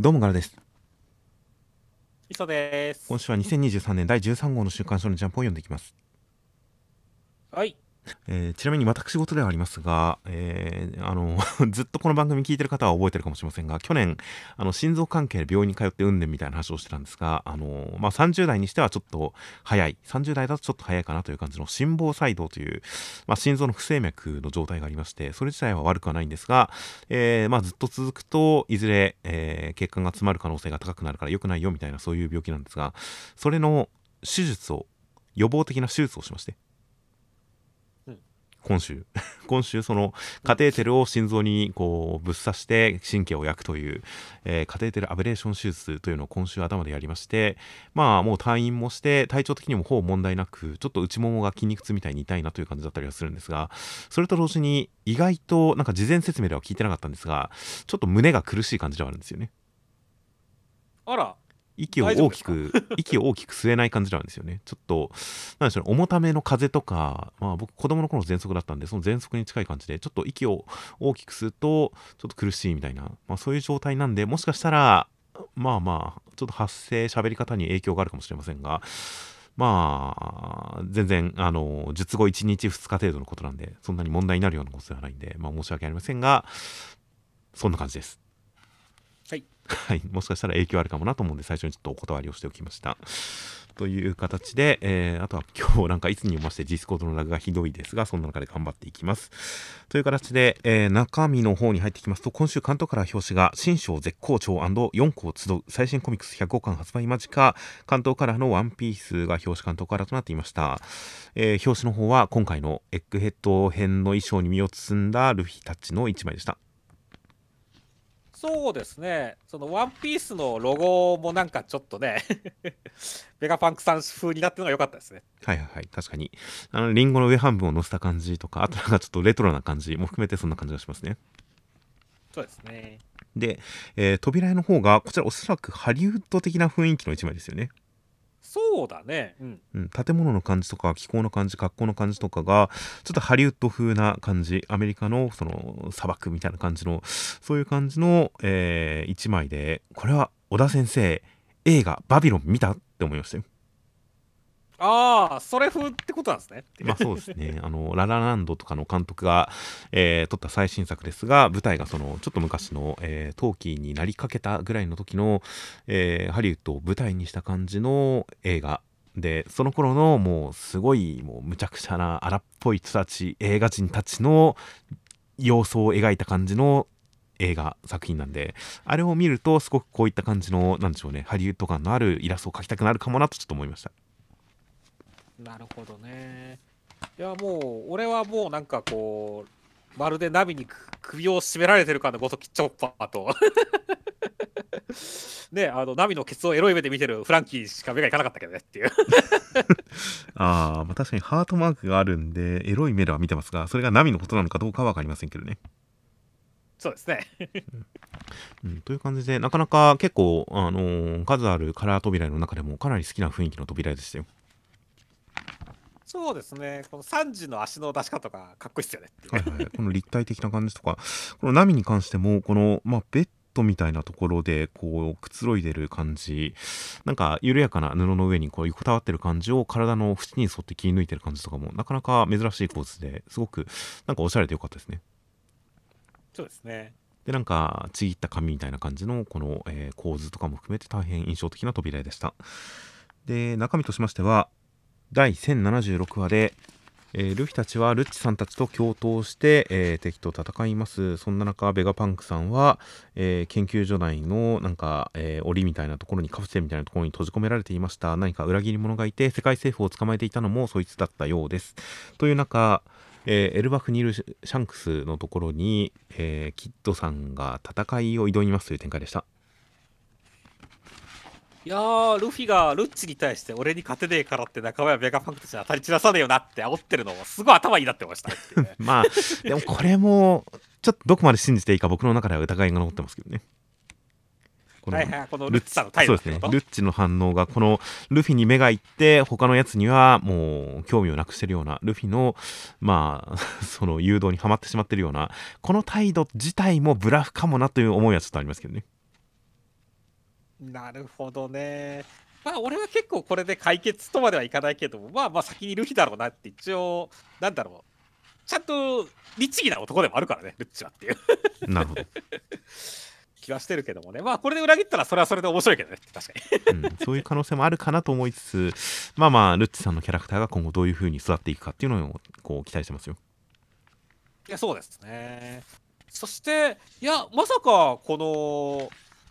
どうもガラです。 磯です。 今週は2023年第13号の週刊少年ジャンプを読んでいきます。 はい。 ちなみに私事ではありますが、ずっとこの番組聞いてる方は覚えてるかもしれませんが、去年心臓関係で病院に通ってうんぬんみたいな話をしてたんですが、30代にしてはちょっと早い、30代だとちょっと早いかなという感じの心房細動という、心臓の不整脈の状態がありまして、それ自体は悪くはないんですが、ずっと続くといずれ、血管が詰まる可能性が高くなるから良くないよみたいな、そういう病気なんですが、それの手術を予防的な手術をしまして、 うん。 今週今週そのうん。 カテーテルを心臓にこうぶっ刺して神経を焼くという、カテーテルアブレーション手術というのを今週頭でやりまして、もう退院もして体調的にもほぼ問題なく、ちょっと内ももが筋肉痛みたいに痛いなという感じだったりはするんですが、それと同時に意外となんか事前説明では聞いてなかったんですが、ちょっと胸が苦しい感じではあるんですよね。 あら、 息を大丈夫ですか？ 大きく息を大きく吸えない感じなんですよね。ちょっとなんでしょうね、重ための風邪とか、僕子供の頃喘息だったんで、その喘息に近い感じでちょっと息を大きく吸うとちょっと苦しいみたいな、そういう状態なんで、もしかしたらちょっと発声喋り方に影響があるかもしれませんが、全然術後1日2日程度のことなんで、そんなに問題になるようなことではないんで、申し訳ありませんが、そんな感じです。 はい。 はい、もしかしたら影響あるかもなと思うんで、最初にちょっとお断りをしておきました。という形で、あとは今日なんかいつにもましてディスコードのラグがひどいですが、そんな中で頑張っていきます。という形で、中身の方に入ってきますと、今週関東から表紙が新章絶好調 &4 校集う最新コミックス105巻発売間近、関東からのワンピースが表紙関東からとなっていました。表紙の方は今回のエッグヘッド編の衣装に身を包んだルフィたちの一枚でした。 そうですね。そのワンピースのロゴもなんかちょっとねベガパンクさん風になってるのが良かったですね。 はいはいはい、確かに。リンゴの上半分を乗せた感じとか、あとなんかちょっとレトロな感じも含めてそんな感じがしますね。 そうですね。 で、扉絵の方が、こちらおそらくハリウッド的な雰囲気の一枚ですよね。 そうだね。うん。 うん、建物の感じとか気候の感じ、格好の感じとかがちょっとハリウッド風な感じ、アメリカのその砂漠みたいな感じの、そういう感じの、一枚で、これは小田先生映画バビロン見たって思いましたよ。 ああ、それ風ってことなんですね。っていうそうですね。ララランドとかの監督が、撮った最新作ですが、舞台がその、ちょっと昔の、陶器になりかけたぐらいの時の、ハリウッドを舞台にした感じの映画で、その頃のもうすごい、もうむちゃくちゃな荒っぽい人たち、映画人たちの様相を描いた感じの映画作品なんで、あれを見るとすごくこういった感じの、なんでしょうね、ハリウッド感のあるイラストを描きたくなるかもなとちょっと思いました。 なるほどね。いや、もう、俺はもうなんかこう、まるでナビに首を絞められてるかのごときチョッパーとね、ナビのケツをエロい目で見てるフランキーしか目がいかなかったけどねっていう確かにハートマークがあるんで、エロい目では見てますが、それがナミのことなのかどうかはわかりませんけどね。 そうですね。 という感じで、なかなか結構、数あるカラー扉の中でもかなり好きな雰囲気の扉でしたよ。 そうですね。この3時の足の出し方がかっこいいっすよねっていう。 はいはい。この立体的な感じとか、このナミに関しても、この、ベッドみたいなところで、こう、くつろいでる感じ、なんか、緩やかな布の上に、こう、横たわってる感じを体の縁に沿って切り抜いてる感じとかも、なかなか珍しい構図ですごく、なんかおしゃれでよかったですね。 そうですね。 で、なんか、ちぎった紙みたいな感じの、この、構図とかも含めて大変印象的な扉絵でした。で、中身としましては、第1076話で、ルフィたちはルッチさんたちと共闘して、敵と戦います。そんな中、ベガパンクさんは、研究所内のなんか、檻みたいなところに、カプセルみたいなところに閉じ込められていました。何か裏切り者がいて、世界政府を捕まえていたのもそいつだったようです。という中、エルバフにいるシャンクスのところに、キッドさんが戦いを挑みますという展開でした。 いやー、ルフィがルッチに対して俺に勝てねえからって仲間やベガパンクたちに当たり散らさねえよなって煽ってるのもすごい頭いいなって思いましたねっていうね。 でもこれも、ちょっとどこまで信じていいか僕の中では疑いが残ってますけどね。このはいはい、このルッチさんの態そうですね。 度ってこと。 ルッチの反応が、このルフィに目がいって、他のやつにはもう興味をなくしてるような、ルフィの、その誘導にはまってしまってるような、この態度自体もブラフかもなという思いはちょっとありますけどね。 なるほどね。まあ俺は結構これで解決とまではいかないけども、まあまあ先にルフィだろうなって一応、なんだろう。ちゃんと律儀な男でもあるからね、ルッチはっていうなるほど。 気はしてるけどもね。まあこれで裏切ったらそれはそれで面白いけどね、確かに。 そういう可能性もあるかなと思いつつ、まあまあ、ルッチさんのキャラクターが今後どういう風に育っていくかっていうのをこう期待してますよ。 いや、そうですね。そして、いや、まさかこの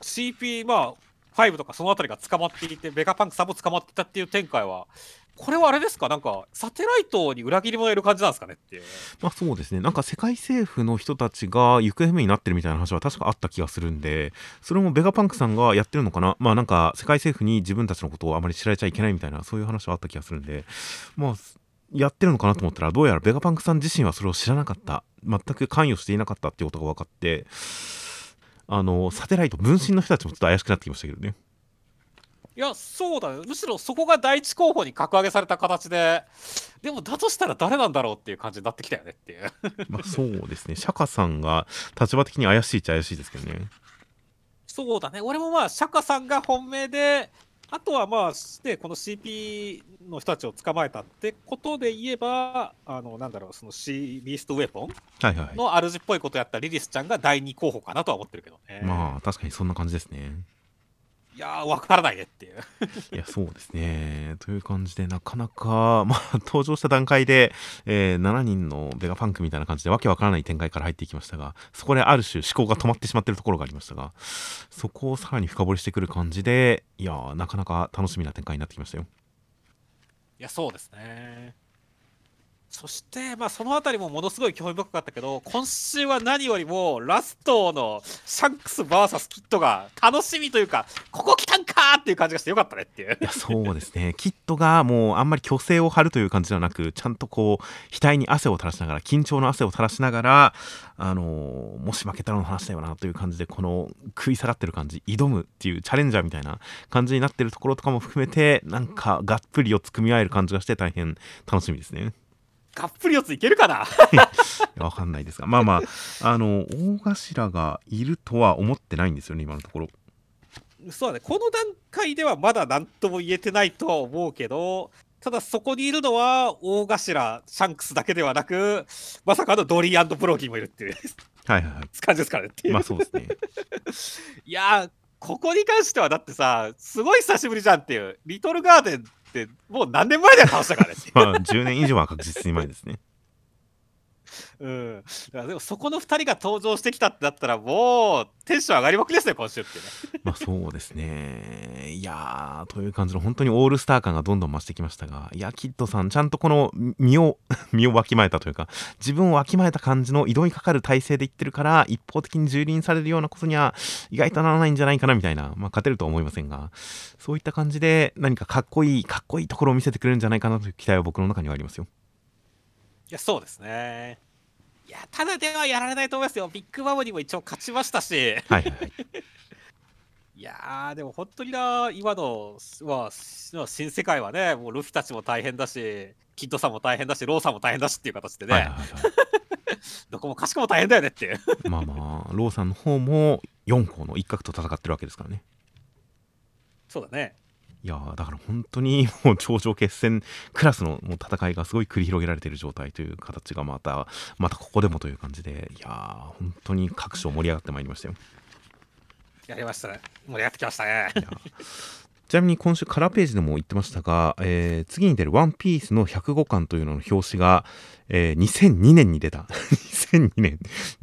CP、まあ、5とかそのあたりが捕まっていて、ベガパンクさんも捕まっていたっていう展開は、これはあれですか、なんか、サテライトに裏切り者がいる感じなんですかねっていう。 まあそうですね。なんか世界政府の人たちが行方不明になってるみたいな話は確かあった気がするんで、それもベガパンクさんがやってるのかな。まあなんか世界政府に自分たちのことをあまり知られちゃいけないみたいな、そういう話はあった気がするんで、まあ、やってるのかなと思ったら、どうやらベガパンクさん自身はそれを知らなかった。全く関与していなかったっていうことが分かって、サテライト、分身の人たちもちょっと怪しくなってきましたけどね。 いや、そうだね。むしろそこが第一候補に格上げされた形で、でもだとしたら誰なんだろうっていう感じになってきたよねっていう。 まあそうですね。釈迦さんが立場的に怪しいっちゃ怪しいですけどね。 そうだね。俺もまあ、釈迦さんが本命で、あとはまあ、ね、この CP の人たちを捕まえたってことで言えば、なんだろう、その C ビーストウェポンはいはい。 の主っぽいことやったリリスちゃんが第2候補かなとは思ってるけどね。 まあ確かにそんな感じですね。 いやー、わからないねっていう。 いや、そうですね。という感じで、なかなか、まあ、登場した段階で、7人のベガファンクみたいな感じで、わけわからない展開から入っていきましたが、そこである種思考が止まってしまっているところがありましたが、そこをさらに深掘りしてくる感じで、いやー、なかなか楽しみな展開になってきましたよ。 いや、そうですね。そして、まあ、そのあたりもものすごい興味深かったけど、今週は何よりもラストのシャンクス VS キッドが楽しみというか、ここ来たんかーっていう感じがしてよかったねっていう。 いや、そうですね。キッドがもうあんまり虚勢を張るという感じではなく、ちゃんとこう、額に汗を垂らしながら、緊張の汗を垂らしながら、もし負けたらの話だよなという感じで、この食い下がってる感じ、挑むっていうチャレンジャーみたいな感じになってるところとかも含めて、なんかがっぷり四つ組み合える感じがして大変楽しみですね。 がっぷり四ついけるかな。 わかんないですが、まあまあ、大頭がいるとは思ってないんですよね、今のところ。 そうだね、この段階ではまだ何とも言えてないとは思うけど、ただそこにいるのは大頭シャンクスだけではなく、まさかのドリー&ブロギーもいるっていうはいはいはい。 感じですからねっていう。 まあそうですね。 いやー、ここに関してはだってさ、すごい久しぶりじゃんっていう。リトルガーデンってもう何年前で倒したからねっていう。 まあ10年以上は確実に前ですね。 うん。だからでもそこの2人が登場してきたってなったらもうテンション上がりまくりですね、今週っていうね。 まあそうですね。いやー、という感じの本当にオールスター感がどんどん増してきましたが、いや、キッドさん、ちゃんとこの身を身をわきまえたというか、自分をわきまえた感じの移動にかかる体勢で言ってるから、一方的に蹂躙されるようなことには意外とならないんじゃないかなみたいな、まあ勝てるとは思いませんが、そういった感じで何かかっこいいところを見せてくれるんじゃないかなという期待は僕の中にはありますよ。 いや、そうですね。いや、ただではやられないと思いますよ。ビッグマムにも一応勝ちましたし。 はいはいはい。 いやー、でも本当にな、今の、まあ、新世界はね、もうルフィたちも大変だし、キッドさんも大変だし、ローさんも大変だしっていう形でね、 はいはいはいはい。 どこもかしこも大変だよねっていう。 まあまあ、ローさんの方も4校の一角と戦ってるわけですからね。 そうだね。 いやーだから本当にもう頂上決戦クラスのもう戦いがすごい繰り広げられている状態という形がまたここでもという感じで、いやー本当に各所盛り上がってまいりましたよ。 やりましたね。盛り上がってきましたね。 ちなみに今週カラーページでも言ってましたが、次に出るワンピースの105巻というのの表紙が、2002年に出た2002年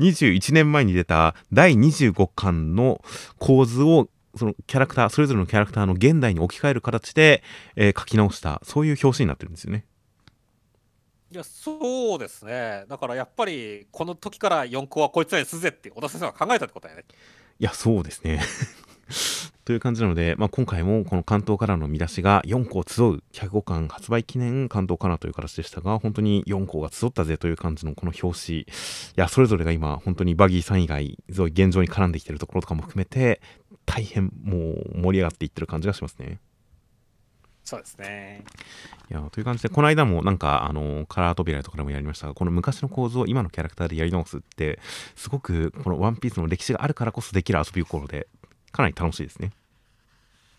21年前に出た第25巻の構図をそのキャラクターそれぞれのキャラクターの現代に置き換える形で、書き直したそういう表紙になってるんですよね。 いや、そうですね。だからやっぱり、この時から4校はこいつらにすぜって小田先生が考えたってことだよね。 いやそうですねという感じなので、まあ、今回もこの関東からの見出しが4校集う105巻発売記念関東からという形でしたが、本当に4校が集ったぜという感じのこの表紙、いやそれぞれが今本当にバギーさん以外そういう現状に絡んできてるところとかも含めて大変もう盛り上がっていってる感じがしますね。 そうですね。 いやという感じで、この間もなんかカラー扉とかでもやりましたが、この昔の構図を今のキャラクターでやり直すってすごくこのワンピースの歴史があるからこそできる遊び心でかなり楽しいですね。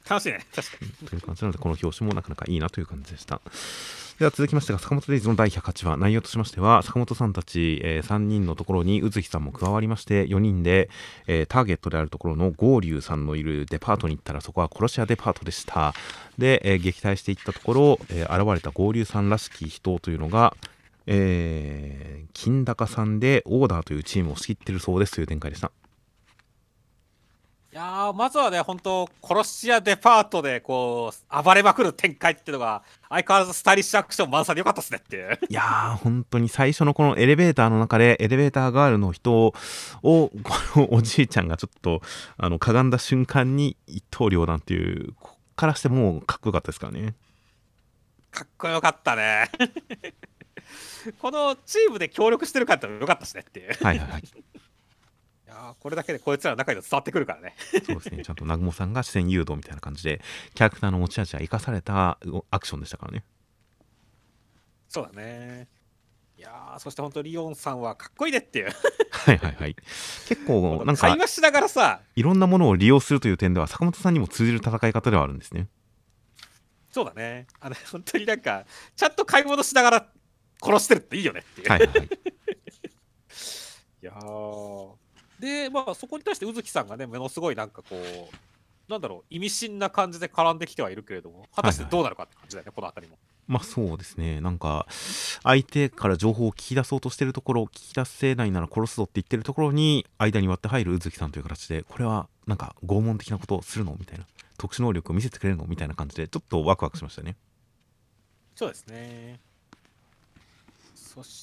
楽しいね、確かに。 という感じなので、この表紙もなかなかいいなという感じでした。では続きましてが、坂本デイズの第108話、内容としましては、坂本さんたち、3人のところに宇月さんも加わりまして、4人で、ターゲットであるところのゴーリュウさんのいるデパートに行ったら、そこは殺し屋デパートでした。で、撃退していったところ、現れたゴーリュウさんらしき人というのが、金高さんでオーダーというチームを仕切ってるそうですという展開でした。 いやー、まずはね、本当殺し屋デパートでこう暴れまくる展開っていうのが相変わらずスタイリッシュアクション満載でよかったですねっていう。 いやー、本当に最初のこのエレベーターの中でエレベーターガールの人をこのおじいちゃんがちょっとかがんだ瞬間に一刀両断っていう、こっからしてもうかっこよかったですからね。 かっこよかったね。このチームで協力してる感ってよかったしねっていう。 はいはいはい。 いやー、これだけでこいつらの中に伝わってくるからね。 そうですね。ちゃんと南雲さんが視線誘導みたいな感じでキャラクターの持ち味が生かされたアクションでしたからね。 そうだね。いやー、そして本当リオンさんはかっこいいねっていう。 はいはいはい。結構なんか会話しながらさ、 いろんなものを利用するという点では坂本さんにも通じる戦い方ではあるんですね。 そうだね。本当になんかちゃんと買い物しながら殺してるっていいよねっていう。 はいはいはい。 いやー、で、まあ、そこに対して宇月さんがね、ものすごいなんかこう、なんだろう、意味深な感じで絡んできてはいるけれども、果たしてどうなるかって感じだよね、この辺りも。 まあそうですね。なんか相手から情報を聞き出そうとしてるところ、聞き出せないなら殺すぞって言ってるところに間に割って入る宇月さんという形で、これはなんか拷問的なことをするのみたいな、特殊能力を見せてくれるのみたいな感じでちょっとワクワクしましたね。 そうですね。そして、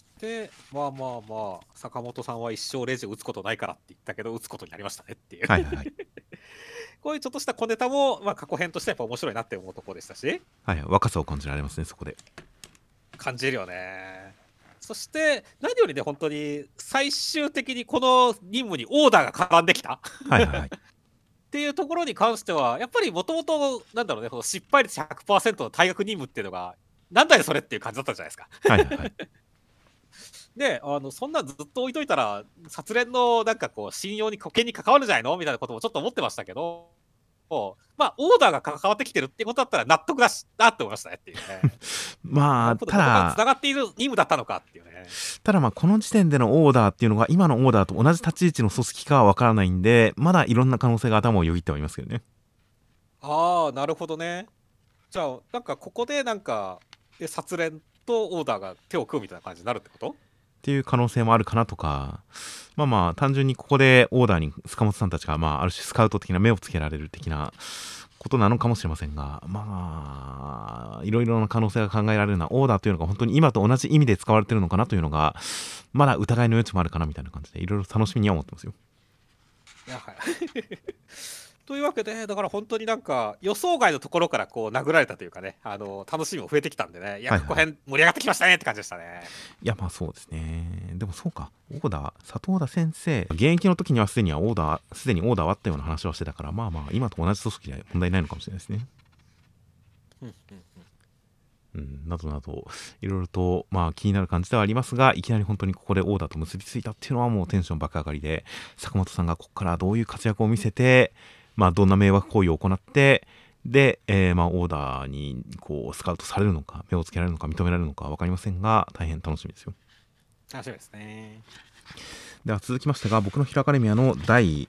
まあまあまあ、坂本さんは一生レジを打つことないからって言ったけど、打つことになりましたねっていう。 はいはいはい。 こういうちょっとした小ネタも、まあ、過去編としてやっぱ面白いなって思うところでしたし、 はいはい、若さを感じられますね、そこで。 感じるよね。そして何よりね、本当に最終的にこの任務にオーダーが絡んできたはいはいはい。 っていうところに関しては、やっぱりもともとなんだろうね、この失敗率 100% の退学任務っていうのがなんだよそれっていう感じだったじゃないですか。 はいはいはい。 で、そんなずっと置いといたら殺練のなんかこう信用に保険に関わるんじゃないのみたいなこともちょっと思ってましたけど、まあオーダーが関わってきてるってことだったら納得だしなって思いましたねっていうね。なまあるほど、ここがつただながっている任務だったのかっていうね。 まあこの時点でのオーダーっていうのが今のオーダーと同じ立ち位置の組織かはわからないんで、まだいろんな可能性が頭をよぎってはいますけどね。 ああ、なるほどね。じゃあ、なんかここでなんか、殺練とオーダーが手を組むみたいな感じになるってこと？ っていう可能性もあるかなとか、まあまあ単純にここでオーダーに塚本さんたちがまあある種スカウト的な目をつけられる的なことなのかもしれませんが、まあいろいろな可能性が考えられるのは、オーダーというのが本当に今と同じ意味で使われてるのかなというのがまだ疑いの余地もあるかなみたいな感じで、いろいろ楽しみには思ってますよ。 いや、はい。というわけで、だから本当になんか予想外のところからこう殴られたというかね、楽しみも増えてきたんでね、いや、 はいはい。 ここ辺盛り上がってきましたねって感じでしたね。 いやまあそうですね。でもそうか、オーダー佐藤田先生現役の時にはすでにオーダーはあったような話はしてたから、まあまあ今と同じ組織で問題ないのかもしれないですね。 うんうんうん、などなどいろいろとまあ気になる感じではありますが、いきなり本当にここでオーダーと結びついたっていうのはもうテンション爆上がりで、坂本さんがここからどういう活躍を見せて、まあどんな迷惑行為を行って、で、まあオーダーにこうスカウトされるのか目をつけられるのか認められるのか分かりませんが、大変楽しみですよ。 楽しみですね。 では続きましてが、僕のヒロアカデミアの第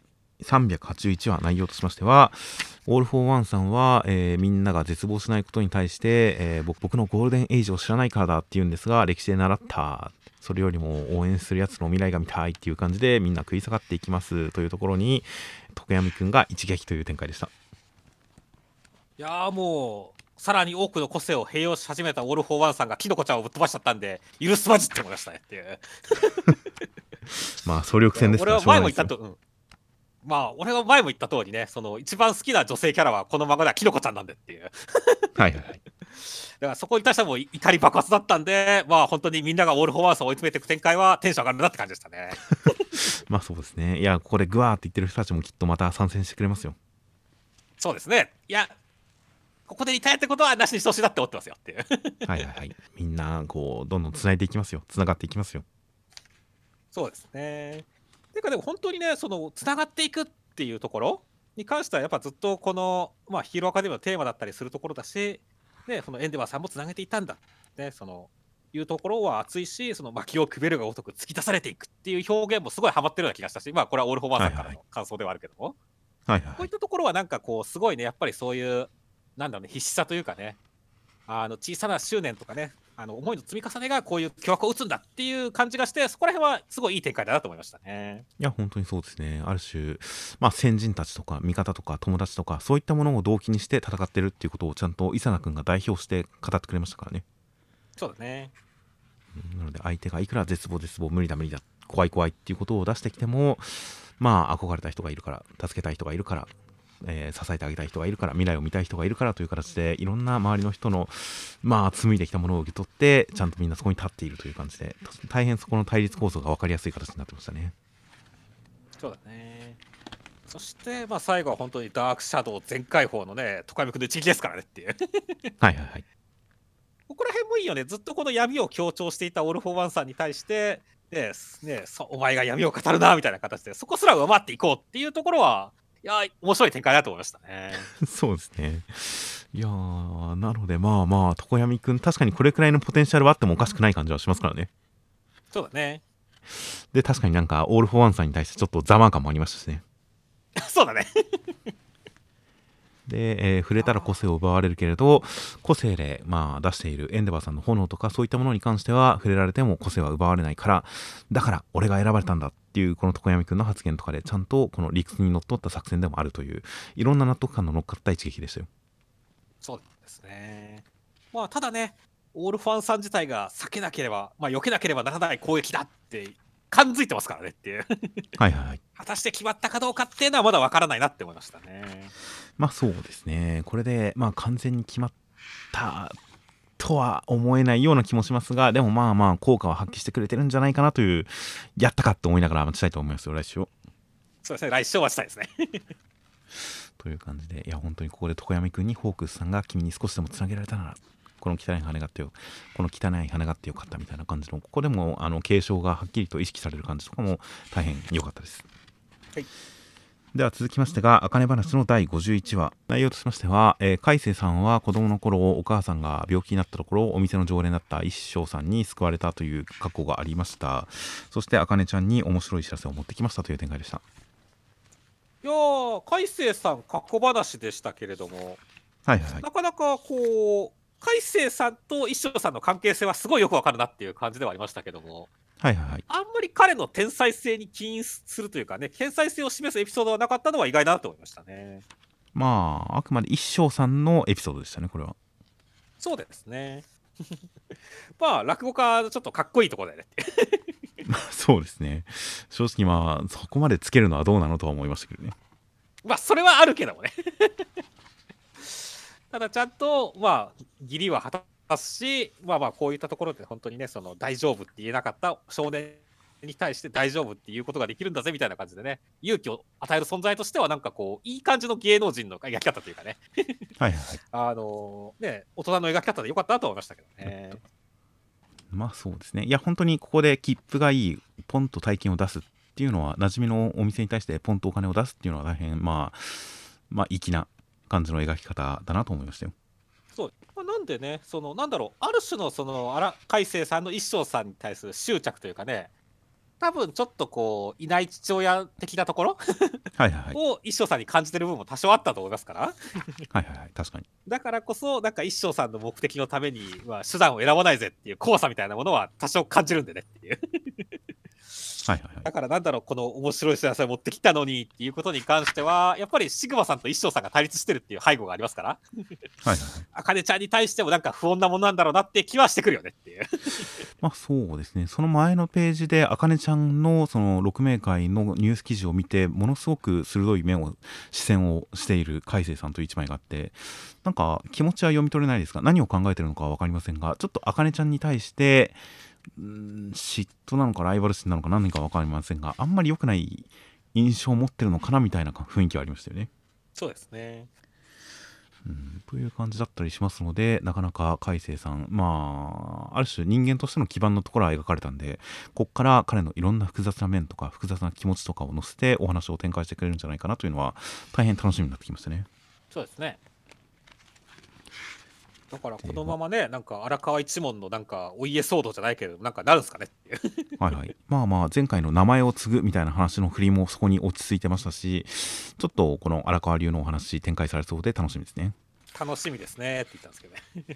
381話、内容としましては、オール・フォー・ワンさんは、みんなが絶望しないことに対して、僕のゴールデンエイジを知らないからだって言うんですが、歴史で習った、それよりも応援するやつの未来が見たいっていう感じでみんな食い下がっていきますというところに、徳山くんが一撃という展開でした。 いやー、もうさらに多くの個性を併用し始めたオール・フォー・ワンさんがキノコちゃんをぶっ飛ばしちゃったんで、許すまじって思いましたねっていう。 まあ総力戦ですから俺は前も言ったと、まあ俺が前も言った通りね、その一番好きな女性キャラはこの漫画ではキノコちゃんなんでっていう。 はいはいはい。 だからそこに対してはもう怒り爆発だったんで、まあ本当にみんながオール・フォー・ワンさんを追い詰めていく展開はテンション上がるなって感じでしたね。 まあそうですね。いや、ここでグワーって言ってる人たちもきっとまた参戦してくれますよ。 そうですね。いや、ここでリタイアってことはなしにしてほしいなって思ってますよっていう。 はいはいはい。みんなこうどんどん繋いでいきますよ。繋がっていきますよ。 そうですね。てかでも本当にね、そのつながっていくっていうところに関してはやっぱずっとこの、まあ、ヒーローアカデミーのテーマだったりするところだし、でそのエンデバーさんもつなげていたんだ、ね、そのいうところは熱いし、その薪をくべるがごとく突き出されていくっていう表現もすごいハマってるような気がしたし、まあこれはオール・フォー・ワンさんからはいはい。 の感想ではあるけども、 はいはいはい。 こういったところはなんかこうすごいね、やっぱりそういうなんだろうね、必死さというかね、小さな執念とかね、思いの積み重ねがこういう巨悪を打つんだっていう感じがして、そこら辺はすごいいい展開だなと思いましたね。 いや、本当にそうですね。ある種、まあ、先人たちとか味方とか友達とかそういったものを動機にして戦ってるっていうことをちゃんと伊佐名君が代表して語ってくれましたからね。 そうだね。 なので相手がいくら絶望絶望無理だ無理だ怖い怖いっていうことを出してきても、まあ憧れた人がいるから助けたい人がいるから、支えてあげたい人がいるから未来を見たい人がいるからという形でいろんな周りの人のまあ紡いできたものを受け取ってちゃんとみんなそこに立っているという感じで大変そこの対立構造が分かりやすい形になってましたね。 そうだね。そして、まあ、最後は本当にダークシャドウ全開放のね、トカミ君の一撃ですからねっていう。 はいはいはい。 ここら辺もいいよね。ずっとこの闇を強調していたオール・フォー・ワンさんに対して、お前が闇を語るなみたいな形で、そこすら上回っていこうっていうところは、いやー、面白い展開だと思いましたね。 そうですね。いやー、なのでまあまあ、常闇くん、確かにこれくらいのポテンシャルはあってもおかしくない感じはしますからね。 そうだね。 で、確かになんか、オール・フォー・ワンさんに対してちょっとざま感もありましたしね。 そうだね。 で、触れたら個性を奪われるけれど、個性で、まあ、出しているエンデバーさんの炎とか、そういったものに関しては、触れられても個性は奪われないから、だから、俺が選ばれたんだっていう、この常闇くんの発言とかで、ちゃんとこの理屈にのっとった作戦でもあるという、いろんな納得感の乗っかった一撃でしたよ。 そうですね。まあ、ただね、オールファンさん自体が避けなければ、まあ、避けなければならない攻撃だって感づいてますからねっていう。 はいはいはい。 果たして決まったかどうかっていうのはまだわからないなって思いましたね。 まあそうですね。これで、まあ完全に決まったとは思えないような気もしますが、でもまあまあ効果は発揮してくれてるんじゃないかなという、やったかって思いながら待ちたいと思いますよ、来週を。 そうですね、来週はしたいですね。 という感じで、いや本当にここで常闇くんにホークスさんが君に少しでもつなげられたなら、この汚い羽があってよ、この汚い羽があってよかったみたいな感じの、ここでも継承がはっきりと意識される感じとかも大変良かったです。 はい。 では続きましてが、あかね話の第51話。内容としましては、海星さんは子供の頃、お母さんが病気になったところ、お店の常連だった一生さんに救われたという過去がありました。そして、あかねちゃんに面白い知らせを持ってきましたという展開でした。 いやー、海星さん、過去話でしたけれども、 はいはいはい。 なかなかこう、海星さんと一生さんの関係性はすごいよくわかるなっていう感じではありましたけども、 はいはいはい。 あんまり彼の天才性に起因するというかね、天才性を示すエピソードはなかったのは意外だなと思いましたね。 まあ、あくまで一生さんのエピソードでしたね、これは。 そうですね。まあ、落語家、ちょっとかっこいいところだよねって。 そうですね。正直まあ、そこまでつけるのはどうなのとは思いましたけどね。 まあ、それはあるけどもね。ただ、ちゃんと、まあ、義理は果たすし、まあまあ、こういったところで本当にね、その大丈夫って言えなかった少年に対して大丈夫っていうことができるんだぜみたいな感じでね、勇気を与える存在としては、なんかこう、いい感じの芸能人の描き方というかね、 はいはいはい。 大人の描き方でよかったなと思いましたけどね。 まあそうですね。いや、本当にここで切符がいい、ポンと大金を出すっていうのは、馴染みのお店に対してポンとお金を出すっていうのは大変、まあ粋な感じの描き方だなと思いましたよ。 そう、まあ、なんでね、そのなんだろう、ある種のその海星さんの一生さんに対する執着というかね、多分ちょっとこう、いない父親的なところはいはいはい。 を一生さんに感じてる部分も多少あったと思いますから、 はいはいはい。確かに。 だからこそ、なんか一生さんの目的のためには手段を選ばないぜっていう怖さみたいなものは多少感じるんでねっていう。 はいはいはい。 だからなんだろう、この面白い知らせを持ってきたのにっていうことに関しては、やっぱりシグマさんと一生さんが対立してるっていう背後がありますから、 はいはいはい。 あかねちゃんに対してもなんか不穏なものなんだろうなって気はしてくるよねっていう。 まあそうですね。その前のページで、あかねちゃんのその6名会のニュース記事を見て、ものすごく鋭い視線をしている海星さんという一枚があって、なんか気持ちは読み取れないですが、何を考えてるのかは分かりませんが、ちょっとあかねちゃんに対して、嫉妬なのかライバル心なのか何か分かりませんが、あんまり良くない印象を持ってるのかなみたいな雰囲気はありましたよね。 そうですね。 という感じだったりしますので、なかなか海星さん、ある種人間としての基盤のところは描かれたんで、こっから彼のいろんな複雑な面とか複雑な気持ちとかを乗せてお話を展開してくれるんじゃないかなというのは大変楽しみになってきましたね。 そうですね。だからこのままね、なんか荒川一門のなんかお家騒動じゃないけど、なんかなるんですかねっていう。 はいはい。前回の名前を継ぐみたいな話の振りもそこに落ち着いてましたし、ちょっとこの荒川流のお話展開されそうで楽しみですね。 楽しみですねって言ったんですけどね。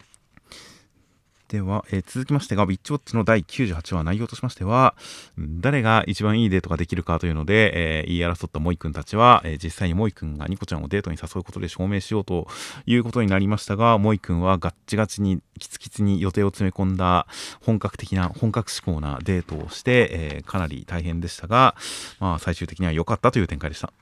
では、続きましてが、ウィッチウォッチの第98話、内容としましては、誰が一番いいデートができるかというので、言い争ったモイ君たちは、実際にモイ君がニコちゃんをデートに誘うことで証明しようということになりましたが、モイ君はガッチガチにキツキツに予定を詰め込んだ本格志向なデートをして、かなり大変でしたが、最終的には良かったという展開でした。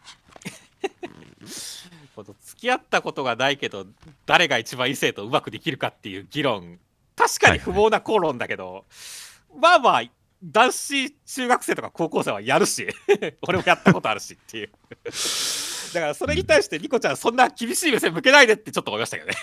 付き合ったことがないけど誰が一番異性とうまくできるかっていう議論、確かに不毛な口論だけど、男子中学生とか高校生はやるし俺もやったことあるしっていうだからそれに対してニコちゃんそんな厳しい目線向けないでってちょっと思いましたけどね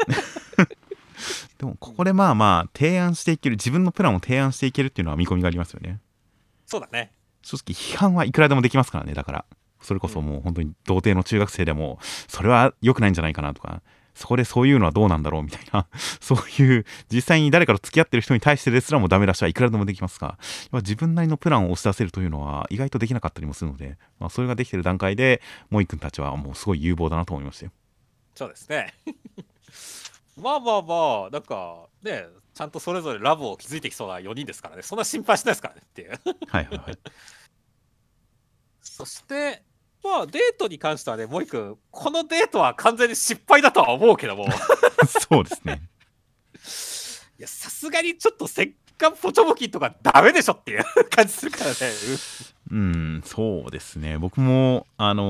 でもここで提案していける、自分のプランを提案していけるっていうのは見込みがありますよね。 そうだね。 正直批判はいくらでもできますからね。だからそれこそもう本当に童貞の中学生でもそれは良くないんじゃないかなとか、そこでそういうのはどうなんだろうみたいなそういう実際に誰かと付き合ってる人に対してですらもダメ出しはいくらでもできますが、自分なりのプランを押し出せるというのは意外とできなかったりもするので、それができてる段階でモイ君たちはもうすごい有望だなと思いましたよ。 そうですねなんかね、ちゃんとそれぞれラブを築いてきそうな4人ですからね、そんな心配しないですからねっていうはいはいはい。 そしてデートに関してはね、モイ君このデートは完全に失敗だとは思うけどもそうですね。 いやさすがにちょっとせっかくポチョボキンとかダメでしょっていう感じするからね。 そうですね。僕も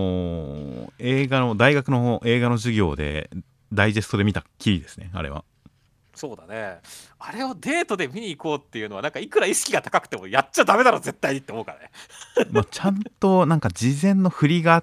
大学の映画の授業でダイジェストで見たきりですね、あれは。 そうだね。あれをデートで見に行こうっていうのは、なんかいくら意識が高くてもやっちゃダメだろ絶対にって思うからね。 ちゃんとなんか事前の振りがあって、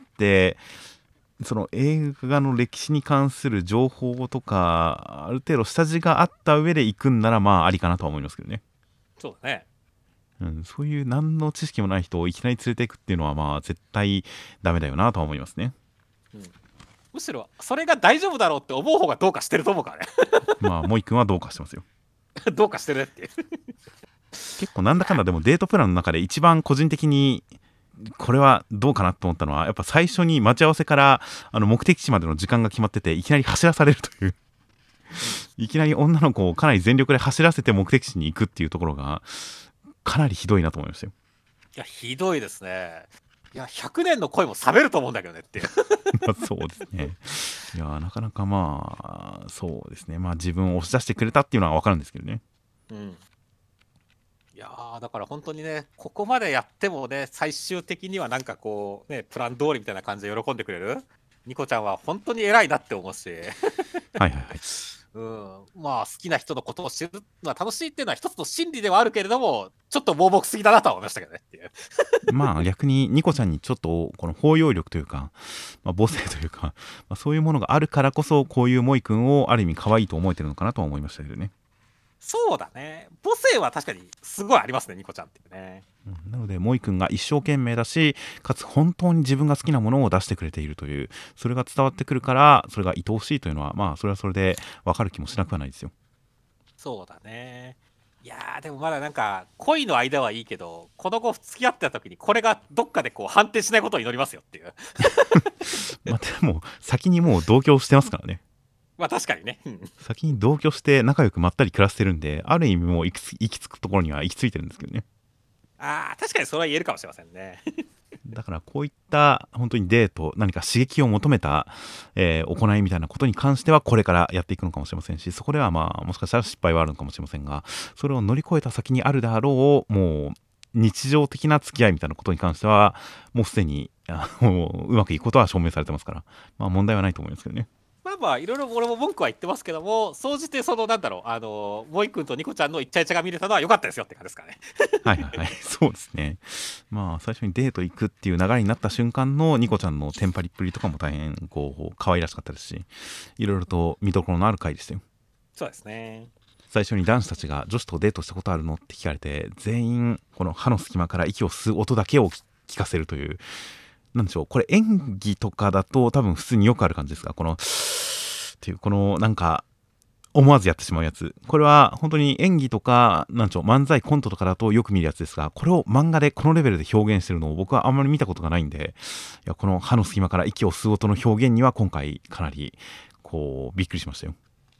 その映画の歴史に関する情報とかある程度下地があった上で行くんならありかなとは思いますけどね。 そうだね。 そういう何の知識もない人をいきなり連れていくっていうのは絶対ダメだよなとは思いますね。 むしろそれが大丈夫だろうって思う方がどうかしてると思うからねモイ君はどうかしてますよどうかしてるねっていう結構なんだかんだでもデートプランの中で一番個人的にこれはどうかなと思ったのは、やっぱ最初に待ち合わせから目的地までの時間が決まってていきなり走らされるといういきなり女の子をかなり全力で走らせて目的地に行くっていうところがかなりひどいなと思いましたよ。 いやひどいですね。いや100年の恋も冷めると思うんだけどねっていうそうですね。いやなかなかそうですね。自分を押し出してくれたっていうのは分かるんですけどね。 いやだから本当にね、ここまでやってもね、最終的にはなんかこうね、プラン通りみたいな感じで喜んでくれるニコちゃんは本当に偉いなって思うしはいはいはい。 好きな人のことを知るのは楽しいっていうのは一つの真理ではあるけれども、ちょっと盲目すぎだなとは思いましたけどねっていう逆にニコちゃんにちょっとこの包容力というか、母性というか、そういうものがあるからこそこういうモイ君をある意味可愛いと思えてるのかなとは思いましたけどね。 そうだね。母性は確かにすごいありますね、ニコちゃんっていうね。 なのでモイ君が一生懸命だし、かつ本当に自分が好きなものを出してくれているという、それが伝わってくるからそれが愛おしいというのはそれはそれで分かる気もしなくはないですよ。 そうだね。いやでもまだなんか恋の間はいいけど、この後付き合ってた時にこれがどっかでこう反転しないことを祈りますよっていうでも先にもう同居してますからね。 確かにね先に同居して仲良くまったり暮らしてるんで、ある意味もう行き着くところには行き着いてるんですけどね。 確かにそれは言えるかもしれませんねだからこういった本当にデート、何か刺激を求めた、行いみたいなことに関してはこれからやっていくのかもしれませんし、そこではもしかしたら失敗はあるのかもしれませんが、それを乗り越えた先にあるであろうもう日常的な付き合いみたいなことに関してはもうすでにうまくいくことは証明されてますから、問題はないと思いますけどね。 まあいろいろ俺も文句は言ってますけども、総じてそのなんだろう、萌君とニコちゃんのイチャイチャが見れたのは良かったですよって感じですかね。 はいはいはい、そうですね。まあ最初にデート行くっていう流れになった瞬間のニコちゃんのテンパりっぷりとかも大変こう可愛らしかったですし、いろいろと見どころのある回でしたよ。 そうですね。 最初に男子たちが女子とデートしたことあるのって聞かれて、全員この歯の隙間から息を吸う音だけを聞かせるという、なんでしょう、これ演技とかだと多分普通によくある感じですが、このっていうこのなんか思わずやってしまうやつ、これは本当に演技とかなんでしょう、漫才コントとかだとよく見るやつですが、これを漫画でこのレベルで表現してるのを僕はあんまり見たことがないんで、いやこの歯の隙間から息を吸う音の表現には今回かなりこうびっくりしましたよ。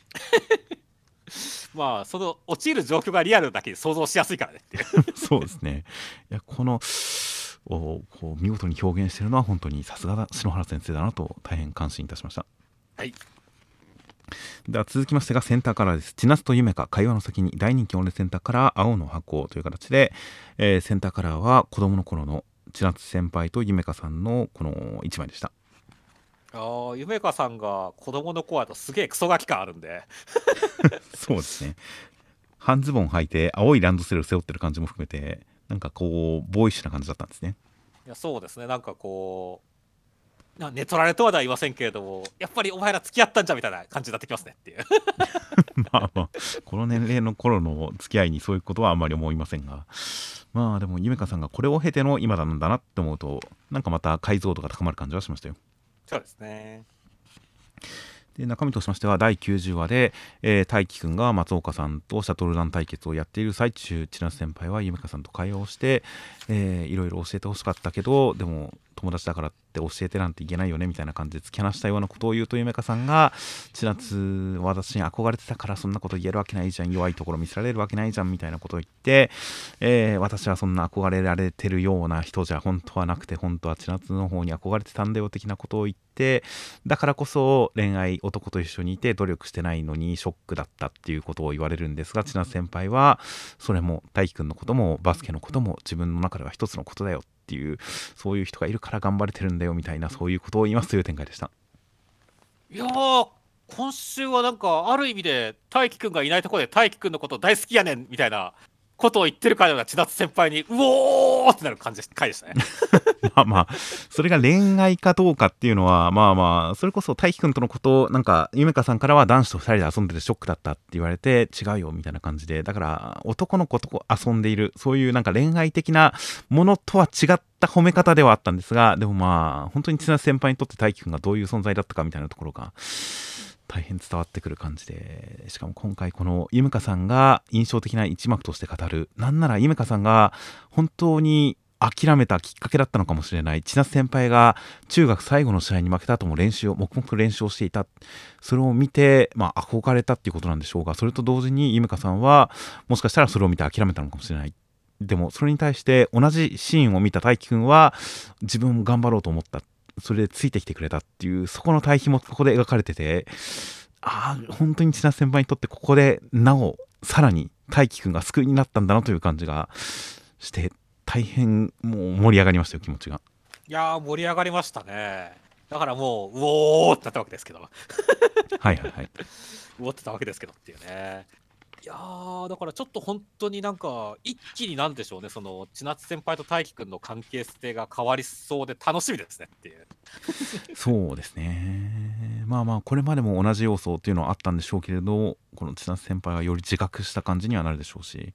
まあその陥る状況がリアルだけ想像しやすいからねっていう。 そうですね。いやこのこう見事に表現してるのは本当にさすがだ篠原先生だなと大変感心いたしました。 はい。 では続きましてがセンターカラーです。千夏と夢か会話の先に大人気オンレセンターカラー青の箱という形で、センターカラーは子供の頃の千夏先輩と夢かさんのこの1枚でした。 夢かさんが子供の子だとすげえクソガキ感あるんで。 そうですね。半ズボン履いて青いランドセルを背負ってる感じも含めて、なんかこうボーイッシュな感じだったんですね。 いやそうですね、なんかこう寝取られとは言いませんけれども、やっぱりお前ら付き合ったんじゃみたいな感じになってきますねっていう。 まあまあこの年齢の頃の付き合いにそういうことはあんまり思いませんが、まあでも夢かさんがこれを経ての今なんだなって思うと、なんかまた解像度が高まる感じはしましたよ。 そうですね。 で中身としましては第90話で、大輝くんが松岡さんとシャトルラン対決をやっている最中、千夏先輩は夢かさんと会話をして、いろいろ教えてほしかったけど、でも友達だからって教えてなんていけないよねみたいな感じで突き放したようなことを言うと、夢かさんが千夏私に憧れてたからそんなこと言えるわけないじゃん、弱いところ見せられるわけないじゃんみたいなことを言って、私はそんな憧れられてるような人じゃ本当はなくて、本当は千夏の方に憧れてたんだよ的なことを言って、だからこそ恋愛男と一緒にいて努力してないのにショックだったっていうことを言われるんですが、千夏先輩はそれも大輝くんのこともバスケのことも自分の中では一つのことだよっていう、そういう人がいるから頑張れてるんだよみたいな、そういうことを言いますという展開でした。 いやー、今週はなんかある意味で大輝くんがいないところで大輝くんのこと大好きやねんみたいなことを言ってるかのような千夏先輩にうおーってなる感じ回でしたね。 まあまあそれが恋愛かどうかっていうのはまあまあ、それこそ大輝くんとのことなんか夢香さんからは男子と2人で遊んでてショックだったって言われて、違うよみたいな感じで、だから男の子と遊んでいるそういうなんか恋愛的なものとは違った褒め方ではあったんですが、でもまあ本当に千夏先輩にとって大輝くんがどういう存在だったかみたいなところが大変伝わってくる感じで、しかも今回このゆめかさんが印象的な一幕として語る、なんならゆめかさんが本当に諦めたきっかけだったのかもしれない、千夏先輩が中学最後の試合に負けた後も黙々と練習をしていた、それを見て憧れたっていうことなんでしょうが、それと同時にゆめかさんはもしかしたらそれを見て諦めたのかもしれない。でもそれに対して同じシーンを見た大輝くんは自分も頑張ろうと思った、それでついてきてくれたっていう、そこの対比もここで描かれてて、本当に千夏先輩にとってここでなおさらに大輝くんが救いになったんだなという感じがして、大変もう盛り上がりましたよ、気持ちが。 いやー盛り上がりましたね。だからもううおーってなったわけですけどはいはいはい。 うおってたわけですけどっていうね。いやーだからちょっと本当になんか一気になんでしょうね、その千夏先輩と大輝くんの関係性が変わりそうで楽しみですねっていう。 そうですね。まあまあこれまでも同じ要素っていうのはあったんでしょうけれど、この千夏先輩はより自覚した感じにはなるでしょうし、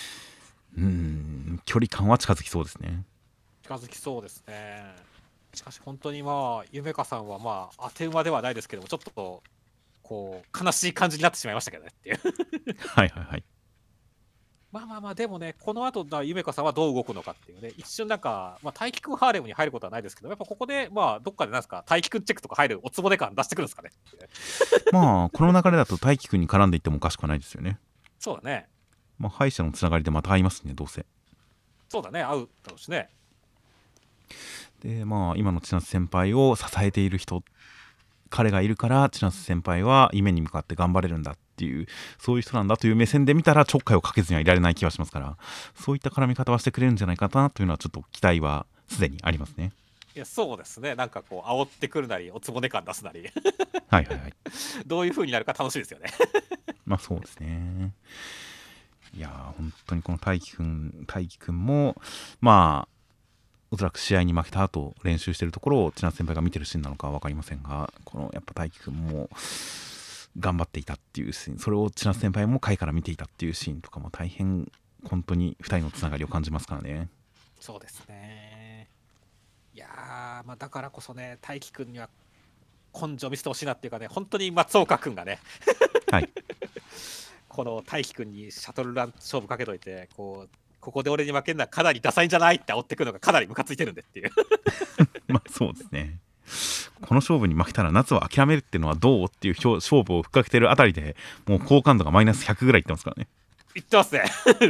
距離感は近づきそうですね。 近づきそうですね。しかし本当にまあ夢香さんはまあ当て馬ではないですけども、ちょっとこう悲しい感じになってしまいましたけどねっていうはいはいはい。 まあまあまあでもね、この後夢香さんはどう動くのかっていうね、一瞬なんか、大輝くんハーレムに入ることはないですけど、やっぱここでどっかでなんですか、大輝くんチェックとか入るおつぼね感出してくるんですかね。 まあこの流れだと大輝くんに絡んでいってもおかしくはないですよね。 そうだね。 敗者のつながりでまた会いますね、どうせ。 そうだね、合うだろうしね。 で今の千夏先輩を支えている人、彼がいるから千夏先輩は夢に向かって頑張れるんだっていう、そういう人なんだという目線で見たらちょっかいをかけずにはいられない気がしますから、そういった絡み方はしてくれるんじゃないかなというのはちょっと期待はすでにありますね。 いや、そうですね。なんかこう、煽ってくるなり、おつぼね感出すなり、 はいはいはい。 どういう風になるか楽しいですよね。 まあそうですね。いやー、本当にこの大輝くんも、まあ、おそらく試合に負けた後練習してるところを千夏先輩が見てるシーンなのかは分かりませんが、このやっぱ大輝くんも頑張っていたっていうシーン、それを千夏先輩も下位から見ていたっていうシーンとかも大変本当に2人のつながりを感じますからね。 そうですね。いやー、まあ、だからこそね、大輝くんには根性見せてほしいなっていうかね、本当に松岡君がね、 はい。 この大輝君にシャトルラン勝負かけといて、ここで俺に負けるのはかなりダサいんじゃないって煽ってくるのがかなりムカついてるんでっていう。 まあそうですね。この勝負に負けたら夏は諦めるっていうのはどうっていう勝負をふっかけてるあたりでもう好感度がマイナス100ぐらいいってますからね。 言ってますね。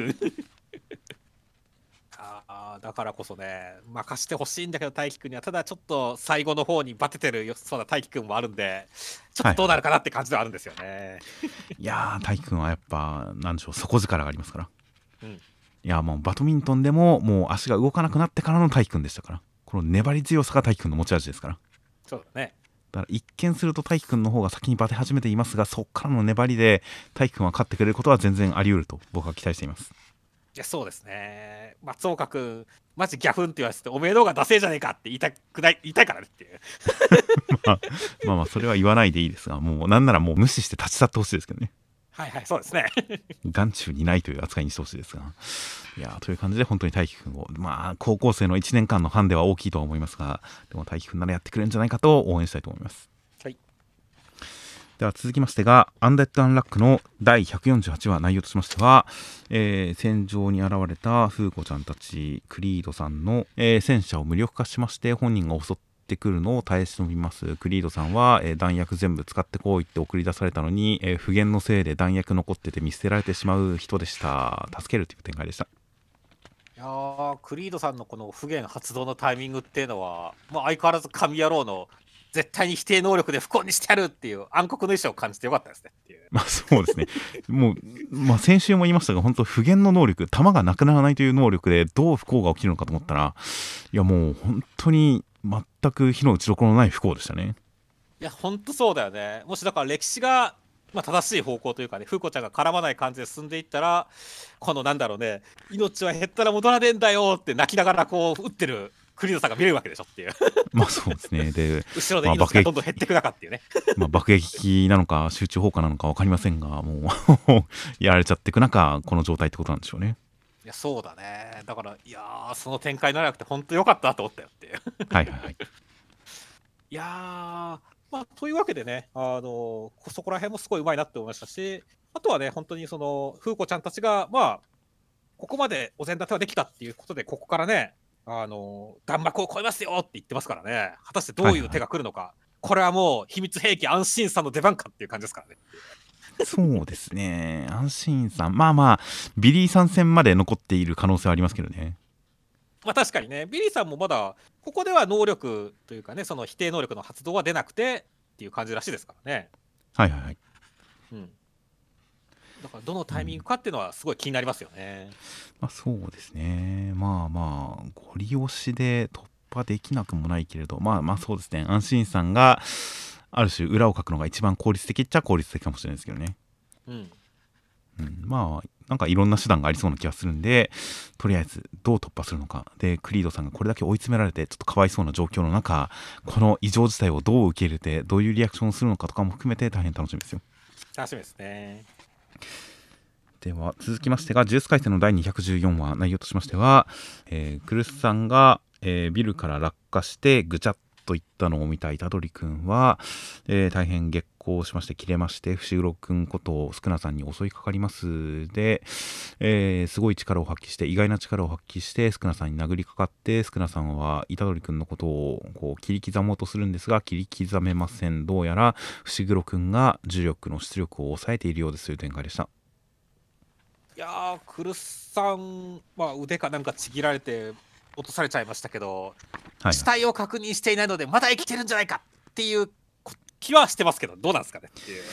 だからこそね、任してほしいんだけど、大輝くんには、ただちょっと最後の方にバテてるそうな大輝くんもあるんで、ちょっとどうなるかなって感じではあるんですよね。 いやー、大輝くんはやっぱなんでしょう、底力がありますから。 うん、 いやもうバドミントンでももう足が動かなくなってからの大輝くんでしたから、この粘り強さが大輝くんの持ち味ですから。 そうだね。 だから一見すると大輝くんの方が先にバテ始めていますが、そっからの粘りで大輝くんは勝ってくれることは全然あり得ると僕は期待しています。 いや、そうですね。松岡君、マジギャフンって言わせて、おめえの方がダセえじゃねえかって言いたくない、言いたいからねっていう。 まあそれは言わないでいいですが、もうなんならもう無視して立ち去ってほしいですけどね。 はいはい、そうですね。 眼中にないという扱いにしてほしいですが、いやという感じで本当に大輝くんを、まあ高校生の1年間のハンデは大きいとは思いますが、でも大輝くんならやってくれるんじゃないかと応援したいと思います。 はい。 では続きましてが、アンデッド・アンラックの第148話、内容としましては、戦場に現れたフーコちゃんたちクリードさんの、戦車を無力化しまして、本人が襲ってくるのを耐え忍びますクリードさんは、弾薬全部使ってこいって送り出されたのに、不言のせいで弾薬残ってて見捨てられてしまう人でした。助けるという展開でした。 いやー、クリードさんのこの不言発動のタイミングっていうのは、まあ、相変わらず神野郎の絶対に否定能力で不幸にしてやるっていう暗黒の意志を感じてよかったですねっていう。 まあそうですね。もう、まあ先週も言いましたが、本当不言の能力、弾がなくならないという能力でどう不幸が起きるのかと思ったら、いやもう本当に全く火の打ちどころのない不幸でしたね。 いや、ほんとそうだよね。もしだから歴史が、まあ、正しい方向というかね、風子ちゃんが絡まない感じで進んでいったら、このなんだろうね、命は減ったら戻らねえんだよって泣きながらこう打ってるクリードさんが見れるわけでしょっていう。 まあそうですね。で、 後ろでまあ、 命がどんどん減っていく中っていうね。 まあ、爆撃なのか集中砲火なのか分かりませんが、もうやられちゃっていく中、この状態ってことなんでしょうね。 いや、そうだね。だから、いやー、その展開にならなくて本当良かったなと思ったよっていう。 はいはいはい。 いやー、まあ、というわけでね、そこら辺もすごいうまいなって思いましたし、あとはね、本当にその、風子ちゃんたちが、まあ、ここまでお膳立てはできたっていうことで、ここからね、弾幕を超えますよって言ってますからね、果たしてどういう手が来るのか、これはもう秘密兵器安心さんの出番かっていう感じですからね。 そうですね。安心さん、まあまあ、ビリー参戦まで残っている可能性はありますけどね。 まあ確かにね、ビリーさんもまだ、ここでは能力というかね、その否定能力の発動は出なくてっていう感じらしいですからね。 はいはいはい。 うん。だからどのタイミングかっていうのはすごい気になりますよね。 まあそうですね。まあまあ、ゴリ押しで突破できなくもないけれど、まあまあそうですね。安心さんが、ある種裏をかくのが一番効率的っちゃ効率的かもしれないですけどね。 うん。 まあなんかいろんな手段がありそうな気がするんで、とりあえずどう突破するのかで、クリードさんがこれだけ追い詰められてちょっとかわいそうな状況の中、この異常事態をどう受け入れてどういうリアクションをするのかとかも含めて大変楽しみですよ。 楽しみですね。 では続きましてが、ジュース回戦の第214話、内容としましては、クルスさんが、ビルから落下してぐちゃっといったのを見た虎杖くんは、大変激高しまして切れまして、伏黒くんことをスクナさんに襲いかかりますで、すごい力を発揮して、意外な力を発揮してスクナさんに殴りかかって、スクナさんは虎杖くんのことをこう切り刻もうとするんですが切り刻めません。どうやら伏黒くんが重力の出力を抑えているようですという展開でした。 いやー、クルスさん、まあ、腕かなんかちぎられて落とされちゃいましたけど、 はい、 死体を確認していないのでまだ生きてるんじゃないかっていう気はしてますけど、どうなんですかねっていう。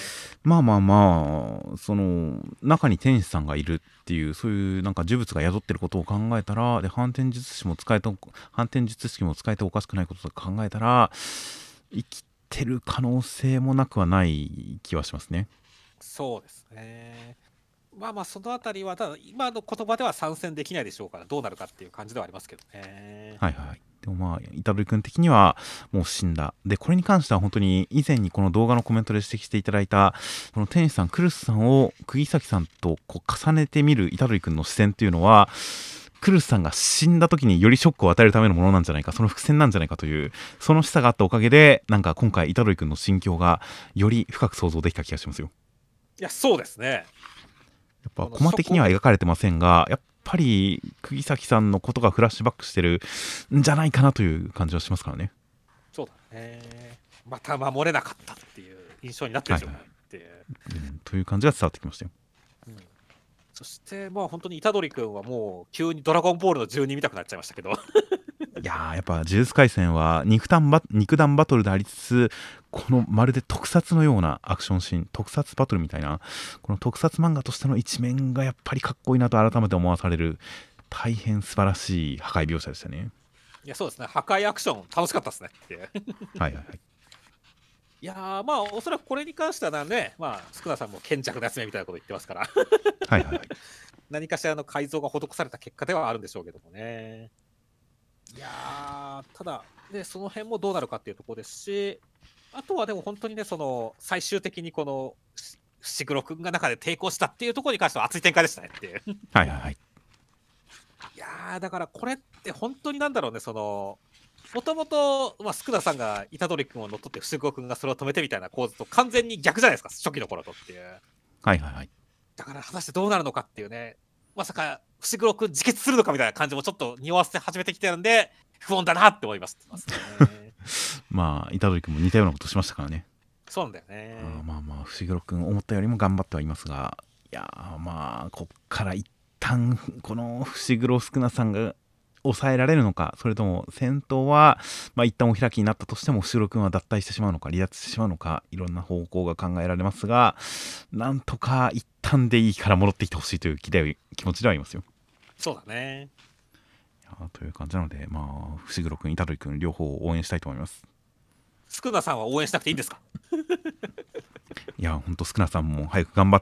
まあまあまあ、その中に天使さんがいるっていう、そういうなんか呪物が宿ってることを考えたら、で反転術式も使えておかしくないことと考えたら、生きてる可能性もなくはない気はしますね。 そうですね。まあまあ、そのあたりは、ただ、今の言葉では参戦できないでしょうから、どうなるかっていう感じではありますけどね。 はいはい。でもまあ、イタドリ君的にはもう死んだ。で、これに関しては本当に以前にこの動画のコメントで指摘していただいた、この天使さん、クルスさんを釘崎さんとこう重ねてみるイタドリ君の視線っていうのは、クルスさんが死んだ時によりショックを与えるためのものなんじゃないか、その伏線なんじゃないかという、その示唆があったおかげで、なんか今回イタドリ君の心境がより深く想像できた気がしますよ。 いや、そうですね。 やっぱコマ的には描かれてませんが、やっぱり釘崎さんのことがフラッシュバックしてるんじゃないかなという感じはしますからね。 そうだね。また守れなかったっていう印象になってるでしょうねっていう。 という感じが伝わってきましたよ。 うん、そして、まあ本当に虎杖君はもう急にドラゴンボールの12見たくなっちゃいましたけど。 いやー、やっぱ呪術廻戦は肉弾バトルでありつつ、このまるで特撮のようなアクションシーン、特撮バトルみたいな、この特撮漫画としての一面がやっぱりかっこいいなと改めて思わされる、大変素晴らしい破壊描写でしたね。 いや、そうですね。破壊アクション楽しかったですねっていう。 はいはいはい。 いやー、まあおそらくこれに関してはね、まあ、スクナさんも賢者の休めみたいなこと言ってますから。 はいはいはい。 何かしらの改造が施された結果ではあるんでしょうけどもね。いやー、ただ、ね、その辺もどうなるかっていうところですし、あとはでも本当にね、その最終的にこの伏黒君が中で抵抗したっていうところに関しては熱い展開でしたねっていう。 はいはいはい。 いやー、だからこれって本当になんだろうね、その、もともと、まあ、スクナさんが虎杖君を乗っ取って伏黒君がそれを止めてみたいな構図と完全に逆じゃないですか、初期の頃とっていう。 はいはいはい。 だから果たしてどうなるのかっていうね、まさか伏黒君自決するのかみたいな感じもちょっと匂わせ始めてきてるんで、不穏だなって思いますね。 まあ、虎杖君も似たようなことしましたからね。 そうなんだよね。 まあまあ、伏黒君、思ったよりも頑張ってはいますが、いやー、まあ、こっから一旦、この伏黒宿儺さんが抑えられるのか、それとも戦闘は、まあ、一旦お開きになったとしても、伏黒君は脱退してしまうのか、離脱してしまうのか、いろんな方向が考えられますが、なんとか一旦でいいから戻ってきてほしいという気持ちではいますよ。 そうだね。 という感じなので、まあ、伏黒君、虎杖君、両方応援したいと思います。 スクナさんは応援しなくていいんですか？ いや、ほんと、スクナさんも早く頑張って、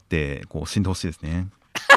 こう、死んでほしいですね。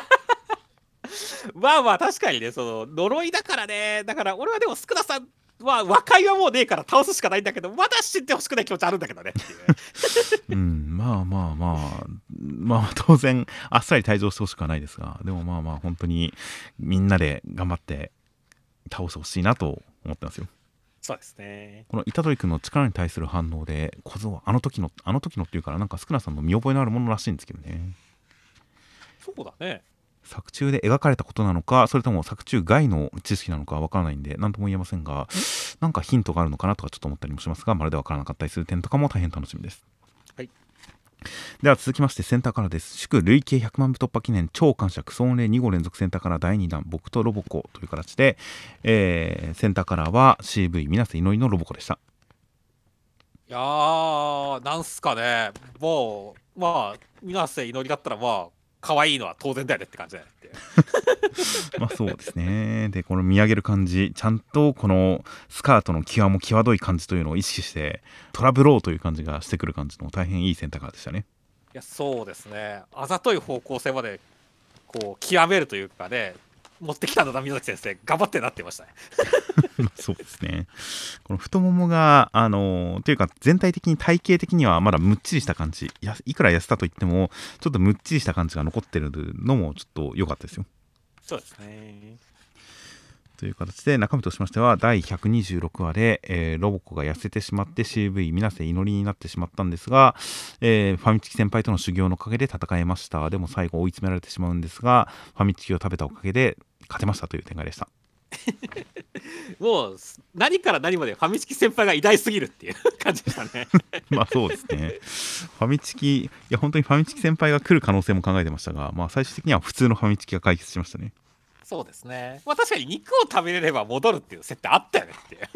まあまあ確かにね、その呪いだからね、だから俺はでもスクナさんは和解はもうねえから倒すしかないんだけど、まだ死んでほしくない気持ちあるんだけどねっていう。 まあまあまあ、まあ当然、あっさり退場してほしくはないですが、でもまあまあ、本当にみんなで頑張って倒してほしいなと思ってますよ。 そうですね。 この虎杖君の力に対する反応で、小僧はあの時のっていうから、なんかスクナさんの見覚えのあるものらしいんですけどね。 そうだね。 作中で描かれたことなのか、それとも作中外の知識なのかわからないんで、何とも言えませんが、なんかヒントがあるのかなとかちょっと思ったりもしますが、まるでわからなかったりする点とかも大変楽しみです。 はい。 では続きましてセンターからです。祝累計100万部突破記念超感謝クソ音霊2号連続センターから第2弾僕とロボコという形で、センターカラーは CV 水瀬いのりのロボコでした。 いやー、なんすかね、もう、まあ、水瀬いのりだったら、まあ、可愛いのは当然だよねって感じだよねって。 まあそうですね。で、この見上げる感じ、ちゃんとこのスカートの際も際どい感じというのを意識してトラブローという感じがしてくる感じの大変いいセンターカラーでしたね。 いや、そうですね。あざとい方向性まで、こう、極めるというかね、持ってきたんだな、水崎先生。頑張ってなってましたね。 そうですね。この太ももが、というか全体的に体型的にはまだむっちりした感じ。いくら痩せたといっても、ちょっとむっちりした感じが残ってるのもちょっと良かったですよ。 そうですね。 という形で中身としましては第126話で、ロボコが痩せてしまって CV 水瀬いのりになってしまったんですが、ファミチキ先輩との修行のおかげで戦えました。でも最後追い詰められてしまうんですが、ファミチキを食べたおかげで勝てましたという展開でした。 もう何から何までファミチキ先輩が偉大すぎるっていう感じでしたね。 まあそうですね。ファミチキ、いや本当にファミチキ先輩が来る可能性も考えてましたが、まあ最終的には普通のファミチキが解決しましたね。 そうですね。まあ確かに肉を食べれれば戻るっていう設定あったよねっていう。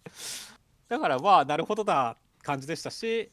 はいはいはい。 だからまあなるほどな感じでしたし、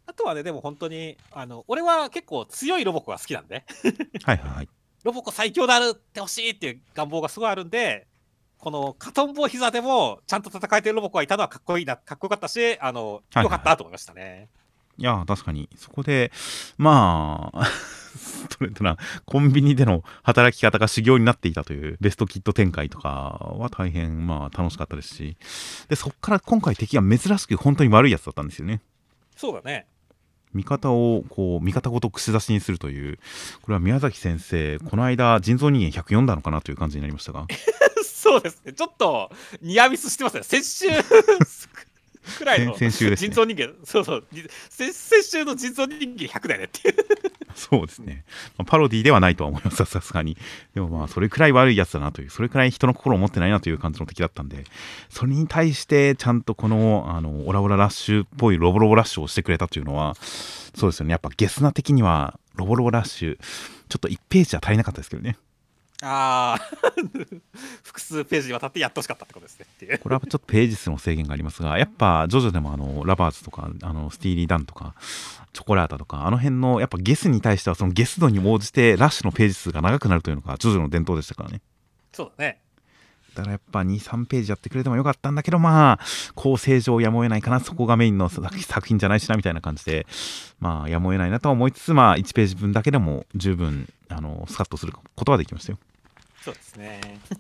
あとはね、でも本当に、俺は結構強いロボコが好きなんで、 はいはいはい。 ロボコ最強であるってほしいっていう願望がすごいあるんで、このカトンボ膝でもちゃんと戦えてるロボコがいたのはかっこいいな、かっこよかったし、よはいはいはい。 かったと思いましたね。 いやー、確かに、そこで、まあ、ストレートなコンビニでの働き方が修行になっていたというベストキット展開とかは大変、まあ、楽しかったですし、で、そこから今回敵が珍しく本当に悪いやつだったんですよね。 そうだね。 味方をこう味方ごと串刺しにするという、これは宮崎先生この間人造人間104だのかなという感じになりましたが。 そうですね。ちょっとニアミスしてますね。先週くらいの先週ですね。 人造人間、そうそう、先週の人造人間100だよねっていう。 そうですね、まあ、パロディではないとは思いますさすがに。でもまあそれくらい悪いやつだなという、それくらい人の心を持ってないなという感じの敵だったんで、それに対してちゃんとこのオラオララッシュっぽいロボロボラッシュをしてくれたというのは、そうですよね。やっぱゲスナ的にはロボロボラッシュちょっと1ページは足りなかったですけどね。 ああ複数ページにわたってやってほしかったってことですねっていう。 これはちょっとページ数の制限がありますが、やっぱジョジョでもラバーズとかスティーリー・ダンとかチョコラータとかあの辺のやっぱゲスに対してはそのゲス度に応じてラッシュのページ数が長くなるというのがジョジョの伝統でしたからね。 そうだね。 だからやっぱ23ページやってくれてもよかったんだけど、まあ構成上やむを得ないかな、そこがメインの作品じゃないしなみたいな感じで、まあやむを得ないなとは思いつつ、まあ1ページ分だけでも十分スカッとすることはできましたよ。 そうですね。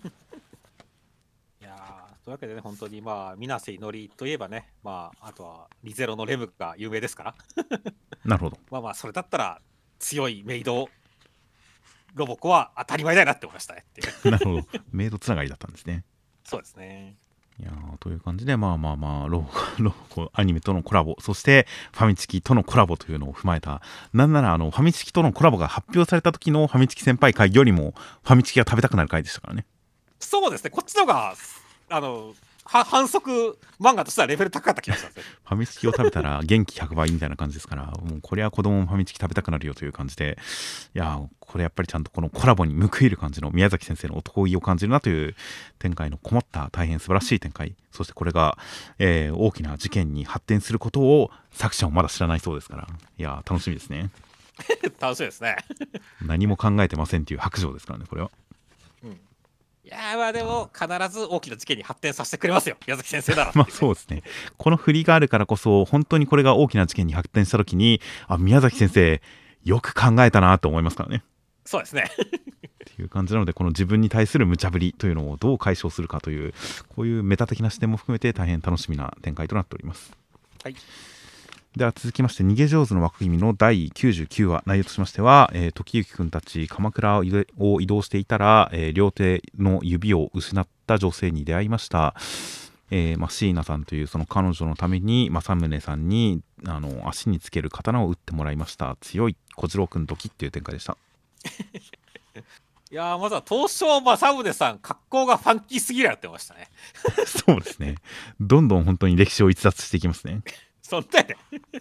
いやー、というわけでね、本当にまあ、水瀬いのりといえばね、まあ、あとはリゼロのレムが有名ですから、 なるほど。 まあまあ、それだったら強いメイドロボコは当たり前だよなって思いましたねっていう。 なるほど。メイドつながりだったんですね。 そうですね。 いやー、という感じで、まあまあまあロボコアニメとのコラボ、そしてファミチキとのコラボというのを踏まえた、なんならファミチキとのコラボが発表された時のファミチキ先輩会よりもファミチキが食べたくなる回でしたからね。 そうですね、こっちの方が、反則漫画としてはレベル高かった気がしますね。 ファミチキを食べたら元気100倍みたいな感じですから、もうこれは子供もファミチキ食べたくなるよという感じで、いやー、これやっぱりちゃんとこのコラボに報いる感じの宮崎先生の男気を感じるなという展開のこもった大変素晴らしい展開、そしてこれが、大きな事件に発展することを作者もまだ知らないそうですから、いやー楽しみですね。 楽しいですね。 何も考えてませんっていう白状ですからね、これは。 うん、いやー、まあでも必ず大きな事件に発展させてくれますよ、矢崎先生なら、 まあそうですね。この振りがあるからこそ、本当にこれが大きな事件に発展したときに、あ、宮崎先生、よく考えたなと思いますからね。 そうですね。 っていう感じなので、この自分に対する無茶ぶりというのをどう解消するかという、こういうメタ的な視点も含めて大変楽しみな展開となっております。 はい。 では続きまして、逃げ上手の枠組みの第99話、内容としましては、時行くんたち鎌倉を移動していたら、両手の指を失った女性に出会いました。椎名さんというその彼女のために政宗さんに足につける刀を打ってもらいました。強い小次郎くん時っていう展開でした。 いやー、まずは東証政宗さん、格好がファンキーすぎるやってましたね。 そうですね。どんどん本当に歴史を逸脱していきますね。 そんなやね。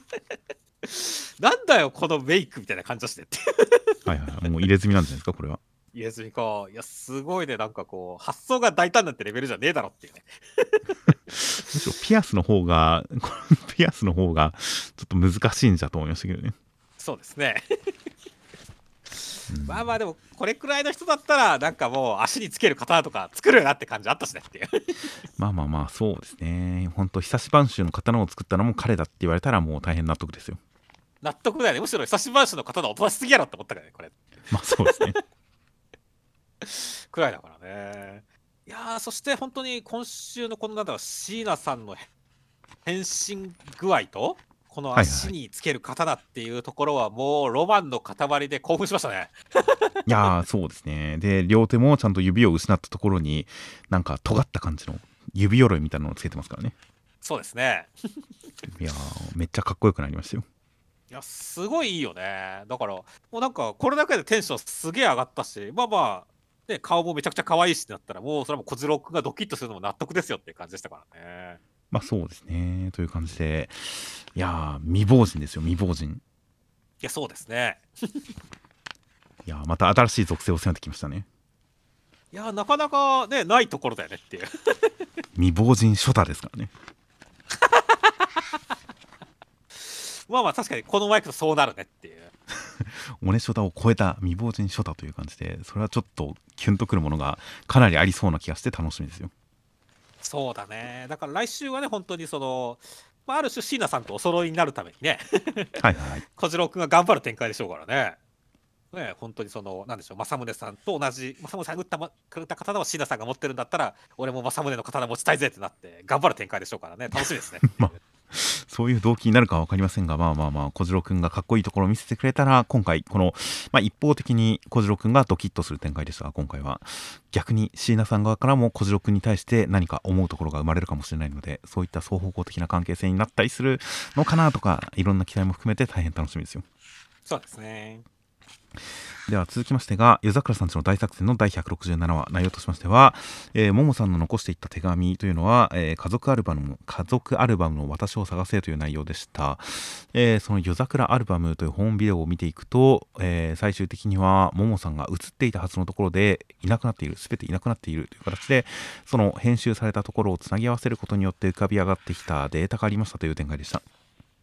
なんだよ、このメイクみたいな感じだしてって。 はいはい、もう入れ墨なんじゃないですか、これは。 入れ墨か。いや、すごいね、なんかこう、発想が大胆なんてレベルじゃねえだろっていうね。 むしろピアスの方がちょっと難しいんじゃと思いましたけどね。 そうですね。まあまあでもこれくらいの人だったらなんかもう足につける刀とか作るよなって感じあったしねっていう。 まあまあまあそうですね。本当久し播州の刀を作ったのも彼だって言われたらもう大変納得ですよ。 納得だよね。むしろ久し播州の刀を飛ばしすぎやろって思ったからねこれ。 まあそうですね。 くらいだからね。いやー、そして本当に今週のこのなんだろう、椎名さんの変身具合とこの足につける刀っていうところはもうロマンの塊で興奮しましたね。 いやーそうですね。で両手もちゃんと指を失ったところになんか尖った感じの指鎧みたいなのをつけてますからね。 そうですね。 いやーめっちゃかっこよくなりましたよ。 いや、すごいいいよね。だからもうなんかこれだけでテンションすげえ上がったし、まあまあね、顔もめちゃくちゃ可愛いしってなったらもうそれはもう小次郎くんがドキッとするのも納得ですよっていう感じでしたからね。 まあそうですね。という感じで、いやー未亡人ですよ、未亡人。 いや、そうですね。 いやーまた新しい属性を攻めてきましたね。 いや、なかなかね、ないところだよねっていう。 未亡人初太ですからね。 まあまあ確かにこのままいくとそうなるねっていう。 オネショタを超えた未亡人ショタという感じで、それはちょっとキュンとくるものがかなりありそうな気がして楽しみですよ。 そうだね。だから来週はね、本当にその、まあ、ある種椎名さんとお揃いになるためにね、 はいはい。 小次郎くんが頑張る展開でしょうからね。ね、本当にその、なんでしょう、政宗さんと同じ、政宗さんがくれた刀を椎名さんが持ってるんだったら、俺も政宗の刀持ちたいぜってなって、頑張る展開でしょうからね、楽しみですね。 まあそういう動機になるかは分かりませんが、まあまあまあ、小次郎くんがかっこいいところを見せてくれたら、今回、この、まあ、一方的に小次郎くんがドキッとする展開でしたが、今回は、逆に椎名さん側からも小次郎くんに対して何か思うところが生まれるかもしれないので、そういった双方向的な関係性になったりするのかなとか、いろんな期待も含めて大変楽しみですよ。 そうですね。 では続きましてが夜桜さんちの大作戦の第167話、内容としましては、ももさんの残していった手紙というのは、家族アルバムの私を探せという内容でした。その夜桜アルバムという本ビデオを見ていくと、最終的にはももさんが映っていたはずのところでいなくなっている、全ていなくなっているという形で、その編集されたところをつなぎ合わせることによって浮かび上がってきたデータがありましたという展開でした。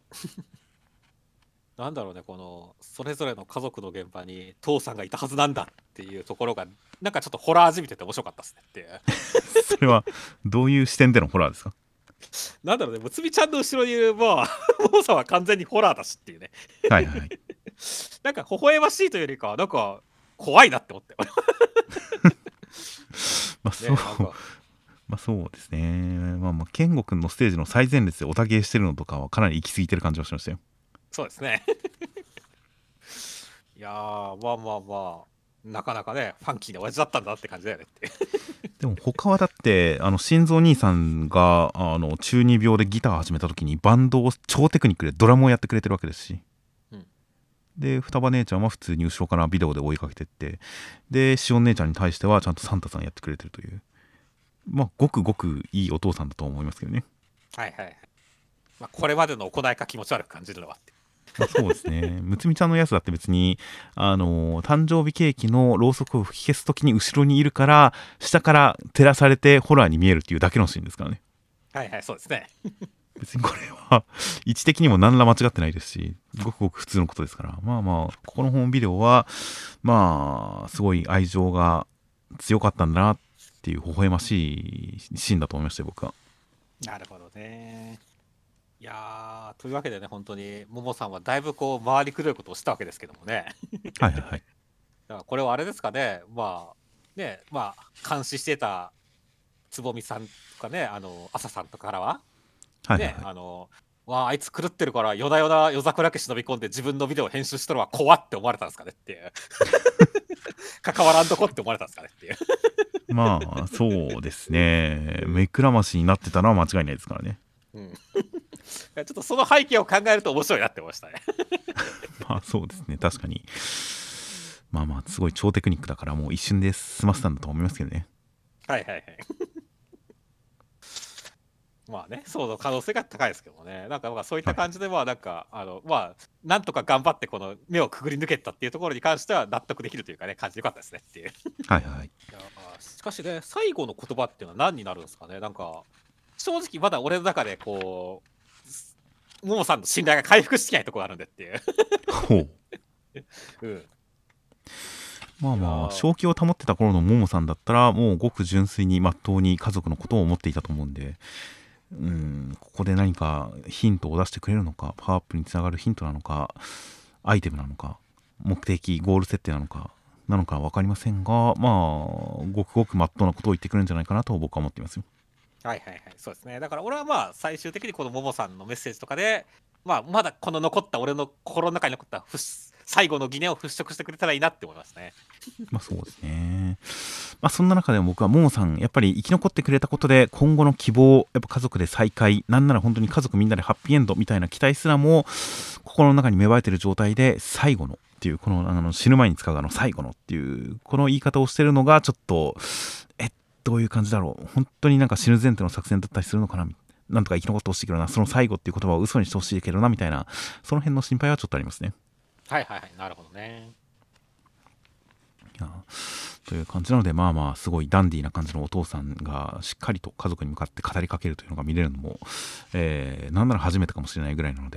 なんだろうね、このそれぞれの家族の現場に父さんがいたはずなんだっていうところが、なんかちょっとホラーじみてて面白かったですねっていう。 それはどういう視点でのホラーですか？ なんだろうね、むつみちゃんの後ろにいる、まあ、ももさんは完全にホラーだしっていうね。 はいはい。 なんか微笑ましいというよりかは、なんか怖いなって思って。 まあそう、 ね、なんかまあそうですね。まあまあ、健吾くんのステージの最前列でおたげしてるのとかはかなり行き過ぎてる感じがしましたよ。 そうですね。いやー、まあまあまあ、なかなかね、ファンキーな親父だったんだって感じだよねって。 でも他はだって、心臓兄さんが、中二病でギター始めた時にバンドを超テクニックでドラムをやってくれてるわけですし。 うん、 で、双葉姉ちゃんは普通に後ろからビデオで追いかけてって、で、しおん姉ちゃんに対してはちゃんとサンタさんやってくれてるという。まあ、ごくごくいいお父さんだと思いますけどね。 はいはい。まあ、これまでの行いか気持ち悪く感じるのはって。 まあ、そうですね。むつみちゃんのやつだって別に、誕生日ケーキのろうそくを吹き消すときに後ろにいるから、下から照らされてホラーに見えるっていうだけのシーンですからね。 はいはい、そうですね。 別にこれは位置的にも何ら間違ってないですし、ごくごく普通のことですから。まあまあ、ここの本ビデオは、まあ、すごい愛情が強かったんだなっていう微笑ましいシーンだと思いましたよ、僕は。 なるほどね。いやー、というわけでね、本当に、ももさんはだいぶこう、回りくどいことをしたわけですけどもね。 はいはいはい。 だからこれはあれですかね、まあ、ね、まあ、監視してたつぼみさんとかね、朝さんとかからは、ね、 はいはいはい。 わあ、あいつ狂ってるから夜な夜な夜桜家忍び込んで自分のビデオを編集したのは怖って思われたんですかねっていう。関わらんとこって思われたんですかねっていう。 まあ、そうですね。目くらましになってたのは間違いないですからね。 うん、ちょっとその背景を考えると面白いなって思いましたね。 まあそうですね。確かに。まあまあ、すごい超テクニックだからもう一瞬で済ませたんだと思いますけどね。 はいはいはい。まあね、そうの可能性が高いですけどもね。なんかまあそういったはい。 感じで、まあなんか、まあ、なんとか頑張ってこの目をくぐり抜けたっていうところに関しては納得できるというかね、感じでよかったですねっていう。 はいはい。 いやしかしね、最後の言葉っていうのは何になるんですかね。なんか、正直まだ俺の中でこう、ももさんの信頼が回復してないところがあるんでっていう。 ほう。 うん。 まあまあ、 いやー、 正気を保ってた頃のももさんだったら、もうごく純粋にまっとうに家族のことを思っていたと思うんで、ここで何かヒントを出してくれるのか、パワーアップにつながるヒントなのか、アイテムなのか、目的、ゴール設定なのか、は分かりませんが、まあ、ごくごくまっとうなことを言ってくれるんじゃないかなと僕は思っていますよ。 はいはいはい、そうですね。だから俺はまあ最終的にこのももさんのメッセージとかで、まあまだこの残った俺の心の中に残った最後の疑念を払拭してくれたらいいなって思いますね。 まあそうですね。まあそんな中でも僕はももさん、やっぱり生き残ってくれたことで今後の希望、やっぱ家族で再会、なんなら本当に家族みんなでハッピーエンドみたいな期待すらも心の中に芽生えてる状態で最後のっていう、この死ぬ前に使う最後のっていうこの言い方をしてるのがちょっとどういう感じだろう、本当になんか死ぬ前提の作戦だったりするのかな、なんとか生き残ってほしいけどな、その最後っていう言葉を嘘にしてほしいけどなみたいな、その辺の心配はちょっとありますね。 はいはいはい、なるほどね。 いやという感じなので、まあまあすごいダンディーな感じのお父さんがしっかりと家族に向かって語りかけるというのが見れるのも、なんなら初めてかもしれないぐらいなので、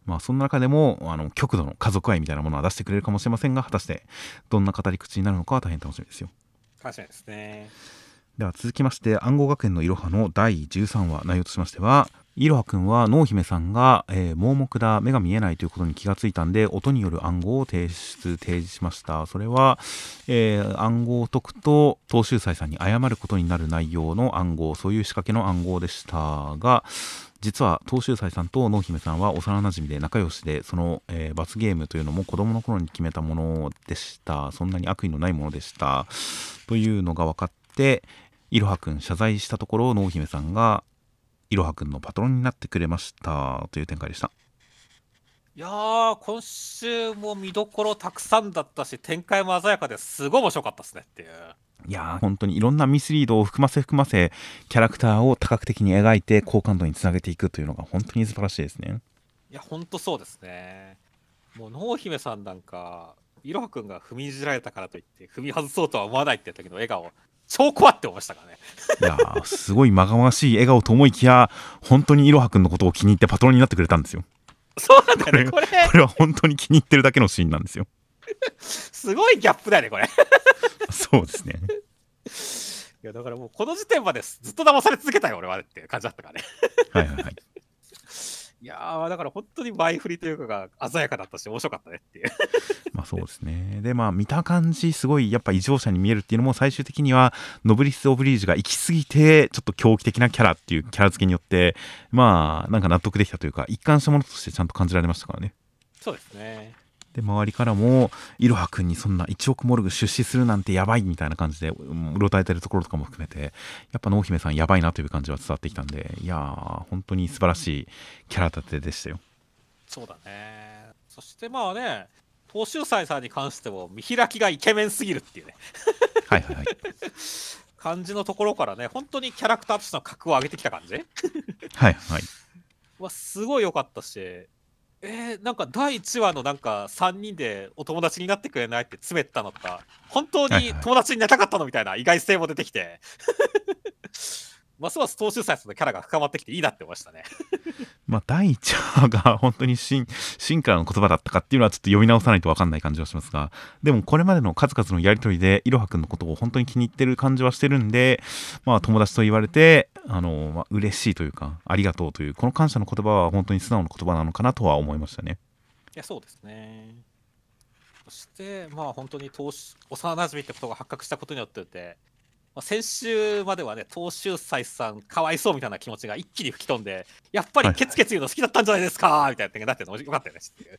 その中でも極度の家族愛みたいなものは出してくれるかもしれませんが、果たしてどんな語り口になるのかは大変楽しみですよ。 確かにですね。 では続きまして、暗号学園のいろはの第13話、内容としましては、いろはくんは濃姫さんが、盲目だ、目が見えないということに気がついたんで、音による暗号を提示しました。それは、暗号を解くと東秀斎さんに謝ることになる内容の暗号、そういう仕掛けの暗号でしたが、実は東秀斎さんと濃姫さんは幼なじみで仲良しで、その、罰ゲームというのも子供の頃に決めたものでした。そんなに悪意のないものでしたというのが分かって、いろはくん謝罪したところ、濃姫さんがいろはくんのパトロンになってくれましたという展開でした。 いやー、今週も見どころたくさんだったし、展開も鮮やかですごい面白かったですねっていう。 いやー、本当にいろんなミスリードを含ませキャラクターを多角的に描いて好感度につなげていくというのが本当に素晴らしいですね。 いや、ほんとそうですね。もう濃姫さんなんか、いろはくんが踏みにじられたからといって踏み外そうとは思わないって時の笑顔、超怖って思いましたからね。 いやー、すごいまがましい笑顔と思いきや、本当にいろはくんのことを気に入ってパトロンになってくれたんですよ。 そうなんだよね、これは本当に気に入ってるだけのシーンなんですよ。 すごいギャップだよね、これ。 そうですね。 いや、だからもうこの時点までずっと騙され続けたよ、俺はっていう感じだったからね。 はいはいはい。 いやー、だから本当に前振りというかが鮮やかだったし、面白かったねっていう。 そうですね。で見た感じすごいやっぱ異常者に見えるっていうのも、最終的にはノブリス・オブリージュが行き過ぎてちょっと狂気的なキャラっていうキャラ付けによって、なんか納得できたというか、一貫したものとしてちゃんと感じられましたからね。 そうですね。 で周りからもいろはくんにそんな1億モルグ出資するなんてやばいみたいな感じでうろたえてるところとかも含めて、やっぱ濃姫さんやばいなという感じは伝わってきたんで、いやー本当に素晴らしいキャラ立てでしたよ。 そうだね。そしてまあね、東秀斎さんに関しても見開きがイケメンすぎるっていうねはいはいはい。 感じのところからね、本当にキャラクターとしての格を上げてきた感じはいはい。 はすごい良かったし、なんか第1話のなんか3人でお友達になってくれないって詰めたのとか、本当に友達になりたかったのみたいな意外性も出てきてますます東秀斎さんのキャラが深まってきていいなって思いましたね第1話が本当に進化の言葉だったかっていうのはちょっと読み直さないと分かんない感じはしますが、でもこれまでの数々のやり取りでいろはくんのことを本当に気に入ってる感じはしてるんで、友達と言われて嬉しいというか、ありがとうというこの感謝の言葉は本当に素直な言葉なのかなとは思いましたね。 いや、そうですね。そして本当に幼なじみってことが発覚したことによって先週まではね、東秀斎さんかわいそうみたいな気持ちが一気に吹き飛んで、やっぱりケツケツ言うの好きだったんじゃないですかみたいな点がなってるのよかったよねっていう。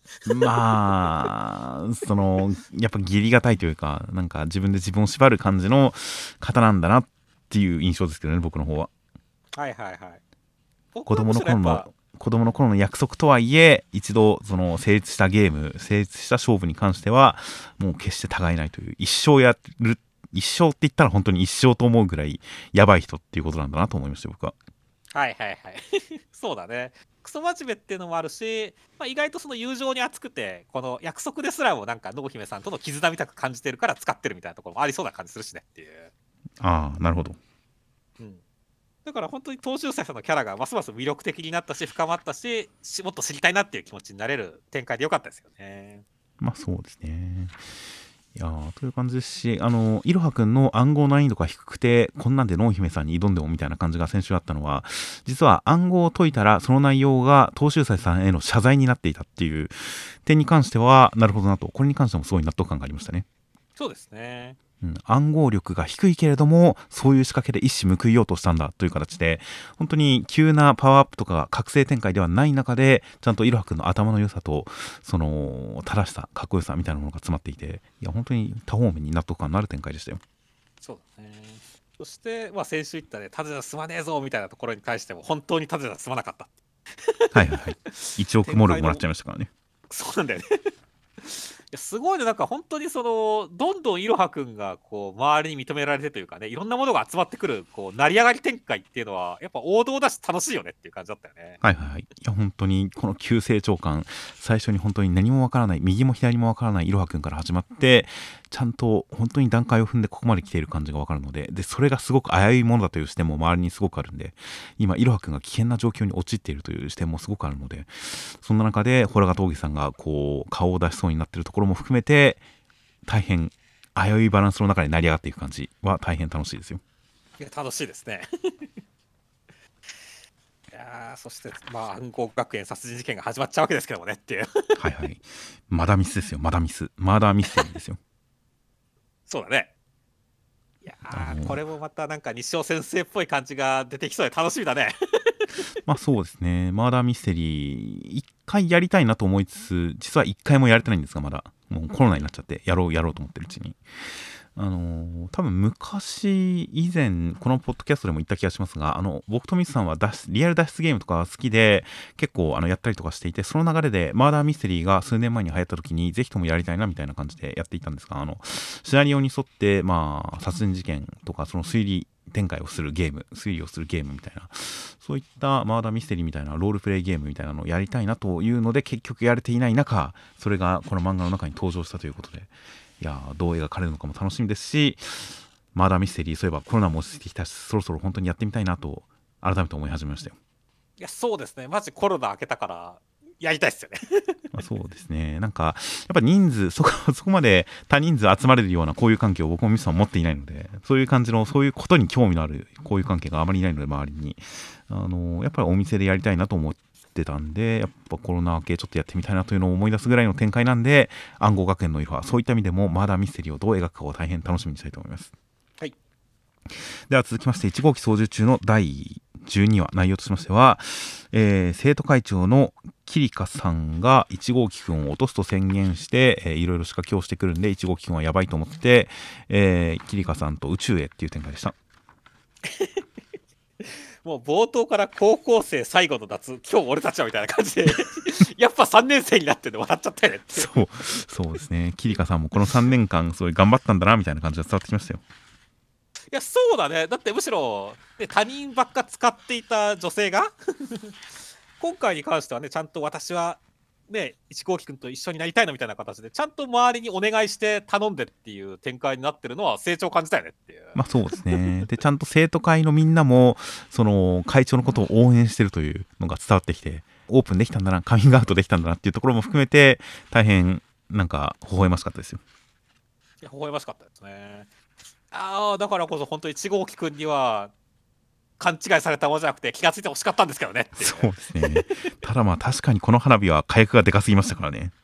やっぱ義理がたいというか、なんか自分で自分を縛る感じの方なんだなっていう印象ですけどね、僕の方は。 はいはいはい。 子供の頃の約束とはいえ、一度その成立した勝負に関してはもう決して互いないという、一生って言ったら本当に一生と思うぐらいやばい人っていうことなんだなと思いました、僕は。 はいはいはいそうだね。クソ真面目っていうのもあるし、意外とその友情に熱くて、この約束ですらもなんか濃姫さんとの絆みたく感じてるから使ってるみたいなところもありそうな感じするしねっていう。 ああ、なるほど。 だから本当に東秀斎さんのキャラがますます魅力的になったし、深まったし、もっと知りたいなっていう気持ちになれる展開でよかったですよね。 そうですね。いやという感じですし、いろはくんの暗号難易度が低くて、こんなんで濃姫さんに挑んでもみたいな感じが先週あったのは、実は暗号を解いたらその内容が東秀斎さんへの謝罪になっていたっていう点に関しては、なるほどなと、これに関してもすごい納得感がありましたね。 そうですね。 暗号力が低いけれどもそういう仕掛けで一矢報いようとしたんだという形で、本当に急なパワーアップとか覚醒展開ではない中で、ちゃんといろはくんの頭の良さとその正しさ、かっこよさみたいなものが詰まっていて、いや本当に多方面に納得感のある展開でしたよ。 そうだね。そして先週言ったね、ただじゃ済まねえぞみたいなところに対しても本当にただじゃ済まなかったはいはいはい1億モルグもらっちゃいましたからね。 そうなんだよねいやすごいね、なんか本当にそのどんどんいろはくんがこう周りに認められてというかね、いろんなものが集まってくるこう成り上がり展開っていうのはやっぱ王道だし楽しいよねっていう感じだったよね。 はいはいはい。いや本当にこの急成長感、最初に本当に何もわからない、右も左もわからないいろはくんから始まって、 ちゃんと本当に段階を踏んでここまで来ている感じがわかるので、それがすごく危ういものだという視点も周りにすごくあるんで、今いろはくんが危険な状況に陥っているという視点もすごくあるので、そんな中でホラガ峠さんがこう顔を出しそうになっているところも含めて、大変危ういバランスの中で成り上がっていく感じは大変楽しいですよ。 いや楽しいですね。いやそして暗号学園殺人事件が始まっちゃうわけですけどもねっていう。 はいはい。まだミスですよ、まだミス。まだミステリーですよ。 そうだね。いやこれもまたなんか西尾先生っぽい感じが出てきそうで楽しみだね。 まあそうですね。マーダーミステリー、一回やりたいなと思いつつ、実は一回もやれてないんですが、まだ。もうコロナになっちゃって、やろうと思ってるうちに。多分昔以前このポッドキャストでも言った気がしますが、僕とミスさんはリアル脱出ゲームとか好きで結構やったりとかしていて、その流れでマーダーミステリーが数年前に流行った時にぜひともやりたいなみたいな感じでやっていたんですが、シナリオに沿って殺人事件とかその推理展開をするゲーム、推理をするゲームみたいな、そういったマーダーミステリーみたいなロールプレイゲームみたいなのをやりたいなというので結局やれていない中、それがこの漫画の中に登場したということで、いやどう描かれるのかも楽しみですし、マーダーミステリー、そういえばコロナも落ち着いてきたし、そろそろ本当にやってみたいなと改めて思い始めましたよ。 いやそうですね、マジコロナ明けたからやりたいですよね。 そうですね。なんかやっぱ人数そこまで多人数集まれるような交友関係を僕もミスさん持っていないので、そういう感じのそういうことに興味のある交友関係があまりいないので、周りにやっぱりお店でやりたいなと思ってたんで、やっぱコロナ明けちょっとやってみたいなというのを思い出すぐらいの展開なんで、暗号学園のいろはそういった意味でもマーダーミステリーをどう描くかを大変楽しみにしたいと思います。 はい。 では続きまして1号機操縦中の第12話、内容としましては、生徒会長のキリカさんが1号機くんを落とすと宣言して、いろいろ仕掛けをしてくるんで、1号機くんはやばいと思って、キリカさんと宇宙へっていう展開でした。 もう冒頭から高校生最後の夏、今日俺たちはみたいな感じでやっぱ3年生になってんで笑っちゃったよねって。 そうですね。キリカさんもこの3年間すごい頑張ったんだなみたいな感じが伝わってきましたよ。 いやそうだね、だってむしろ、ね、他人ばっか使っていた女性が今回に関してはね、ちゃんと私はね一号機君と一緒になりたいのみたいな形でちゃんと周りにお願いして頼んでっていう展開になってるのは成長を感じたよねっていう。 そうですね。でちゃんと生徒会のみんなもその会長のことを応援してるというのが伝わってきて、オープンできたんだな、カミングアウトできたんだなっていうところも含めて大変なんか微笑ましかったですよ。 いや微笑ましかったですね。だからこそ本当に1号機君には勘違いされたものじゃなくて気がついてほしかったんですけどねっていう。 そうですね。ただ確かにこの花火は火薬がでかすぎましたからね。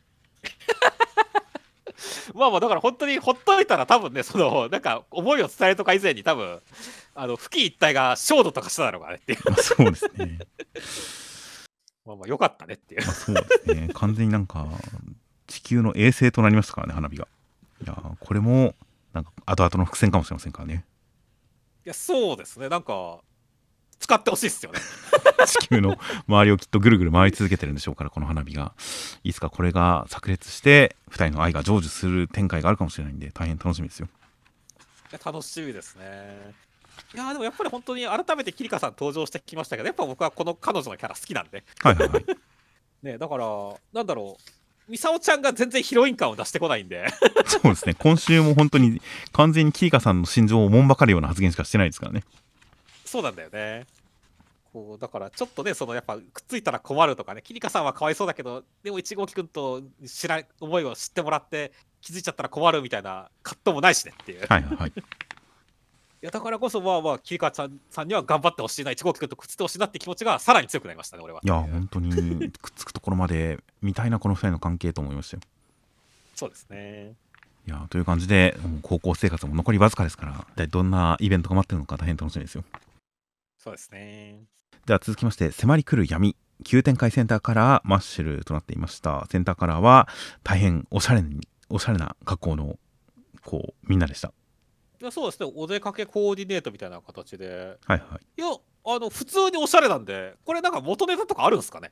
だから本当にほっといたら多分ね、そのなんか思いを伝えるとか以前に多分付近一帯が焦土とかしてたのかねっていう。 そうですね。 よかったねっていう。 そうですね。完全になんか地球の衛星となりましたからね、花火が。いやこれもなんか後々の伏線かもしれませんからね。 いやそうですね、なんか使ってほしいっすよね。 地球の周りをきっとぐるぐる回り続けてるんでしょうから、この花火がいつかこれが炸裂して2人の愛が成就する展開があるかもしれないんで、大変楽しみですよ。 いや楽しみですね。いやでもやっぱり本当に改めてキリカさん登場してきましたけど、やっぱ僕はこの彼女のキャラ好きなんで、 はいはいはいね、だからなんだろう、ミサオちゃんが全然ヒロイン感を出してこないんでそうですね。今週も本当に完全にキリカさんの心情をもんばかるような発言しかしてないですからね。 そうなんだよね。こうだからちょっとね、そのやっぱくっついたら困るとかね、キリカさんはかわいそうだけど、でも1号機くんと思いを知ってもらって気づいちゃったら困るみたいな葛藤もないしねっていう。 はいはいはい。 いやだからこそキリカさんには頑張ってほしいな、1号機くんとくっついてほしいなって気持ちがさらに強くなりましたね、俺は。 いや本当にくっつくところまで見たいな、この2人の関係と思いましたよ。 そうですね。 いやという感じで、高校生活も残りわずかですから、一体どんなイベントが待ってるのか大変楽しみですよ。 そうですね。 では続きまして、迫り来る闇、急展開センターカラーマッシュルとなっていました。センターカラーは大変おしゃれな格好のみんなでした。 いやそうですね、お出かけコーディネートみたいな形で、 はいはい。 いや普通におしゃれなんで、これなんか元ネタとかあるんですかね。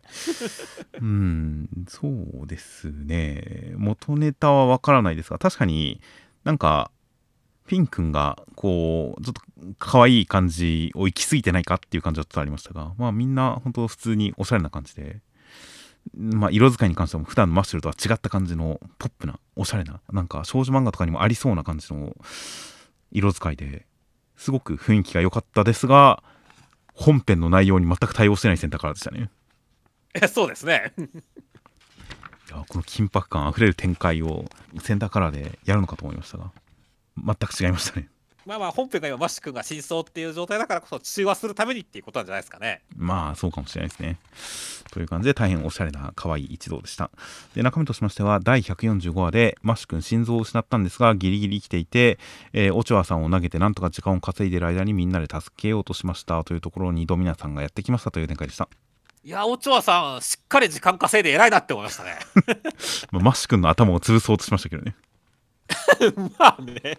そうですね。元ネタはわからないですが、確かになんかフィン君がちょっと可愛い感じを行き過ぎてないかっていう感じはちょっとありましたが、みんな本当普通におしゃれな感じで、 まあ、色使いに関しても普段のマッシュルとは違った感じのポップなおしゃれな、なんか少女漫画とかにもありそうな感じの色使いですごく雰囲気が良かったですが、本編の内容に全く対応してないセンターカラーでしたね。 そうですね。 いやこの緊迫感あふれる展開をセンターカラーでやるのかと思いましたが、全く違いましたね。 まあまあ本編が今マッシュ君が真相っていう状態だからこそ中和するためにっていうことなんじゃないですかね。 まあそうかもしれないですね。という感じで大変おしゃれな可愛い一同でした。で、中身としましては第145話でマッシュ君心臓を失ったんですがギリギリ生きていて、オチョアさんを投げてなんとか時間を稼いでいる間にみんなで助けようとしましたというところにドミナさんがやってきましたという展開でした。 いやオチョアさんしっかり時間稼いで偉いなって思いましたね。 マッシュ君の頭を潰そうとしましたけどね。 まあね。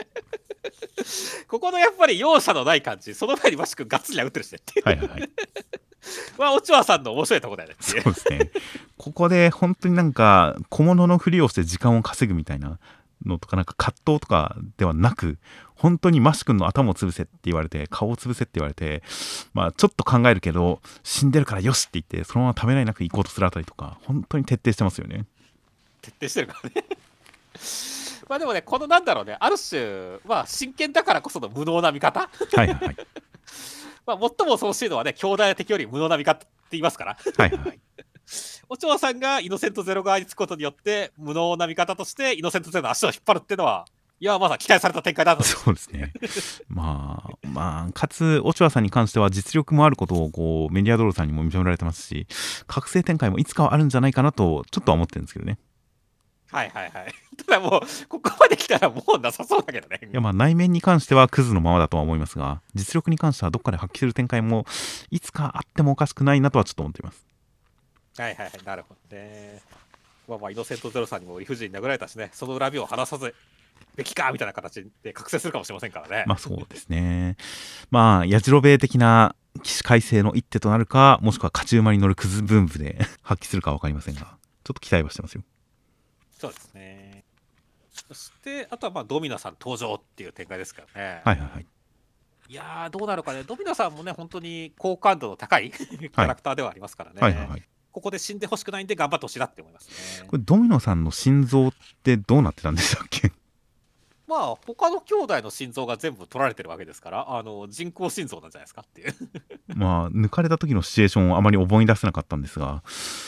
ここのやっぱり容赦のない感じ、その前にマッシュ君ガッツリ打ってるしねっていう。 はいはいはい。 まあオチョアさんの面白いところだよねっていう。 そうですね。ここで本当になんか小物のふりをして時間を稼ぐみたいなのとか、なんか葛藤とかではなく、本当にマッシュ君の頭を潰せって言われて、顔を潰せって言われて、まあちょっと考えるけど死んでるからよしって言ってそのままためらいなく行こうとするあたりとか、本当に徹底してますよね。 徹底してるからね。まあでもね、このなんだろうね、ある種、まあ真剣だからこその無能な見方。 はいはいはい。 まあ最も恐ろしいのはね、強大な敵より無能な見方って言いますから。 はいはい。 お嬢さんがイノセントゼロ側につくことによって無能な見方としてイノセントゼロの足を引っ張るっていうのは、いやまだ期待された展開だと。 そうですね。まあかつオチュアさんに関しては実力もあることをこうメディアドローさんにも認められてますし、覚醒展開もいつかはあるんじゃないかなとちょっとは思ってるんですけどね。 はいはいはい。ただもう、ここまで来たらもうなさそうだけどね。 いやまあ内面に関してはクズのままだとは思いますが、実力に関してはどっかで発揮する展開もいつかあってもおかしくないなとはちょっと思っています。 はいはいはい、なるほどね。まあまあ、イノセントゼロさんにも理不尽に殴られたしね、その恨みを晴らさずべきかみたいな形で覚醒するかもしれませんからね。 まあそうですね。まあやじろべえ的な起死回生の一手となるか、もしくは勝ち馬に乗るクズブームで発揮するかは分かりませんが、ちょっと期待はしてますよ。 そうですね。そして、あとはまあドミナさん登場っていう展開ですからね。 はいはいはい。 いやー、どうなるかね、ドミナさんもね、本当に好感度の高いキャラクターではありますからね。 はいはいはい。 ここで死んでほしくないんで頑張ってほしいなって思いますね。 これドミノさんの心臓ってどうなってたんでしたっけ？ まあ、他の兄弟の心臓が全部取られてるわけですから、人工心臓なんじゃないですかっていう。 まあ抜かれた時のシチュエーションをあまり思い出せなかったんですが、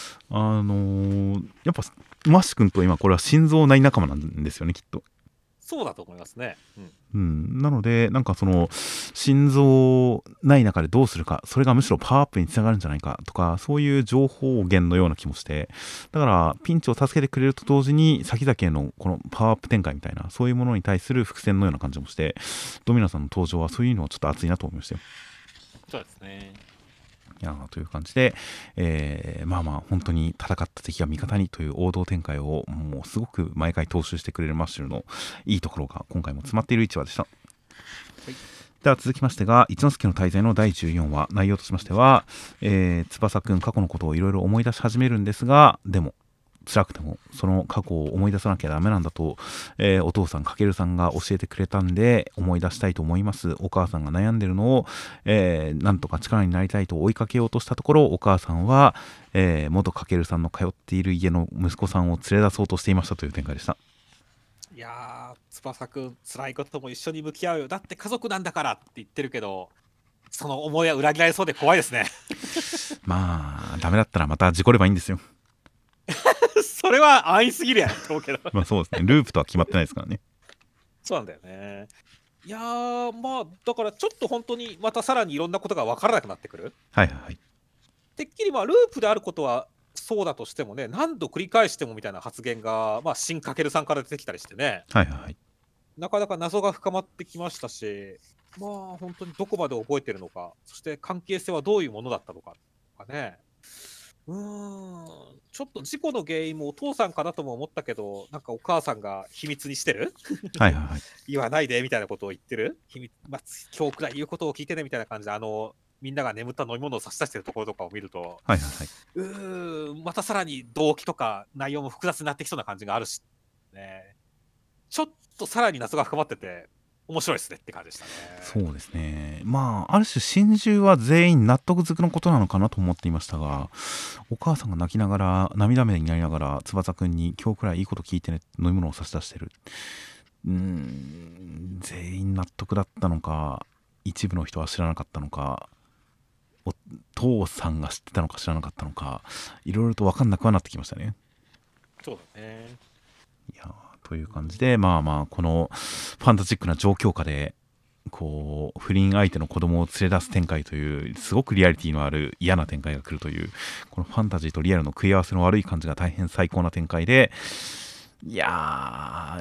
やっぱマッシュ君と今これは心臓ない仲間なんですよねきっと。 そうだと思いますね。 なのでなんかその心臓ない中でどうするか、それがむしろパワーアップにつながるんじゃないかとか、そういう情報源のような気もして、だからピンチを助けてくれると同時に先々へのこのパワーアップ展開みたいな、そういうものに対する伏線のような感じもして、ドミナさんの登場はそういうのはちょっと熱いなと思いましたよ。 そうですね。 いやという感じで、まあまあ本当に戦った敵が味方にという王道展開をもうすごく毎回踏襲してくれるマッシュルのいいところが今回も詰まっている1話でした。では続きましてが一之輔の大罪の第14話、内容としましては、翼くん過去のことをいろいろ思い出し始めるんですが、でも辛くてもその過去を思い出さなきゃダメなんだと、お父さんかけるさんが教えてくれたんで思い出したいと思います。お母さんが悩んでるのを、なんとか力になりたいと追いかけようとしたところ、お母さんは、元かけるさんの通っている家の息子さんを連れ出そうとしていましたという展開でした。 いやー、翼くん辛いことも一緒に向き合うよ、だって家族なんだからって言ってるけど、その思いは裏切られそうで怖いですね。 まあダメだったらまた事故ればいいんですよ。 それは安易すぎるやんと思うけど。 まあそうですね、ループとは決まってないですからね。 そうなんだよね。いやー、まあだからちょっと本当にまたさらにいろんなことが分からなくなってくる。 はいはいはい。 てっきりまあループであることはそうだとしてもね、何度繰り返してもみたいな発言が、まあ、新かけるさんから出てきたりしてね、 はいはいはい。 なかなか謎が深まってきましたし、まあ本当にどこまで覚えてるのか、そして関係性はどういうものだったのかとかね。ちょっと事故の原因もお父さんかなとも思ったけど、なんかお母さんが秘密にしてるはいはいはい。 言わないでみたいなことを言ってる秘密、まあ、今日くらい言うことを聞いてねみたいな感じで、みんなが眠った飲み物を差し出してるところとかを見ると、 はいはいはい。 またさらに動機とか内容も複雑になってきそうな感じがあるし、ね、ちょっとさらに謎が深まってて、 面白いですねって感じでしたね。 そうですね。まあある種心中は全員納得づくのことなのかなと思っていましたが、お母さんが泣きながら涙目になりながら翼くんに今日くらいいいこと聞いてね飲み物を差し出してる。全員納得だったのか、一部の人は知らなかったのか、お父さんが知ってたのか知らなかったのか、いろいろと分かんなくはなってきましたね。 そうだね。 いやという感じで、まあまあこのファンタジックな状況下でこう不倫相手の子供を連れ出す展開というすごくリアリティのある嫌な展開が来るという、このファンタジーとリアルの食い合わせの悪い感じが大変最高な展開で、いや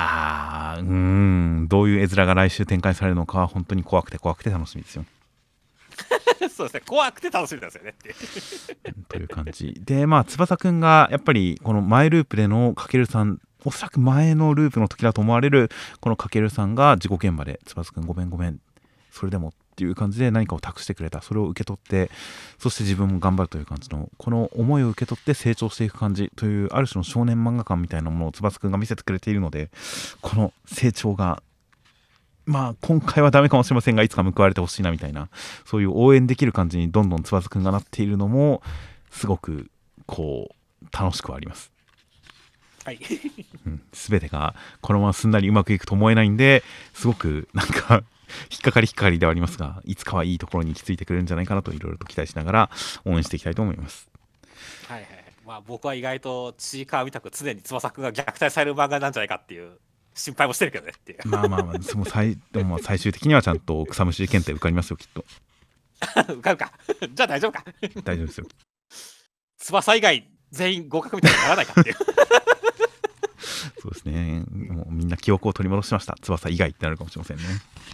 ーどういう絵面が来週展開されるのかは本当に怖くて怖くて楽しみですよ。 そうですね、怖くて楽しみなんですよねっていう。 という感じで、まあ翼くんがやっぱりこの前ループでのかけるさん、おそらく前のループの時だと思われるこのかけるさんが事故現場で翼くんごめんごめんそれでもっていう感じで何かを託してくれた、それを受け取って、そして自分も頑張るという感じのこの思いを受け取って成長していく感じという、ある種の少年漫画感みたいなものを翼くんが見せてくれているので、この成長がまあ今回はダメかもしれませんがいつか報われてほしいなみたいな、そういう応援できる感じにどんどん翼くんがなっているのもすごくこう楽しくはあります。 はい。 全てがこのまますんなりうまくいくと思えないんで、すごくなんか引っかかりではありますが、いつかはいいところに行き着いてくれるんじゃないかなといろいろと期待しながら応援していきたいと思います。 はいはい。まあ僕は意外とちいかわみたく常に翼くんが虐待される漫画なんじゃないかっていう心配もしてるけどねっていう。 まあまあまあでも最終的にはちゃんと草むしり検定受かりますよきっと。 受かるか。じゃあ大丈夫か。 大丈夫ですよ。 翼以外全員合格みたいにならないかっていう。 そうですね。もうみんな記憶を取り戻しました。翼以外ってなるかもしれませんね。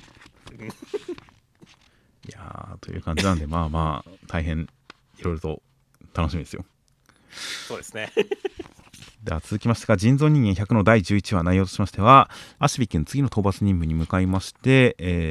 いやーという感じなんで、まあまあ大変いろいろと楽しみですよ。 そうですね。 では続きましてが、人造人間100の第11話、内容としましては、アシビ君次の討伐任務に向かいまして、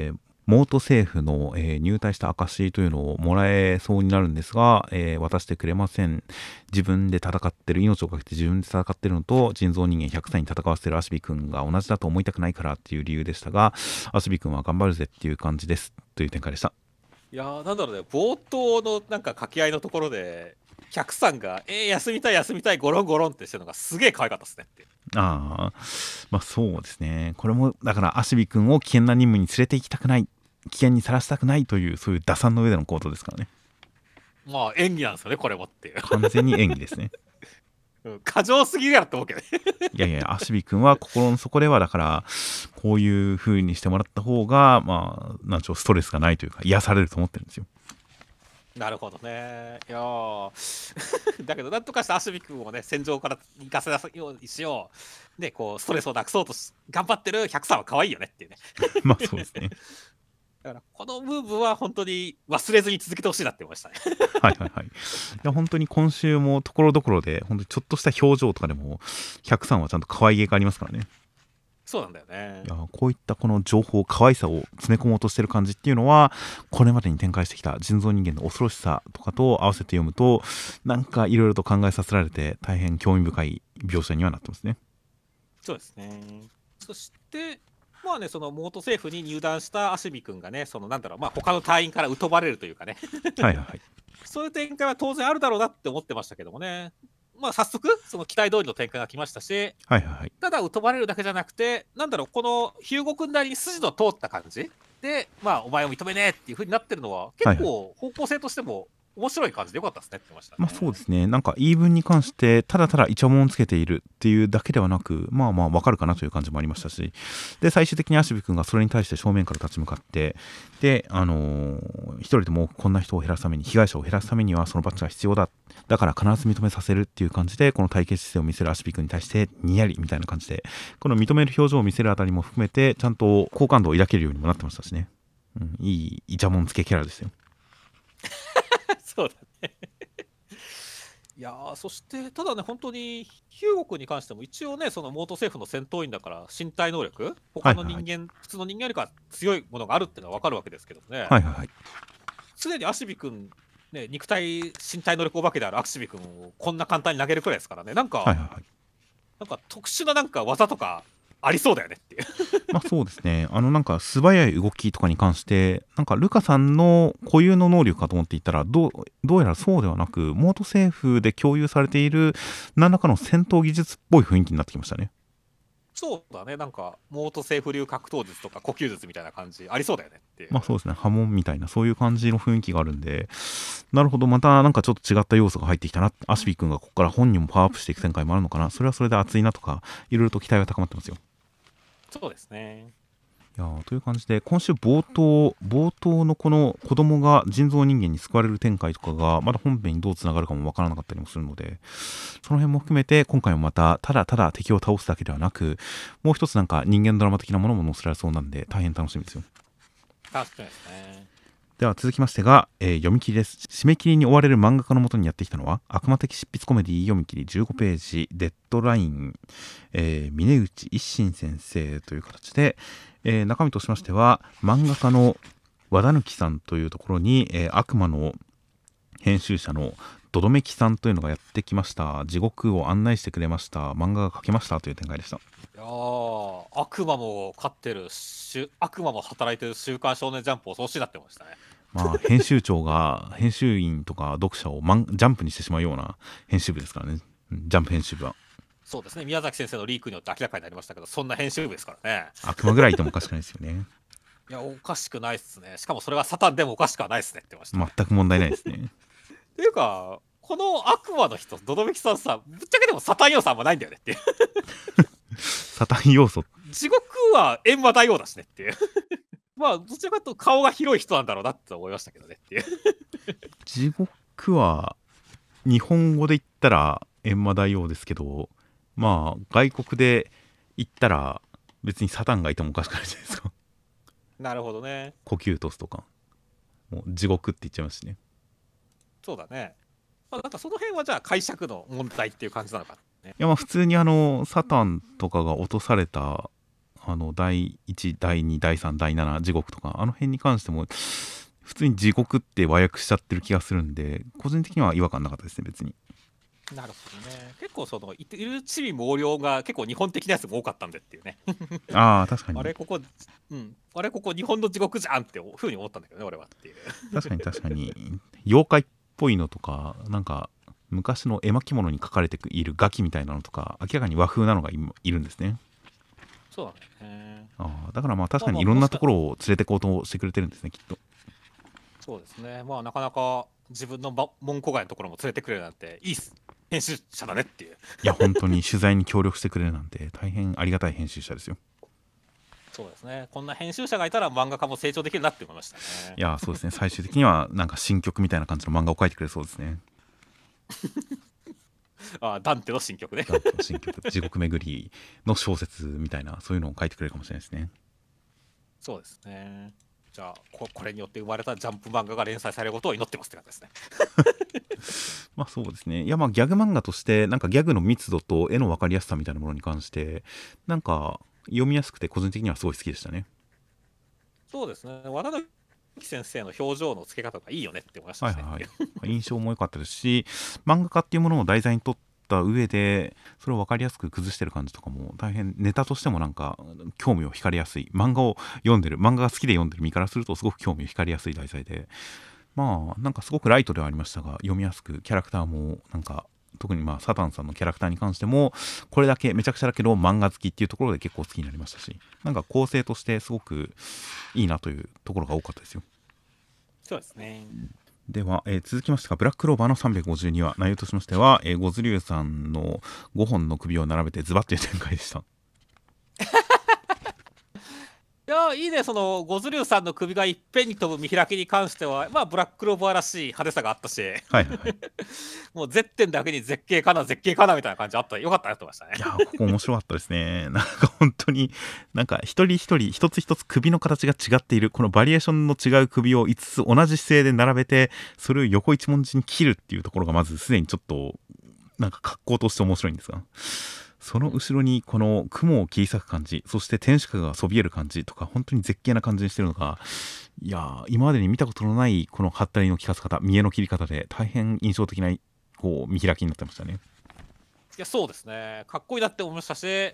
モート政府の、入隊した証というのをもらえそうになるんですが、渡してくれません。自分で戦ってる、命をかけて自分で戦ってるのと人造人間100歳に戦わせてるアシビ君が同じだと思いたくないからっていう理由でしたが、アシビ君は頑張るぜっていう感じですという展開でした。 いやーなんだろうね、冒頭のなんか掛け合いのところで100さんが休みたい休みたいゴロンゴロンってしてるのがすげえ可愛かったですねっていう。 ああ、まあそうですね。これもだからアシビ君を危険な任務に連れて行きたくない、危険にさらしたくないという、そういう打算の上での行動ですからね。 まあ演技なんですよねこれもっていう。 完全に演技ですね。 過剰すぎるやろって思うけどね。 いやいや、アシビ君は心の底ではだからこういう風にしてもらった方がまあなんちゅうストレスがないというか癒されると思ってるんですよ。 なるほどね。いやだけどなんとかしてアシビ君をね戦場から行かせなようにしようでこうストレスをなくそうと頑張ってる100さんは可愛いよねっていうね。 まあそうですね。 だからこのムーブは本当に忘れずに続けてほしいなって思いましたね。 はいはいはい。いや本当に今週もところどころで本当にちょっとした表情とかでも103はちゃんと可愛げがありますからね。 そうなんだよね。 いやこういったこの情報可愛さを詰め込もうとしてる感じっていうのはこれまでに展開してきた人造人間の恐ろしさとかと合わせて読むとなんかいろいろと考えさせられて大変興味深い描写にはなってますね。 そうですね。そしてまあねそのモート政府に入団したアシビ君がねそのなんだろうまあ他の隊員から疎まれるというかねはいはいはい。 そういう展開は当然あるだろうなって思ってましたけどもね。まあ早速その期待通りの展開が来ましたし、 はいはいはい。 ただ疎まれるだけじゃなくてなんだろうこのヒューゴ君なりに筋の通った感じでまあお前を認めねえっていう風になってるのは結構方向性としても面白い感じでよかったですねって言ってましたね。 まあそうですね。なんか言い分に関してただただイチャモンをつけているっていうだけではなく、まあまあわかるかなという感じもありましたし、で最終的にアシビ君がそれに対して正面から立ち向かって、で一人でも多くこんな人を減らすために、被害者を減らすためにはそのバッジが必要だ。だから必ず認めさせるっていう感じでこの対決姿勢を見せるアシビ君に対してにやりみたいな感じで、この認める表情を見せるあたりも含めてちゃんと好感度を抱けるようにもなってましたしね。いいイチャモンつけキャラですよ。 そうだね。いやそしてただね本当にヒューゴ君に関しても一応ねそのモート政府の戦闘員だから身体能力他の人間、はいはいはい、普通の人間よりか強いものがあるっていうのは分かるわけですけどね。 はいはいはい。 常にアシビ君ね肉体身体能力お化けであるアシビ君をこんな簡単に投げるくらいですからねなんか、はいはいはい、なんか特殊ななんか技とかありそうだよねっていう。 まあそうですね。なんか素早い動きとかに関して、なんかルカさんの固有の能力かと思っていたら、どうやらそうではなく、モート政府で共有されている何らかの戦闘技術っぽい雰囲気になってきましたね。 そうだね、なんか、モートセーフ流格闘術とか呼吸術みたいな感じ、ありそうだよねっていう。 まあそうですね。波紋みたいな、そういう感じの雰囲気があるんで、なるほど、またなんかちょっと違った要素が入ってきたな。アシビ君がここから本人もパワーアップしていく展開もあるのかな。それはそれで熱いなとか、いろいろと期待は高まってますよ。 そうですね。 いやーという感じで、今週冒頭のこの子供が人造人間に救われる展開とかが、まだ本編にどうつながるかもわからなかったりもするので、その辺も含めて、今回もまた、ただただ敵を倒すだけではなく、もう一つなんか人間ドラマ的なものも載せられそうなんで、大変楽しみですよ。 確かにですね。 では続きましてが、読み切りです。締め切りに追われる漫画家のもとにやってきたのは、悪魔的執筆コメディ読み切り15ページ、デッドライン、峰内一心先生という形で、中身としましては、漫画家の和田貫さんというところに、悪魔の編集者のどどめきさんというのがやってきました。地獄を案内してくれました。漫画が描けましたという展開でした。 いやー、悪魔も飼ってる悪魔も働いてる週刊少年ジャンプ恐ろしいなって思いましたね。 まあ、編集長が編集員とか読者をジャンプにしてしまうような編集部ですからね。ジャンプ編集部は。 そうですね、宮崎先生のリークによって明らかになりましたけど、そんな編集部ですからね。 悪魔ぐらいいてもおかしくないですよね。 いや、おかしくないっすね。しかもそれがサタンでもおかしくはないっすねって言ってました。 全く問題ないですね。 っていうか、この悪魔の人、ドドメキさんさ、ぶっちゃけでもサタン要素あんまないんだよねっていう。 サタン要素。 地獄は閻魔大王だしねっていう。まあ、どちらかというと顔が広い人なんだろうなって思いましたけどねっていう。 地獄は日本語で言ったら閻魔大王ですけど、まあ外国で言ったら別にサタンがいてもおかしくないじゃないですか。 なるほどね。 呼吸トスとかもう地獄って言っちゃいますしね。 そうだね。まあ、なんかその辺はじゃあ解釈の問題っていう感じなのかね。 いやまあ普通にサタンとかが落とされた第1第2第3第7地獄とかあの辺に関しても普通に地獄って和訳しちゃってる気がするんで、個人的には違和感なかったですね別に。 なるほどね。結構そのいる地味猛量が結構日本的なやつも多かったんでっていうね。 ああ確かに。 あれここ日本の地獄じゃんってふうに思ったんだけどね俺はっていう。 確かに妖怪っぽいのとかなんか昔の絵巻物に描かれているガキみたいなのとか明らかに和風なのがいるんですね。 そうだね。 だからまあ確かにいろんなところを連れてこうとしてくれてるんですねきっと。 そうですね。まあなかなか自分の門戸外のところも連れてくれるなんていい編集者だねっていう。 いや本当に取材に協力してくれるなんて大変ありがたい編集者ですよ。 そうですね。こんな編集者がいたら漫画家も成長できるなって思いましたね。 いやそうですね、最終的にはなんか新曲みたいな感じの漫画を描いてくれそうですね。 ダンテの新曲ね。 ダンテの新曲地獄巡りの小説みたいなそういうのを書いてくれるかもしれないですね。 そうですね。じゃあこれによって生まれたジャンプ漫画が連載されることを祈ってますって感じですね。 まあそうですね。いやまあギャグ漫画としてなんかギャグの密度と絵の分かりやすさみたいなものに関してなんか読みやすくて個人的にはすごい好きでしたね。 そうですね。和田貫先生の表情の付け方がいいよねって思いましたしね。 印象も良かったですし、漫画家っていうものを題材に取った上でそれを分かりやすく崩してる感じとかも大変ネタとしてもなんか興味を惹かれやすい、漫画が好きで読んでる身からするとすごく興味を惹かれやすい題材で、まあなんかすごくライトではありましたが読みやすく、キャラクターもなんか特にまあサタンさんのキャラクターに関してもこれだけめちゃくちゃだけど漫画好きっていうところで結構好きになりましたし、なんか構成としてすごくいいなというところが多かったですよ。 そうですね。 では、続きましてがブラッククローバーの352話、内容としましては、ゴズリュウさんの5本の首を並べてズバッという展開でした。 いやいいね、そのゴズリュウさんの首がいっぺんに飛ぶ見開きに関しては、まあブラッククローバーらしい派手さがあったし、もう絶点だけに絶景かなみたいな感じあった、よかったなと思いましたね。 いやここ面白かったですね。なんか本当になんか一人一人一つ一つ首の形が違っている、このバリエーションの違う首を5つ同じ姿勢で並べてそれを横一文字に切るっていうところがまずすでにちょっとなんか格好として面白いんですが、その後ろにこの雲を切り裂く感じ、そして天守閣がそびえる感じとか本当に絶景な感じにしてるのが、いや今までに見たことのないこのハったりの効かせ方、見えの切り方で大変印象的なこう見開きになってましたね。 いやそうですね、かっこいいなって思いましたし、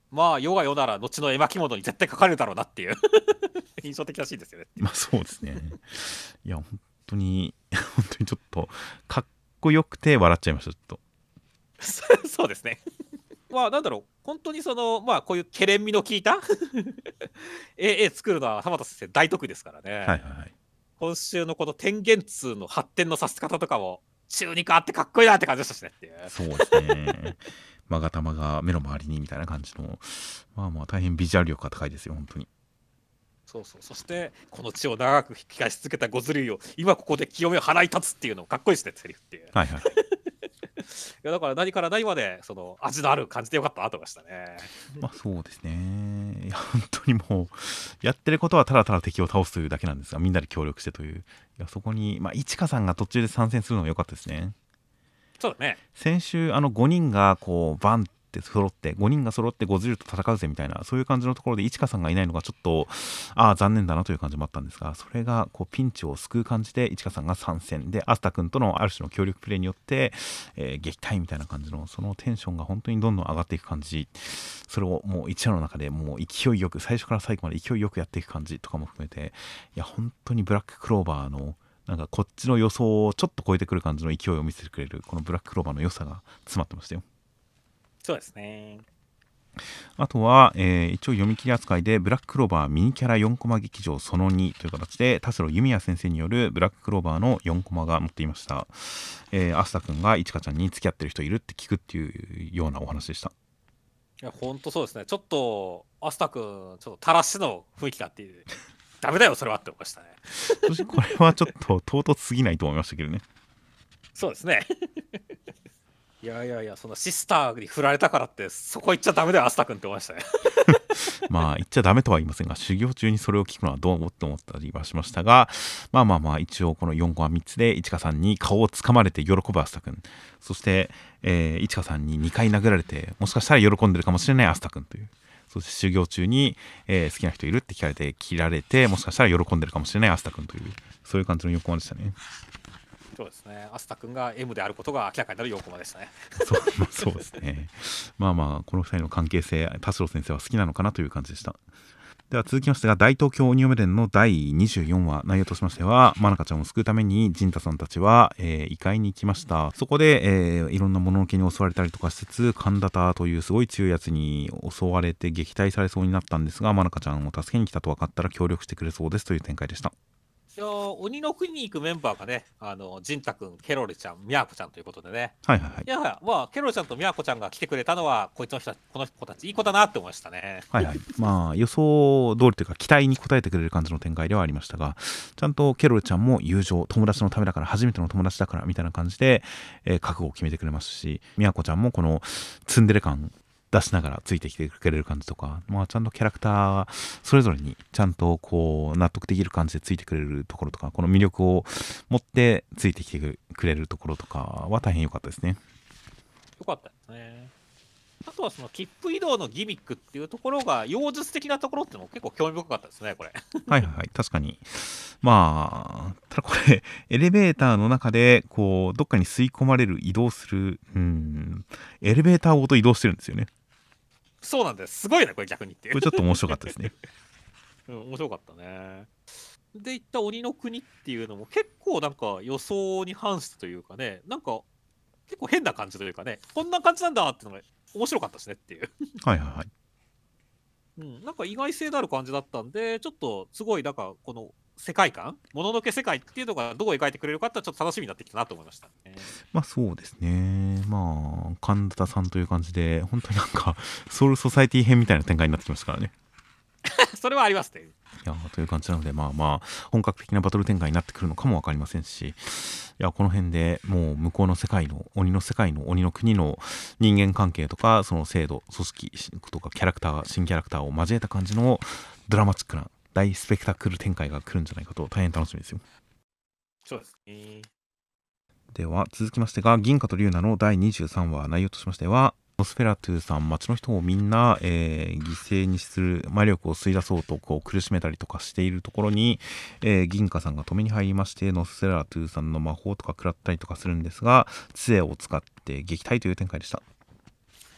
まあ世が世なら後の絵巻物に絶対書かれるだろうなっていう印象的らしいですよね。 まあそうですね。いや本当に本当にちょっとかっこよくて笑っちゃいましたちょっと。 そうですね。まあなんだろう、本当にまあこういうけれん味の効いた絵作るのは浜田先生大得意ですからね。 はいはいはい。 今週のこの天元痛の発展のさせ方とかも中肉あってかっこいいなって感じでしたしねっていう。 そうですね。勾玉が目の周りにみたいな感じの、まあまあ大変ビジュアル力が高いですよ本当に。 そうそう。そしてこの血を長く引き返し続けたゴズルイを今ここで清めを払い立つっていうのもかっこいいですねセリフっていう。 はいはい。 いやだから何から何まで味のある感じでよかったなと思いましたね。 まあそうですね。いや本当にもうやってることはただただ敵を倒すというだけなんですが、みんなで協力してという。いやそこにまあいちかさんが途中で参戦するのが良かったですね。 そうだね。 先週5人がこうバンって揃って5人が揃ってゴズルと戦うぜみたいなそういう感じのところでいちかさんがいないのがちょっと残念だなという感じもあったんですが、それがこうピンチを救う感じでいちかさんが参戦でアスタ君とのある種の協力プレーによって、撃退みたいな感じのそのテンションが本当にどんどん上がっていく感じ、それをもう一話の中でもう勢いよく最初から最後まで勢いよくやっていく感じとかも含めて、いや本当にブラッククローバーのなんかこっちの予想をちょっと超えてくる感じの勢いを見せてくれるこのブラッククローバーの良さが詰まってましたよ。 そうですね。 あとは、一応読み切り扱いでブラッククローバーミニキャラ4コマ劇場その2という形で田代弓矢先生によるブラッククローバーの4コマが載っていました。アスタ君がいちかちゃんに付き合ってる人いるって聞くっていうようなお話でした。 いや本当そうですね。ちょっとアスタ君ちょっとたらしの雰囲気があってダメだよそれはって思いましたね。 そしてこれはちょっと唐突すぎないと思いましたけどね。 そうですね。いやいやいや、そのシスターに振られたからってそこ行っちゃダメだよアスタ君って思いましたね。 まあ言っちゃダメとは言いませんが、修行中にそれを聞くのはどうもって思ったりはしましたが、まあまあまあ一応この4コマ3つでいちかさんに顔をつかまれて喜ぶアスタ君、そして、いちかさんに2回殴られてもしかしたら喜んでるかもしれないアスタ君という、そして修行中に、好きな人いるって聞かれて切られてもしかしたら喜んでるかもしれないアスタ君という、そういう感じの4コマでしたね。 そうですね。アスタ君が M であることが明らかになる4コマでしたね。 そうですね。まあまあこの2人の関係性田代先生は好きなのかなという感じでした。では続きましてが大東京鬼嫁伝の第24話、内容としましてはまなかちゃんを救うために陣太さんたちは、異界に行きました。そこで、いろんなもののけに襲われたりとかしつつ神田田というすごい強いやつに襲われて撃退されそうになったんですが、まなかちゃんを助けに来たと分かったら協力してくれそうですという展開でした。 いや鬼の国に行くメンバーがね、ジンタ君、ケロレちゃん、ミャーコちゃんということでね。 はいはいはい。 いや、まあ、ケロレちゃんとミャーコちゃんが来てくれたのは、この子たち、いい子だなって思いましたね。 はいはい。まあ予想通りというか期待に応えてくれる感じの展開ではありましたが、ちゃんとケロルちゃんも友情、友達のためだから、初めての友達だからみたいな感じで、覚悟を決めてくれますし、みやこちゃんもこのツンデレ感出しながらついてきてくれる感じとか、まあちゃんとキャラクターそれぞれにちゃんとこう納得できる感じでついてくれるところとか、この魅力を持ってついてきてくれるところとかは大変良かったですね。 よかったですね。あとはその切符移動のギミックっていうところが妖術的なところっていうのも結構興味深かったですねこれ。 はいはいはい、確かに。まあただこれエレベーターの中でこうどっかに吸い込まれる移動するエレベーターごと移動してるんですよね。 そうなんです。すごいねこれ逆にっていう。 これちょっと面白かったですね。 うん、面白かったね。でいった鬼の国っていうのも結構なんか予想に反してというかね、なんか結構変な感じというかね、こんな感じなんだっていうのが面白かったしねっていう。 はいはいはい。 うん、なんか意外性のある感じだったんで、ちょっとすごいなんかこの世界観、もののけ世界っていうのがどう描いてくれるかってちょっと楽しみになってきたなと思いましたね。 まあそうですね。まあ神田さんという感じで本当になんかソウルソサイティ編みたいな展開になってきましたからね。 それはありますね。 いやという感じなので、まあまあ本格的なバトル展開になってくるのかも分かりませんし、いやこの辺でもう向こうの世界の鬼の世界の鬼の国の人間関係とかその制度組織とかキャラクター新キャラクターを交えた感じのドラマチックな大スペクタクル展開が来るんじゃないかと大変楽しみですよ。 そうですね。 では続きましてが銀河と龍奈の第23話、内容としましてはノスフェラトゥさん、町の人をみんな、犠牲にする魔力を吸い出そうとこう苦しめたりとかしているところに、銀河さんが止めに入りましてノスフェラトゥさんの魔法とか食らったりとかするんですが、杖を使って撃退という展開でした。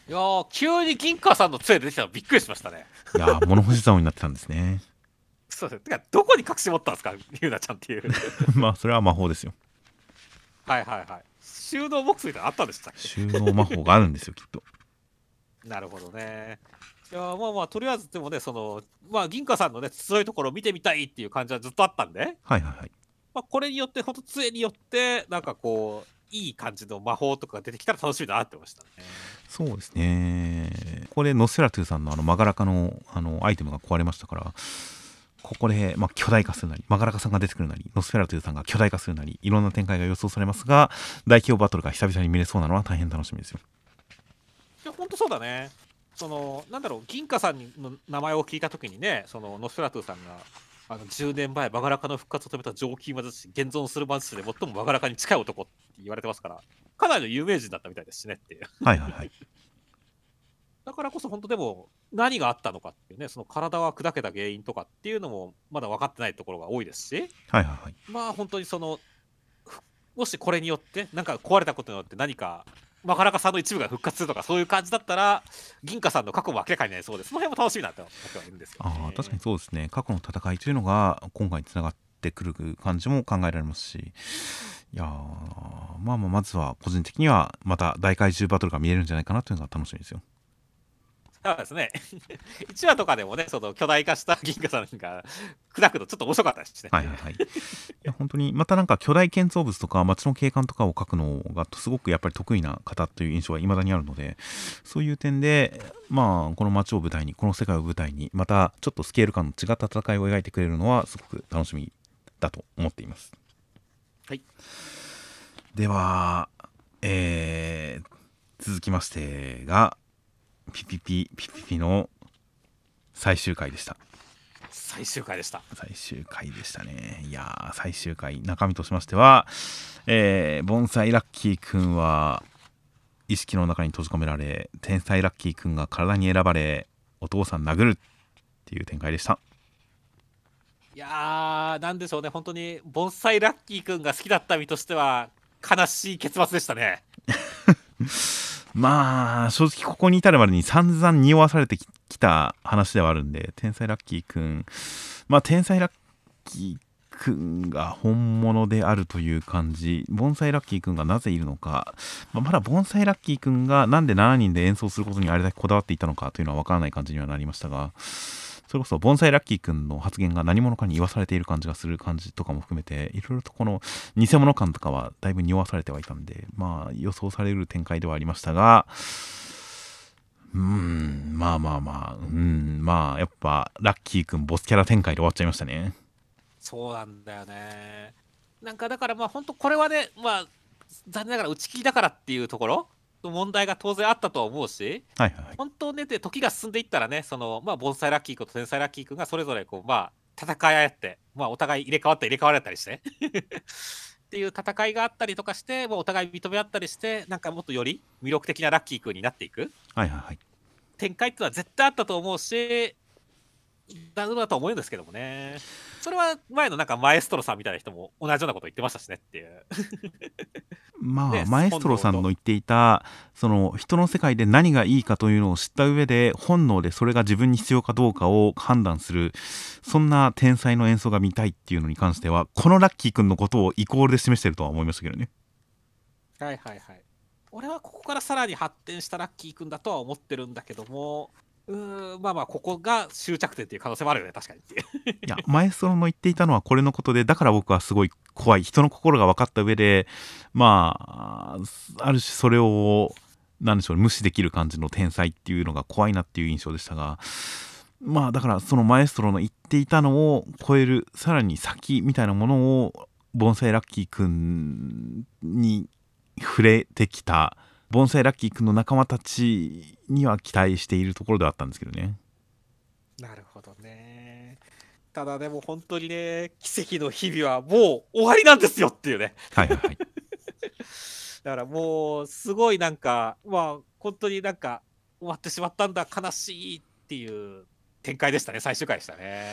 いやー、急に銀河さんの杖出てきたのびっくりしましたね。 いやー、物干し竿になってたんですね。 そうです。てか、どこに隠し持ったんですか、ゆうなちゃんっていう。 まあ、それは魔法ですよ。 はいはいはい。収納ボックスみたいなのあったんでしたっけ？ 収納魔法があるんですよ、きっと。 なるほどね。いやーまあまあ、とりあえずでもね、まあ、銀河さんのね、強いところを見てみたいっていう感じはずっとあったんで、 はいはいはい。 まあ、これによって、ほんと杖によって、なんかこう、いい感じの魔法とかが出てきたら楽しみだなって思いましたね。 そうですね。ここでノスフェラトゥさんのマガラカのアイテムが壊れましたから、ここで、まあ、巨大化するなり、マガラカさんが出てくるなり、ノスフェラトゥさんが巨大化するなり、いろんな展開が予想されますが、大規模バトルが久々に見れそうなのは大変楽しみですよ。 いや、ほんとそうだね。なんだろう、銀河さんの名前を聞いたときにね、ノスフェラトゥさんが、10年前、マガラカの復活を止めた蒸気魔術師、現存する魔術師で最もマガラカに近い男って言われてますから、かなりの有名人だったみたいですしねっていう。 はいはいはい。 だからこそ、本当でも、何があったのかっていうね、その体は砕けた原因とかっていうのも、まだ分かってないところが多いですし、 はいはいはい。 まあ、本当にもしこれによって、なんか壊れたことによって何か、マガラカさんの一部が復活するとか、そういう感じだったら、銀河さんの過去も明らかになりそうで、その辺も楽しみだと思ってはいるんですよああ、確かにね。 そうですね。過去の戦いというのが今回につながってくる感じも考えられますし、いやー、まあまあ、まずは個人的にはまた大怪獣バトルが見えるんじゃないかなというのが楽しみですよ。 そうですね。1話とかでもね、その巨大化した銀河さんが砕くのちょっと面白かったですしねっていう。 はいはいはい。いや、本当に、またなんか巨大建造物とか街の景観とかを描くのがすごくやっぱり得意な方という印象は未だにあるので、そういう点で、まあ、この街を舞台に、この世界を舞台に、またちょっとスケール感の違った戦いを描いてくれるのはすごく楽しみだと思っています。 はい。 では、続きましてが、ピピピの最終回でした。 最終回でした。 最終回でしたね。いやー、最終回、中身としましては、盆栽ラッキーくんは意識の中に閉じ込められ、天才ラッキーくんが体に選ばれ、お父さん殴るっていう展開でした。 いやー、なんでしょうね、本当に、盆栽ラッキーくんが好きだった身としては、悲しい結末でしたね。 まあ、正直ここに至るまでに散々匂わされてきた話ではあるんで、天才ラッキーくん、まあ、天才ラッキーくんが本物であるという感じ、盆栽ラッキーくんがなぜいるのか、まあ、まだ盆栽ラッキーくんがなんで7人で演奏することにあれだけこだわっていたのかというのは分からない感じにはなりましたが、それこそ盆栽ラッキーくんの発言が何者かに言わされている感じがする感じとかも含めて、いろいろとこの偽物感とかはだいぶ匂わされてはいたんで、まあ予想される展開ではありましたが、まあまあまあ、まあやっぱラッキーくんボスキャラ展開で終わっちゃいましたね。 そうなんだよね。なんかだからまあ本当これはね、まあ残念ながら打ち切りだからっていうところの問題が当然あったとは思うし、 はいはいはい。 本当ね、で時が進んでいったらね、まあ盆栽ラッキー君と天才ラッキー君がそれぞれこうまあ戦い合って、まあお互い入れ替わったり入れ替わられたりしてっていう戦いがあったりとかして、もうお互い認め合ったりして、なんかもっとより魅力的なラッキー君になっていくはいはいはい。 展開っていうのは絶対あったと思うし、だと思うんですけどもね。それは前のなんかマエストロさんみたいな人も同じようなこと言ってましたしねっていう。 まあ、 ね、 マエストロさんの言っていた、その人の世界で何がいいかというのを知った上で、本能でそれが自分に必要かどうかを判断する、そんな天才の演奏が見たいっていうのに関しては、このラッキーくんのことをイコールで示してるとは思いましたけどね。 はいはいはい。俺はここからさらに発展したラッキーくんだとは思ってるんだけども、まあまあ、ここが終着点っていう可能性もあるよね、確かにっていう。 いや、マエストロの言っていたのはこれのことで、だから僕はすごい怖い。人の心が分かった上で、まあ、ある種それを、なんでしょう、無視できる感じの天才っていうのが怖いなっていう印象でしたが、まあだからそのマエストロの言っていたのを超えるさらに先みたいなものを盆栽ラッキーくんに触れてきた盆栽ラッキーくんの仲間たちには期待しているところではあったんですけどね。 なるほどね。ただでも本当にね、奇跡の日々はもう終わりなんですよっていうね。 はいはいはい。 だからもう、すごいなんか、まあ、本当になんか、終わってしまったんだ、悲しいっていう展開でしたね、最終回でしたね。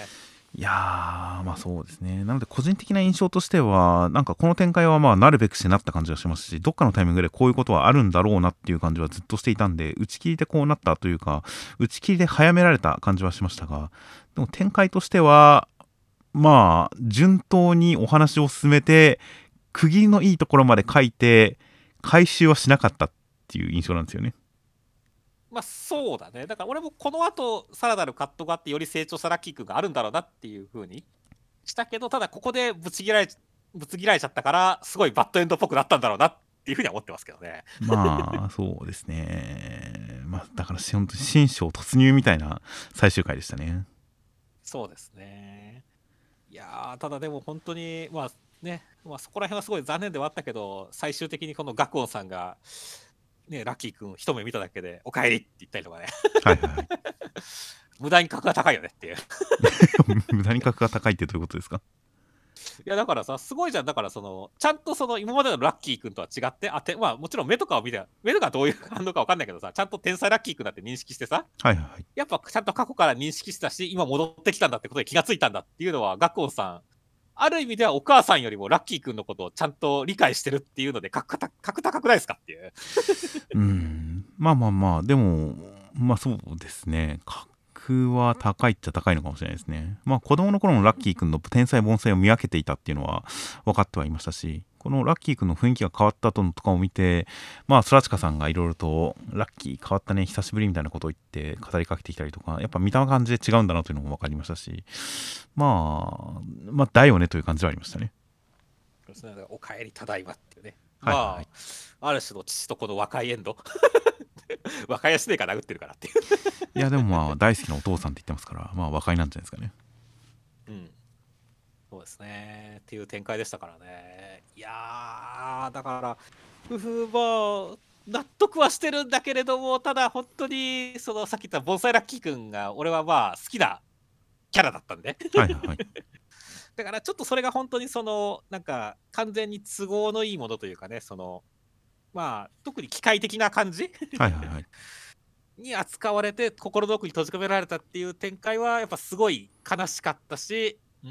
いやー、まあそうですね。なので個人的な印象としては、なんかこの展開はまあなるべくしてなった感じがしますし、どっかのタイミングでこういうことはあるんだろうなっていう感じはずっとしていたんで、打ち切りでこうなったというか、打ち切りで早められた感じはしましたが、でも展開としては、まあ順当にお話を進めて、区切りのいいところまで書いて、回収はしなかったっていう印象なんですよね。 まあそうだね。だから俺もこの後さらなるカットがあってより成長したラッキー君があるんだろうなっていう風にしたけど、ただここでぶつ切られちゃったから、すごいバッドエンドっぽくなったんだろうなっていう風には思ってますけどね。 まあそうですね。まあだから本当に新章突入みたいな最終回でしたね。 そうですね。いやー、ただでも本当に、まあね、まあ、そこら辺はすごい残念ではあったけど、最終的にこのガクオンさんが、ね、ラッキー君一目見ただけで、おかえりって言ったりとかね、 はいはいはい。 無駄に格が高いよねっていう。 無駄に格が高いってどういうことですか？ いやだからさ、すごいじゃん。だからちゃんと今までのラッキー君とは違って、まあもちろん目とかを見て、目とかどういう反応か分かんないけどさ、ちゃんと天才ラッキー君だって認識してさ、 はいはいはい。 やっぱちゃんと過去から認識してたし、今戻ってきたんだってことに気がついたんだっていうのは、ガクオンさん、ある意味ではお母さんよりもラッキー君のことをちゃんと理解してるっていうので、格高くないですかっていう。 まあまあまあ、でも、まあそうですね。格は高いっちゃ高いのかもしれないですね。まあ子供の頃のラッキー君の天才凡才を見分けていたっていうのは分かってはいましたし、このラッキー君の雰囲気が変わった後のとかを見て、まあ、そらちかさんがいろいろと、ラッキー変わったね、久しぶりみたいなことを言って語りかけてきたりとか、やっぱ見た感じで違うんだなというのも分かりましたし、まあ、だよねという感じはありましたね。 そうですね、おかえりただいまっていうね。 はいはいはい。 まあ、ある種の父とこの和解エンド。和解はしねえから殴ってるからっていう。 いや、でもまあ、大好きなお父さんって言ってますから、まあ、和解なんじゃないですかね。 うん。そうですね。っていう展開でしたからね。いやー、だから、まあ、納得はしてるんだけれども、ただ本当に、さっき言った盆栽ラッキー君が、俺はまあ、好きなキャラだったんで。 はいはいはい。 だからちょっとそれが本当になんか、完全に都合のいいものというかね、まあ、特に機械的な感じはいはいはい。 に扱われて、心の奥に閉じ込められたっていう展開は、やっぱすごい悲しかったし、うん。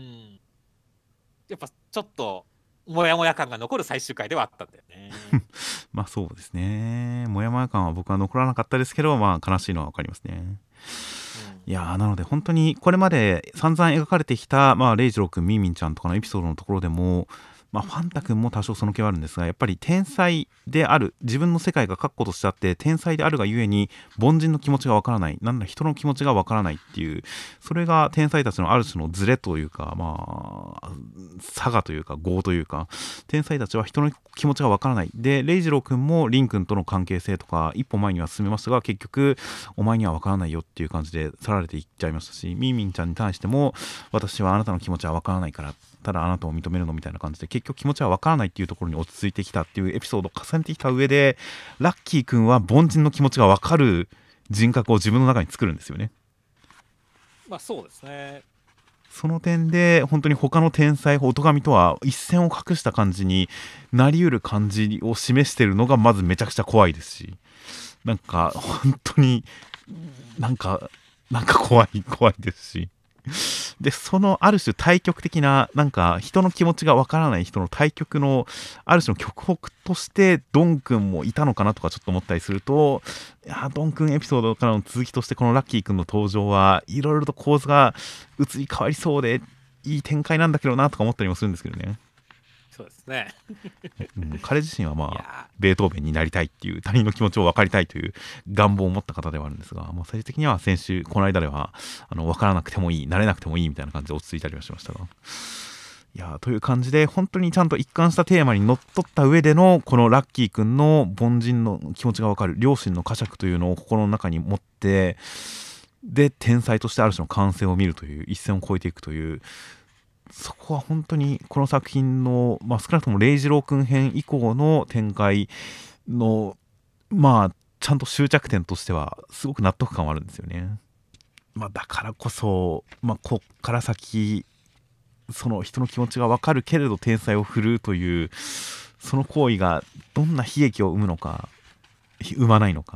やっぱちょっと、もやもや感が残る最終回ではあったんだよね。 まあそうですね。もやもや感は僕は残らなかったですけど、まあ悲しいのはわかりますね。 うん。 いやー、なので本当にこれまで散々描かれてきた、まあ、レイジロー君、ミーミンちゃんとかのエピソードのところでも、まあ、ファンタ君も多少その気はあるんですが、やっぱり天才である、自分の世界が確固としてあって、天才であるがゆえに、凡人の気持ちがわからない、なんだ人の気持ちがわからないっていう、それが天才たちのある種のズレというか、まあ、差がというか、業というか、天才たちは人の気持ちがわからない。で、レイジロー君もリン君との関係性とか、一歩前には進めましたが、結局、お前にはわからないよっていう感じで去られていっちゃいましたし、ミーミンちゃんに対しても、私はあなたの気持ちはわからないから、ただあなたを認めるのみたいな感じで、結局気持ちはわからないっていうところに落ち着いてきたっていうエピソードを重ねてきた上で、ラッキー君は凡人の気持ちがわかる人格を自分の中に作るんですよね。 まあそうですね。 その点で本当に他の天才音神とは一線を画した感じになりうる感じを示しているのがまずめちゃくちゃ怖いですし、なんか本当になんか怖いですし、でそのある種対極的な、なんか人の気持ちがわからない人の対極のある種の極北としてドン君もいたのかなとかちょっと思ったりすると、いやドン君エピソードからの続きとしてこのラッキー君の登場はいろいろと構図が移り変わりそうでいい展開なんだけどなとか思ったりもするんですけどね。 そうですね。 彼自身はまあいやベートーベンになりたいっていう他人の気持ちを分かりたいという願望を持った方ではあるんですが、もう最終的には先週この間では分からなくてもいい、慣れなくてもいいみたいな感じで落ち着いたりはしましたが、いやという感じで本当にちゃんと一貫したテーマにのっとった上でのこのラッキーくんの凡人の気持ちが分かる両親の呵責というのを心の中に持って、で天才としてある種の完成を見るという一線を越えていくという、そこは本当にこの作品の、まあ、少なくともレイジロー君編以降の展開のまあちゃんと終着点としてはすごく納得感はあるんですよね。まあ、だからこそ、まあ、こっから先その人の気持ちが分かるけれど天才を振るうというその行為がどんな悲劇を生むのか生まないのか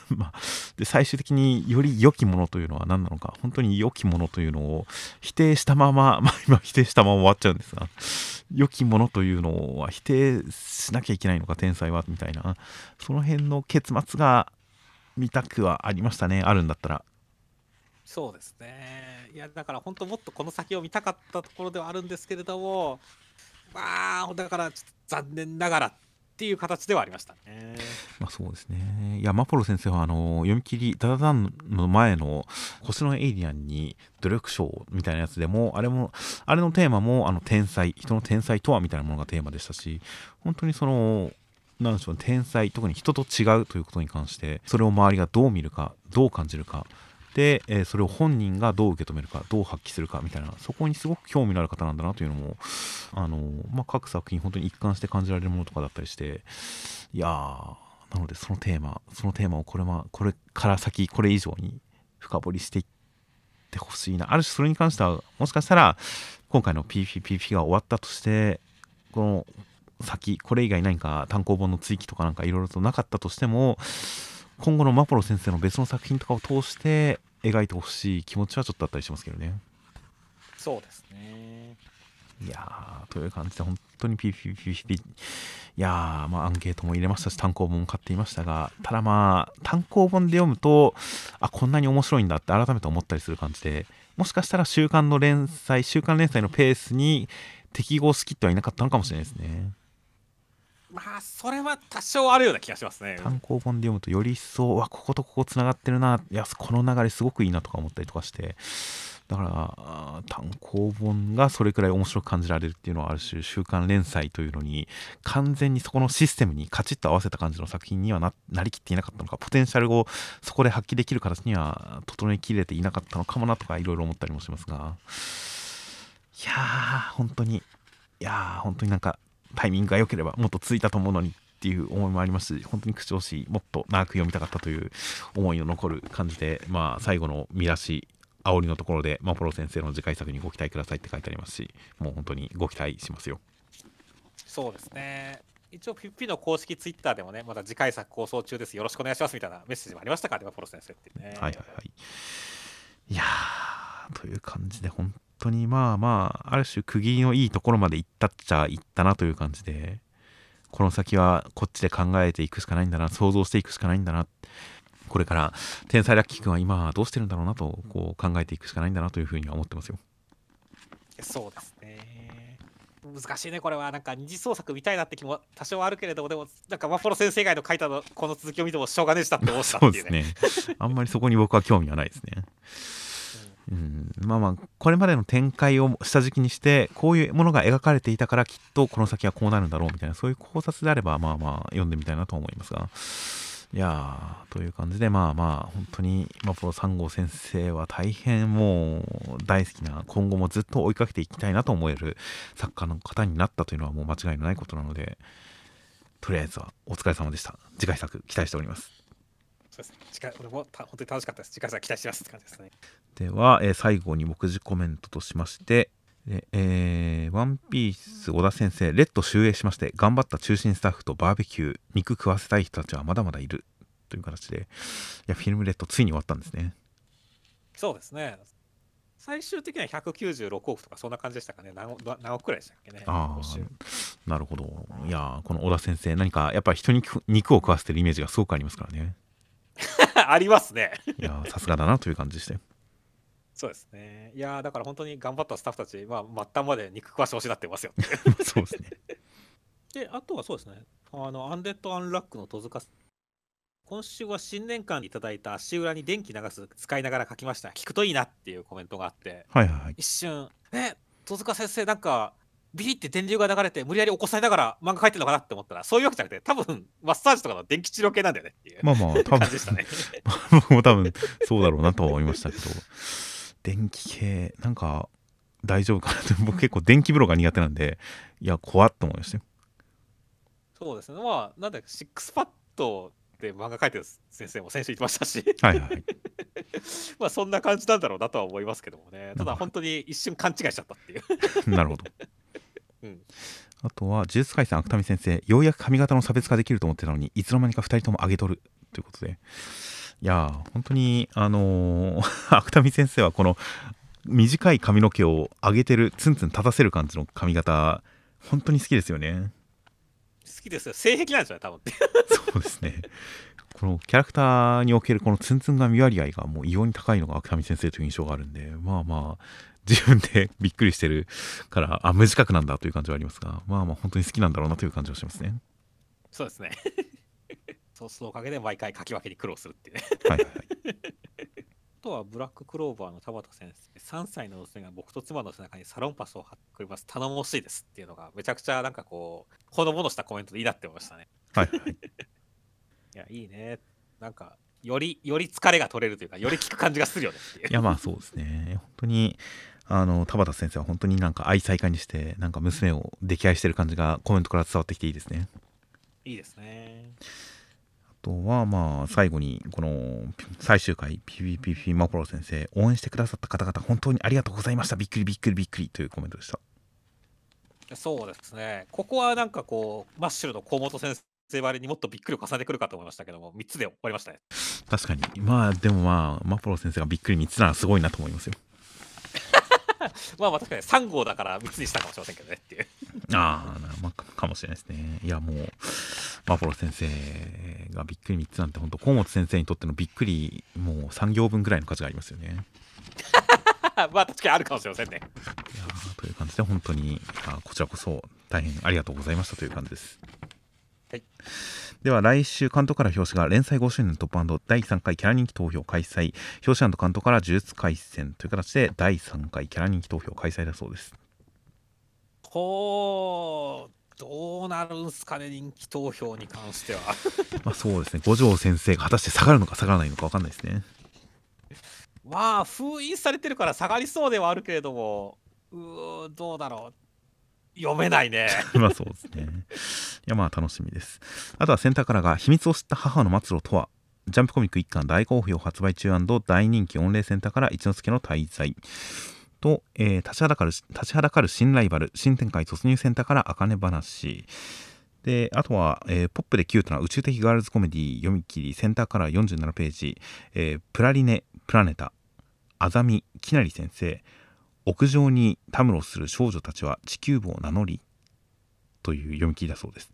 まあ、で最終的により良きものというのは何なのか、本当に良きものというのを否定したまま、今否定したまま終わっちゃうんですが、良きものというのは否定しなきゃいけないのか、天才はみたいな、その辺の結末が見たくはありましたね、あるんだったら。 そうですね。いや、だから本当もっとこの先を見たかったところではあるんですけれども、まあ、だからちょっと残念ながらっていう形ではありましたね。 まあそうですね。いや、マポロ先生は読み切り、ダダダンの前の星のエイリアンに努力賞みたいなやつでも、あれのテーマも、天才、人の天才とはみたいなものがテーマでしたし、本当になんでしょうね、天才、特に人と違うということに関して、それを周りがどう見るか、どう感じるか、で、それを本人がどう受け止めるか、どう発揮するかみたいな、そこにすごく興味のある方なんだなというのも、各作品本当に一貫して感じられるものとかだったりして、いやー、なのでそのテーマをこれから先、これ以上に深掘りしていってほしいな。ある種それに関しては、もしかしたら、今回の PPP が終わったとして、この先、これ以外何か単行本の追記とかなんかいろいろとなかったとしても、今後のマポロ先生の別の作品とかを通して描いてほしい気持ちはちょっとあったりしますけどね。 そうですね。 いやー、という感じで本当に PPP、いやー、アンケートも入れましたし、単行本も買っていましたが、ただ単行本で読むと、こんなに面白いんだって改めて思ったりする感じで、もしかしたら週刊連載のペースに適合しきってはいなかったのかもしれないですね。 まあ、それは多少あるような気がしますね。 単行本で読むとより一層、こことここつながってるな、いや、この流れすごくいいなとか思ったりとかして、だから単行本がそれくらい面白く感じられるっていうのはある種週刊連載というのに完全にそこのシステムにカチッと合わせた感じの作品にはなりきっていなかったのか、ポテンシャルをそこで発揮できる形には整えきれていなかったのかもなとかいろいろ思ったりもしますが、いやー本当になんかタイミングが良ければもっとついたと思うのにっていう思いもありますし、本当に口惜しい、もっと長く読みたかったという思いの残る感じで、最後の見出し煽りのところでマポロ先生の次回作にご期待くださいって書いてありますし、もう本当にご期待しますよ。 そうですね。一応 PP の公式ツイッターでもね、まだ次回作構想中です、よろしくお願いしますみたいなメッセージもありましたからね、マポロ先生っていうね。 はいはいはい。いやー、という感じで本当にある種区切りのいいところまで行ったっちゃ行ったなという感じで、この先はこっちで考えていくしかないんだな、想像していくしかないんだな、これから天才ラッキー君は今どうしてるんだろうなとこう考えていくしかないんだなというふうには思ってますよ。 そうですね。難しいね、これは。なんか二次創作見たいなって気も多少あるけれども、でもなんかマポロ先生以外の書いたのこの続きを見てもしょうがねえしたって思ったっていうね。 そうですね。あんまりそこに僕は興味はないですね。これまでの展開を下敷きにしてこういうものが描かれていたからきっとこの先はこうなるんだろうみたいな、そういう考察であれば読んでみたいなと思いますが、いやーという感じで本当にマポロ3号先生は大変もう大好きな、今後もずっと追いかけていきたいなと思える作家の方になったというのはもう間違いのないことなので、とりあえずはお疲れ様でした。次回作期待しております。 そうですね。俺も本当に楽しかったです。次回作期待してますって感じですね。 では、最後に目次コメントとしまして、ワンピース小田先生、レッド終映しまして、頑張った中心スタッフとバーベキュー、肉食わせたい人たちはまだまだいるという形で、いや、フィルムレッドついに終わったんですね。 そうですね。最終的には196億とかそんな感じでしたかね。何億くらいでしたっけね。 なるほど。いや、この小田先生、何かやっぱり人に肉を食わせてるイメージがすごくありますからね。 ありますね。 いや、さすがだなという感じでしたよ。 そうですね。いやだから本当に頑張ったスタッフたち、末端まで肉食わしてほしいなってますよ。 そうですね。 で、あとはそうですね。アンデッド・アンラックの戸塚、今週は新年間にいただいた足裏に電気流す使いながら書きました。聞くといいなっていうコメントがあって、一瞬、戸塚先生なんか、ビリって電流が流れて無理やり起こされながら漫画描いてるのかなって思ったら、そういうわけじゃなくて、多分マッサージとかの電気治療系なんだよねっていう多分感じでしたね。 僕も多分そうだろうなとは思いましたけど、電気系なんか大丈夫かなって、僕結構電気風呂が苦手なんで、いや怖っと思いましたよ。 そうですね。なんだっけ、シックスパッドで漫画描いてる先生も先週言ってましたし、そんな感じなんだろうなとは思いますけどもね。ただ本当に一瞬勘違いしちゃったっていう。 なるほど。あとは呪術廻戦芥見先生、ようやく髪型の差別化できると思ってたのにいつの間にか2人とも上げとるということで、いやー本当に芥見先生はこの短い髪の毛を上げてるツンツン立たせる感じの髪型本当に好きですよね。 好きですよ。性癖なんですよね、多分って。 そうですね。このキャラクターにおけるこのツンツン髪割合がもう異様に高いのが芥見先生という印象があるんで、まあまあ自分でびっくりしてるから無自覚なんだという感じはありますが、まあまあ本当に好きなんだろうなという感じはしますね。 そうですね。そうそのおかげで毎回書き分けに苦労するっていうね。 はいはいはい。 あとはブラッククローバーの田畑先生、3歳の娘が僕と妻の背中にサロンパスを貼ってくれます。頼もしいですっていうのが、めちゃくちゃなんかこう、ほのぼのしたコメントでいいなって思いましたね。 はいはい。 いや、いいね。なんか、より疲れが取れるというか、より効く感じがするよねっていう。 いやまあそうですね。本当に田畑先生は本当になんか愛妻家にしてなんか娘を溺愛してる感じがコメントから伝わってきていいですね。 いいですね。 あとはまあ最後にこの最終回 PVPP マポロ先生応援してくださった方々本当にありがとうございました。びっくりびっくりびっくりというコメントでした。 そうですね。ここはなんかこう、マッシュルの河本先生割にもっとびっくりを重ねてくるかと思いましたけども、3つで終わりましたね。 確かにまあでもまあマポロ先生がびっくり3つならすごいなと思いますよ。 まあ確かに3号だから3つにしたかもしれませんけどねっていう。 ああ、まあ、かもしれないですね。いやもうマポロ先生がびっくり3つなんて本当河本先生にとってのびっくりもう3行分ぐらいの価値がありますよね。 まあ確かにあるかもしれませんね。 いやという感じで本当にこちらこそ大変ありがとうございましたという感じです。 はい。 では来週関東から表紙が連載5周年突破&第3回キャラ人気投票開催、表紙関東から呪術廻戦という形で第3回キャラ人気投票開催だそうです。 ほう、どうなるんすかね、人気投票に関しては。 まあそうですね、五条先生が果たして下がるのか下がらないのか分かんないですね。 まあ封印されてるから下がりそうではあるけれども、どうだろう、読めないね。 まあそうですね。いやまあ楽しみです。あとはセンターからが秘密を知った母の末路とは、ジャンプコミック1巻大好評発売中&大人気御礼センターから一之輔の滞在と、立ちはだかる新ライバル新展開突入センターから茜話で、あとは、ポップでキュートな宇宙的ガールズコメディ読み切りセンターから47ページ、プラリネプラネタあざみきなり先生、屋上にたむろする少女たちは地球部を名乗りという読み切りだそうです。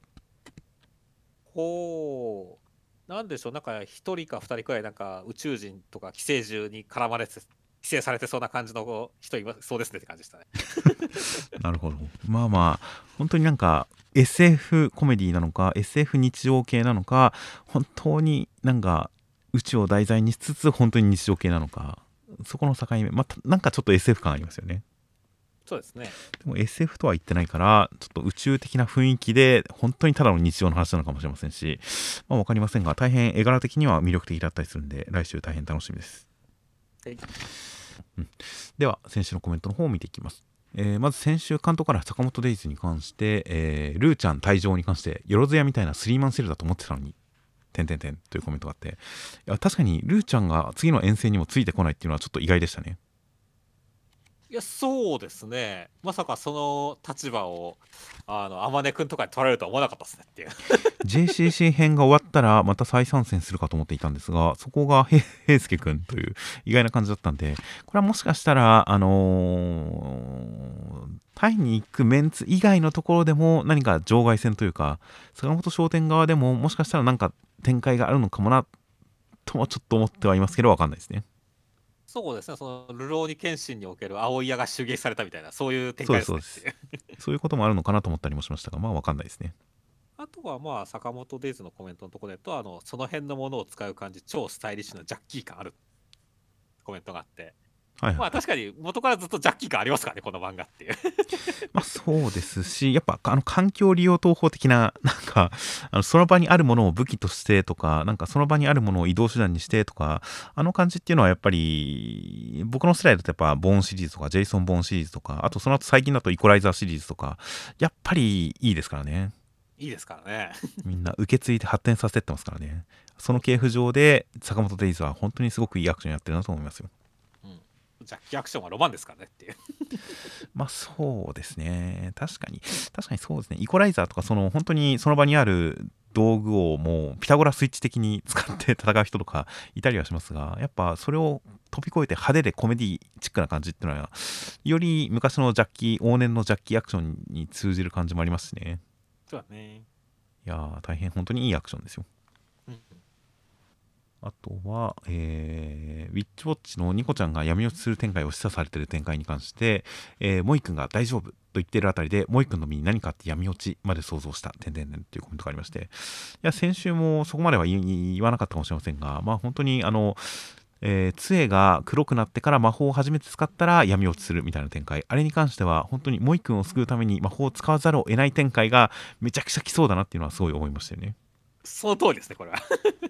ほう、なんでしょう、なんか1人か2人くらいなんか宇宙人とか寄生獣に絡まれて寄生されてそうな感じの人いそうですねって感じでしたね。 なるほど。まあまあ本当になんか SF コメディなのか SF 日常系なのか、本当になんか宇宙を題材にしつつ本当に日常系なのか、そこの境目、またなんかちょっと SF 感ありますよね。 そうですね。 でも SF とは言ってないからちょっと宇宙的な雰囲気で本当にただの日常の話なのかもしれませんし、まあ分かりませんが大変絵柄的には魅力的だったりするんで来週大変楽しみです。 はい。 では先週のコメントの方を見ていきます。まず先週関東から坂本デイズに関して、ルーちゃん退場に関してよろずやみたいなスリーマンセールだと思ってたのにというコメントがあって、いや確かにルーちゃんが次の遠征にもついてこないっていうのはちょっと意外でしたね。 いや、そうですね。まさかその立場を天音くんとかに取られるとは思わなかったですねっていう。 JCC 編が終わったらまた再参戦するかと思っていたんですが、そこが平介くんという意外な感じだったんで、これはもしかしたらタイに行くメンツ以外のところでも何か場外戦というか、坂本商店側でももしかしたら何か展開があるのかもなともちょっと思ってはいますけど、分かんないですね。 そうですね、その流浪に剣心における青井屋が襲撃されたみたいな、そういう展そう開ですねですそうです。 っていう。 そういうこともあるのかなと思ったりもしましたが、まあ分かんないですね。 あとはまあ坂本デイズのコメントのところでとその辺のものを使う感じ超スタイリッシュなジャッキー感あるコメントがあって、 はいはい、 まあ確かに元からずっとジャッキー感ありますからねこの漫画っていう。 まあそうですし、やっぱ環境利用投法的な、なんかその場にあるものを武器としてとか、なんかその場にあるものを移動手段にしてとか、感じっていうのはやっぱり僕の世代だとやっぱボーンシリーズとかジェイソン・ボーンシリーズとか、あとその後最近だとイコライザーシリーズとか、やっぱりいいですからね。 いいですからね。 みんな受け継いで発展させてってますからね。その系譜上で坂本デイズは本当にすごくいいアクションやってるなと思いますよ。 ジャッキーアクションはロマンですからねっていう。 まあそうですね。確かにそうですね。イコライザーとか本当にその場にある道具をもうピタゴラスイッチ的に使って戦う人とかいたりはしますが、やっぱそれを飛び越えて派手でコメディチックな感じっていうのはより昔の往年のジャッキーアクションに通じる感じもありますしね。 そうだね。 いやー大変本当にいいアクションですよ。 うん、 あとは、ウィッチウォッチのニコちゃんが闇落ちする展開を示唆されている展開に関して、モイ君が大丈夫と言っているあたりで、モイ君の身に何かあって闇落ちまで想像した、てんてんてんというコメントがありまして、いや、先週もそこまでは言わなかったかもしれませんが、まあ本当に杖が黒くなってから魔法を初めて使ったら闇落ちするみたいな展開、あれに関しては本当にモイ君を救うために魔法を使わざるを得ない展開がめちゃくちゃ来そうだなっていうのはすごい思いましたよね。 その通りですね、これは。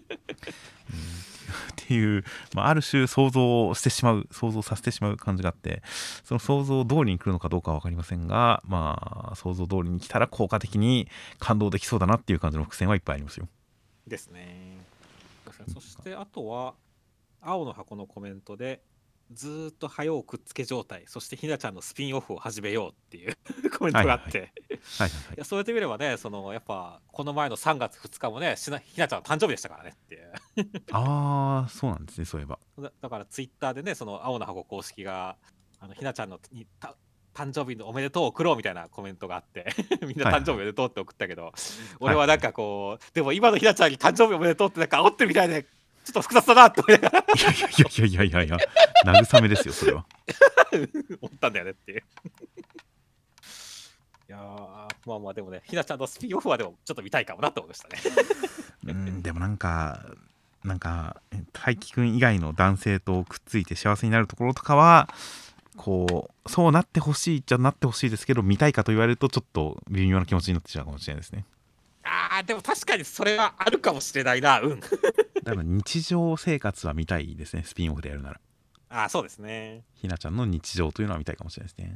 っていう、まあ、ある種想像させてしまう感じがあって、その想像通りに来るのかどうかは分かりませんが、まあ想像通りに来たら効果的に感動できそうだなっていう感じの伏線はいっぱいありますよ。 ですね。そしてあとは青の箱のコメントで、ずーっと早うくっつけ状態、そしてひなちゃんのスピンオフを始めようっていうコメントがあって、いやそうやってみればね、やっぱこの前の3月2日もね、ひなちゃんの誕生日でしたからねっていう。 ああ、そうなんですね、そういえば。 だからツイッターでね、青の箱公式がひなちゃんの誕生日のおめでとうを送ろうみたいなコメントがあってみんな誕生日おめでとうって送ったけど、俺はなんかこう、でも今のひなちゃんに誕生日おめでとうってなんか煽ってるみたいでちょっと複雑だなって思いながらいや慰めですよそれは思ったんだよねっていういやまあまあでもね、ひなちゃんのスピンオフはでもちょっと見たいかもなと思いましたねでもなんか大輝くん以外の男性とくっついて幸せになるところとかはこうそうなってほしいじゃなってほしいですけど、見たいかと言われるとちょっと微妙な気持ちになってしまうかもしれないですね。 でも確かにそれはあるかもしれないな。 だから日常生活は見たいですね、スピンオフでやるなら。 そうですね。 ひなちゃんの日常というのは見たいかもしれないですね。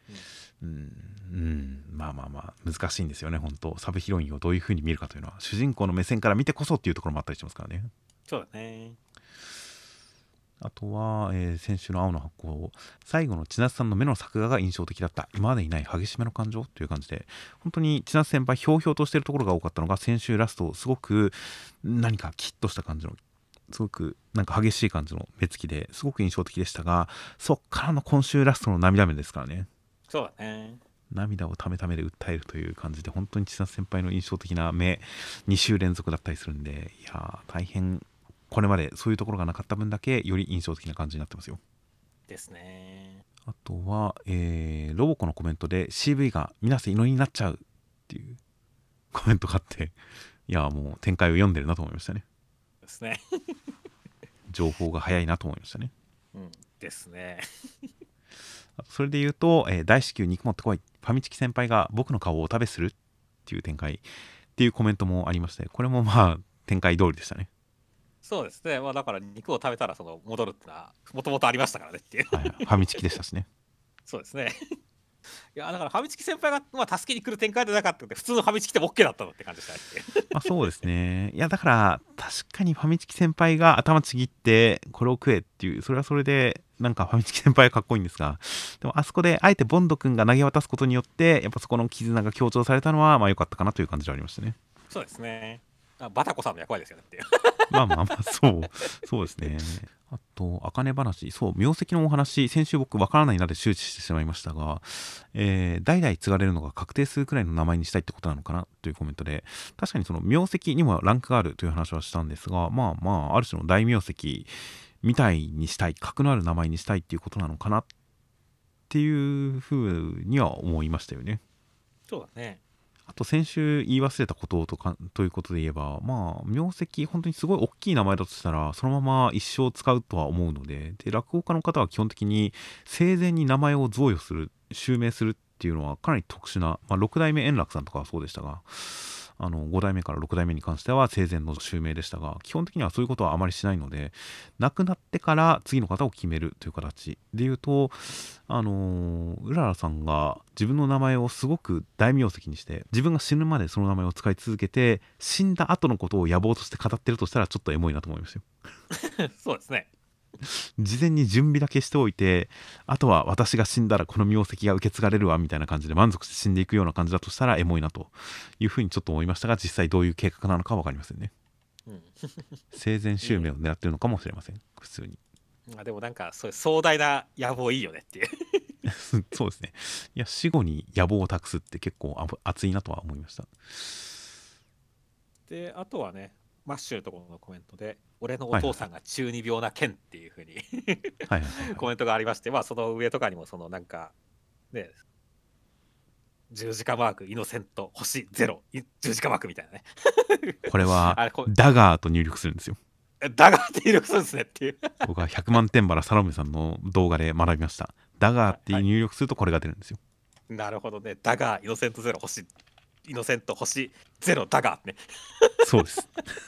まあ難しいんですよね、本当サブヒロインをどういう風に見るかというのは主人公の目線から見てこそっていうところもあったりしますからね。 そうだね。 あとは、先週の青の箱、最後の千夏さんの目の作画が印象的だった。今までにない激しめの感情という感じで、本当に千夏先輩ひょうひょうとしているところが多かったのが、先週ラストすごく何かキッとした感じの、すごくなんか激しい感じの目つきですごく印象的でしたが、そっからの今週ラストの涙目ですからね。 そうだね。 涙をためためで訴えるという感じで、本当に千夏先輩の印象的な目2週連続だったりするんで、いやー大変これまでそういうところがなかった分だけより印象的な感じになってますよ。 ですね。 あとは、ロボコのコメントで CV が水瀬いのりになっちゃうっていうコメントがあって、いやもう展開を読んでるなと思いましたね。 ですね。 情報が早いなと思いましたね。 ですね。 それで言うと、大至急肉持ってこい、ファミチキ先輩が僕の顔をお食べするっていう展開っていうコメントもありまして、これもまあ展開通りでしたね。 そうですね。だから肉を食べたら戻るってのはもともとありましたからねっていう、 ファミチキでしたしね。 そうですね。いやだからファミチキ先輩が、助けに来る展開でなかったので、普通のファミチキでも OK だったのって感じでしたね。 そうですね。いやだから確かにファミチキ先輩が頭ちぎってこれを食えっていう、それはそれでなんかファミチキ先輩はかっこいいんですが、でもあそこであえてボンド君が投げ渡すことによってやっぱそこの絆が強調されたのは良かったかなという感じではありましたね。 そうですね。バタコさんの役割ですよねっていう。 そうですね。あと、あかね話、名跡のお話、先週僕わからないなで周知してしまいましたが、代々継がれるのが確定するくらいの名前にしたいってことなのかなというコメントで、確かにその名跡にもランクがあるという話はしたんですが、ある種の大名跡みたいにしたい、格のある名前にしたいっていうことなのかなっていうふうには思いましたよね。 そうだね。 あと先週言い忘れたことということで言えば、名跡本当にすごい大きい名前だとしたらそのまま一生使うとは思うので、落語家の方は基本的に生前に名前を贈与する、襲名するっていうのはかなり特殊な、6代目円楽さんとかはそうでしたが、5代目から6代目に関しては生前の襲名でしたが、基本的にはそういうことはあまりしないので、亡くなってから次の方を決めるという形でいうと、うららさんが自分の名前をすごく大名跡にして、自分が死ぬまでその名前を使い続けて、死んだ後のことを野望として語ってるとしたらちょっとエモいなと思いましたよ。 そうですね。 事前に準備だけしておいて、あとは私が死んだらこの名跡が受け継がれるわみたいな感じで満足して死んでいくような感じだとしたらエモいなというふうにちょっと思いましたが、実際どういう計画なのかは分かりませんね。 うん。 生前襲名を狙ってるのかもしれません、普通に。 まあでもなんかそういう壮大な野望いいよねっていう。 そうですね。いや、死後に野望を託すって結構熱いなとは思いました。 で、あとはね、マッシュのところのコメントで、俺のおはいはい父さんが中二病な件っていうふうにはいはいはいはい。 コメントがありまして、まあその上とかにもそのなんか、ね、十字架マーク、イノセント、星ゼロ、十字架マークみたいなね。 これはあれダガーと入力するんですよ。 だがって入力するんですねっていう。 僕は100万点バラサロメさんの動画で学びました。ダガーってはい入力するとこれが出るんですよ。 なるほどね。だが、イノセントゼロ、星、イノセント、星ゼロ、だがね。 そうです。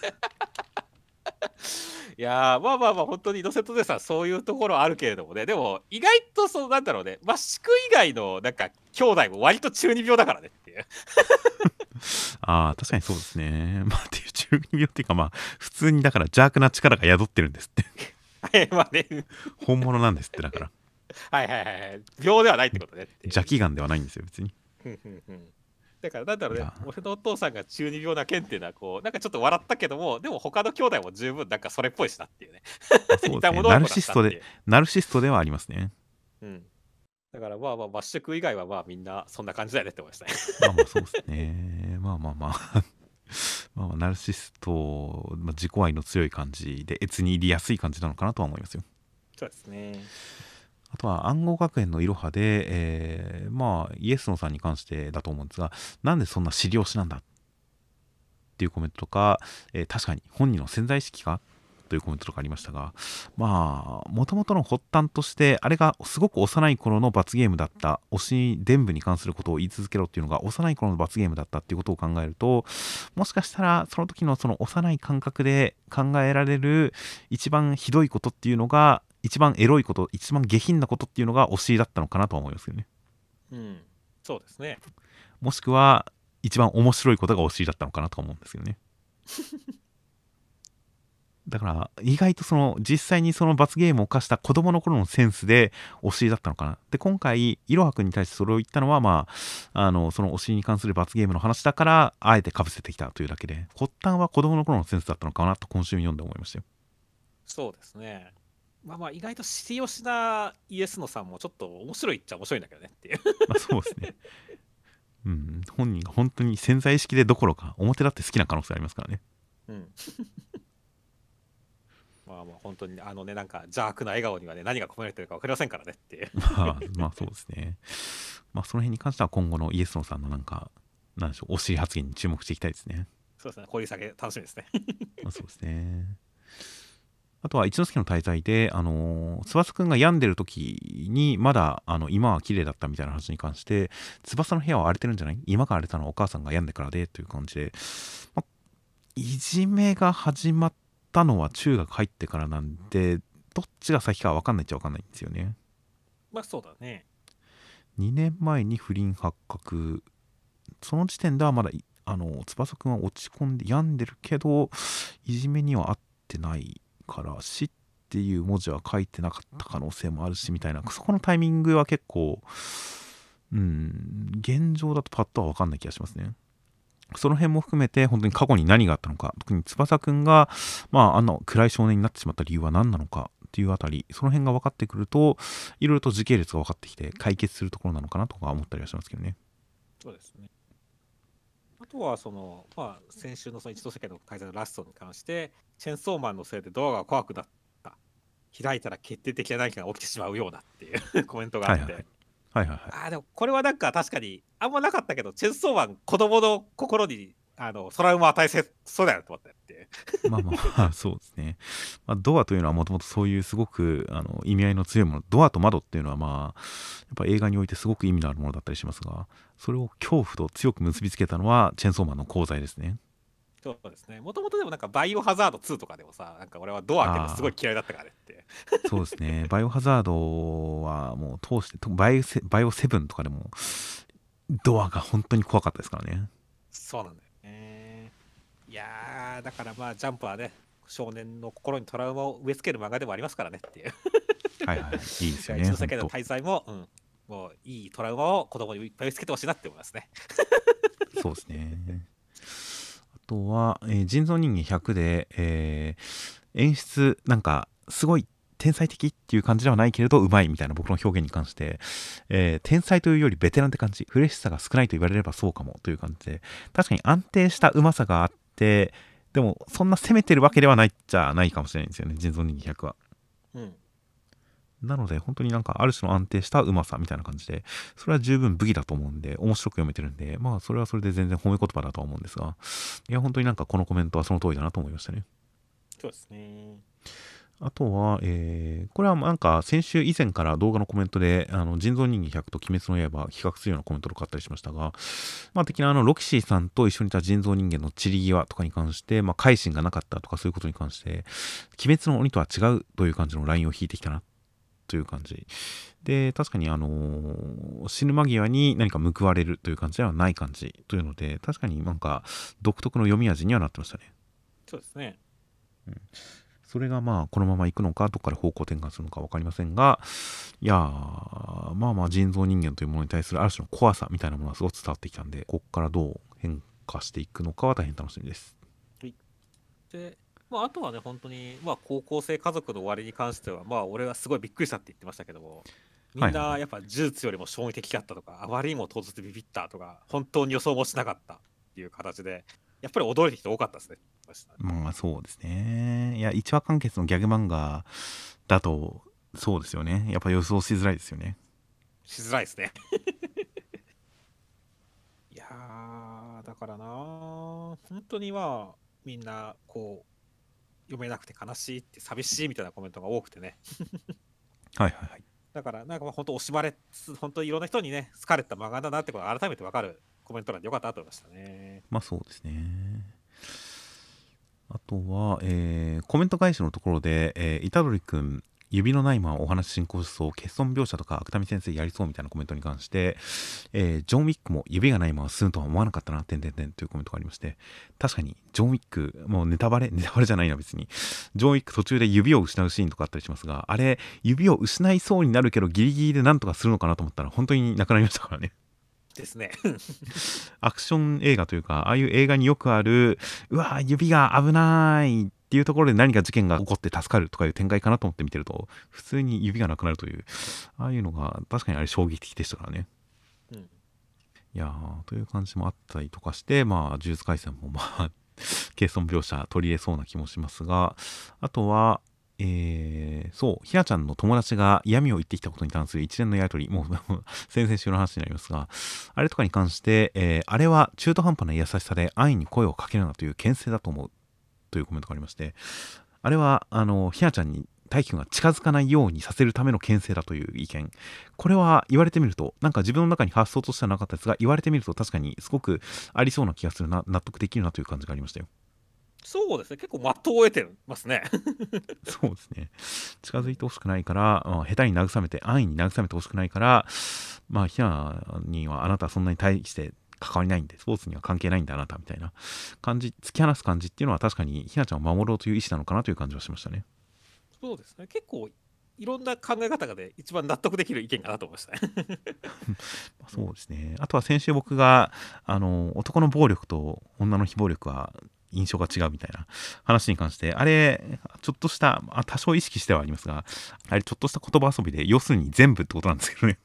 いやー、まあまあまあ、本当にイノセントゼロさん、そういうところあるけれどもね、でも、意外とそう、なんだろうね、マシク以外の、なんか、兄弟も割と中二病だからねっていう。 ああ、確かにそうですね。まあ、っていう中二病っていうか、まあ、普通にだから邪悪な力が宿ってるんですって。 はい、まあね。 本物なんですって、だから。 はいはいはいはい。病ではないってことねっていう。 邪気眼ではないんですよ、別に。 ふんふんふんだからなんだろうねいや、 俺のお父さんが中二病な件っていうのはこうなんかちょっと笑ったけどもでも他の兄弟も十分なんかそれっぽいしなっていうねまあ、そうですね。 似た者ナの子だったルシストで、 っていう、 ナルシストではありますね。 うん、だからまあまあ抹食以外はまあみんなそんな感じだよねって思いましたねまあまあ、そうですね。まあまあまあ。まあまあ、ナルシスト、まあ、自己愛の強い感じで、越に入りやすい感じなのかなとは思いますよ。 そうですねあとは暗号学園のいろはで、まあイエスノさんに関してだと思うんですが、なんでそんな資料師なんだっていうコメントとか、確かに本人の潜在意識かというコメントとかありましたが、まあもともとの発端としてあれがすごく幼い頃の罰ゲームだった、推し伝部に関することを言い続けろっていうのが幼い頃の罰ゲームだったっていうことを考えると、もしかしたらその時のその幼い感覚で考えられる一番ひどいことっていうのが、一番エロいこと、一番下品なことっていうのが推しだったのかなとは思いますよね。 うんそうですねもしくは一番面白いことが推しだったのかなと思うんですよね。だから意外とその実際にその罰ゲームを犯した子供の頃のセンスで推しだったのかな。で今回いろはくんに対してそれを言ったのは、まあその推しに関する罰ゲームの話だからあえてかぶせてきたというだけで、発端は子供の頃のセンスだったのかなと今週読んで思いましたよ。 そうですねまあまあ意外とシリオシなイエスノさんもちょっと面白いっちゃ面白いんだけどねっていうまあそうですね。うん、本人が本当に潜在意識でどころか表だって好きな可能性ありますからね。 うんまあまあ本当にあのねなんか邪悪な笑顔にはね何が込められてるか分かりませんからねっていうまあそうですね。まあその辺に関しては今後のイエスノさんのなんか、なんでしょう、推し発言に注目していきたいですね。 そうですね掘り下げ楽しみですねまあそうですね。あとは一之輔の滞在で、翼くんが病んでる時に、まだ今は綺麗だったみたいな話に関して、翼の部屋は荒れてるんじゃない、今が荒れたのはお母さんが病んでからでという感じで、まあ、いじめが始まったのは中学入ってからなんで、どっちが先かは分かんないっちゃ分かんないんですよね。 まあそうだね 2年前に不倫発覚、その時点ではまだ翼くんは落ち込んで病んでるけど、いじめには合ってないから死っていう文字は書いてなかった可能性もあるしみたいな、そこのタイミングは結構現状だとパッとは分かんない気がしますね。その辺も含めて本当に過去に何があったのか、特に翼くんがあんな暗い少年になってしまった理由は何なのかっていうあたり、その辺が分かってくるといろいろと時系列が分かってきて解決するところなのかなとか思ったりはしますけどね。 そうですねあとはその、まあ、先週のその一度世間の開催のラストに関して、チェンソーマンのせいでドアが怖くなった。開いたら決定的な何かが起きてしまうようなっていうコメントがあって。 はいはいはい。 ああ、でもこれはなんか確かにあんまなかったけど、チェンソーマン、子供の心にトラウマを与えそうだよと思ったよっていう。 まあまあそうですね。まあ、ドアというのはもともとそういうすごく意味合いの強いもの、ドアと窓っていうのはまあやっぱ映画においてすごく意味のあるものだったりしますが、それを恐怖と強く結びつけたのはチェンソーマンの功罪ですね。 そうですね。もともとでもなんかバイオハザード2とかでもさ、なんか俺はドア開けるのすごい嫌いだったからねって。 そうですね。バイオハザードはもう通して、バイオセブンとかでもドアが本当に怖かったですからね。 そうなんだよね。いやー、だからまあジャンプはね、 少年の心にトラウマを植え付ける漫画でもありますからねっていう。 はいはい、いいですよね。 一度世界の本当滞在も、もういいトラウマを子供にいっぱい植え付けてほしいなって思いますね。 そうですね。あとは、人造人間100で、演出なんかすごい天才的っていう感じではないけれどうまいみたいな僕の表現に関して、天才というよりベテランって感じ、フレッシュさが少ないと言われればそうかもという感じで、確かに安定したうまさがあって、でもそんな攻めてるわけではないっちゃないかもしれないんですよね、人造人間100は。 うん。 なので本当になんかある種の安定したうまさみたいな感じで、それは十分武器だと思うんで、面白く読めてるんで、まあそれはそれで全然褒め言葉だとは思うんですが、いや本当になんかこのコメントはその通りだなと思いましたね。 そうですね。 あとは、これはなんか先週以前から動画のコメントで、人造人間100と鬼滅の刃比較するようなコメントとかあったりしましたが、まあ的なロキシーさんと一緒にいた人造人間の散り際とかに関して、まあ改心がなかったとかそういうことに関して、鬼滅の鬼とは違うという感じのラインを引いてきたなという感じ。で、確かに死ぬ間際に何か報われるという感じではない感じというので、確かになんか独特の読み味にはなってましたね。 そうですね。 それがまあこのまま行くのかどっかで方向転換するのか分かりませんが、いやーまあまあ人造人間というものに対するある種の怖さみたいなものはすごく伝わってきたんで、ここからどう変化していくのかは大変楽しみです。 で、まあ、あとはね、本当に、まあ、高校生家族の終わりに関しては、まあ、俺はすごいびっくりしたって言ってましたけども、みんはいはいはい。 なやっぱ呪術よりも衝撃的だったとか、あまりにも唐突でビビったとか、本当に予想もしなかったっていう形で、やっぱり驚いた人多かったですね。 まあそうですね。いや、一話完結のギャグ漫画だと、そうですよね。やっぱ予想しづらいですよね。 しづらいですね。いやー、だからなー、本当にまあ、みんな、こう、読めなくて悲しいって寂しいみたいなコメントが多くてね。 はいはいはい。 だから、なんかまあ本当惜しまれ、本当いろんな人にね、好かれた漫画だなってことが改めて分かるコメントなんでよかったなと思いましたね。 まあそうですね。あとは、コメント返しのところで、虎杖くん、指のないままお話進行しそう、欠損描写とか芥見先生やりそうみたいなコメントに関して、ジョン・ウィックも指がないまま進むとは思わなかったな、てんてんてんというコメントがありまして、確かに、ジョン・ウィック、もうネタバレじゃないな、別に。ジョン・ウィック途中で指を失うシーンとかあったりしますが、あれ、指を失いそうになるけど、ギリギリでなんとかするのかなと思ったら、本当になくなりましたからね。 ですね。 アクション映画というか、ああいう映画によくある、うわー、指が危ないっていうところで何か事件が起こって助かるとかいう展開かなと思って見てると、普通に指がなくなるという、ああいうのが確かにあれ衝撃的でしたからね。 うん、 いやー、という感じもあったりとかして、まあ、呪術廻戦もまあ、欠損描写取り入れそうな気もしますが、あとは、そう、ひなちゃんの友達が嫌味を言ってきたことに関する一連のやりとり、もう先々週の話になりますが、あれとかに関して、あれは中途半端な優しさで安易に声をかけるなという牽制だと思うというコメントがありまして、あれは、ひなちゃんに大輝くんが近づかないようにさせるための牽制だという意見。これは言われてみると、なんか自分の中に発想としてはなかったですが、言われてみると確かにすごくありそうな気がするな、納得できるなという感じがありましたよ。 そうですね。結構的を得てますね。 そうですね。近づいてほしくないから、まあ、下手に慰めて、安易に慰めてほしくないから、まあ、ひなにはあなたはそんなに対して関わりないんで、スポーツには関係ないんだあなたみたいな感じ、突き放す感じっていうのは確かにひなちゃんを守ろうという意思なのかなという感じはしましたね。 そうですね。結構いろんな考え方で一番納得できる意見かなと思いましたね。 そうですね。あとは先週僕が、男の暴力と女の非暴力は印象が違うみたいな話に関して、あれ、ちょっとした、多少意識してはありますが、あれちょっとした言葉遊びで、要するに全部ってことなんですけどね。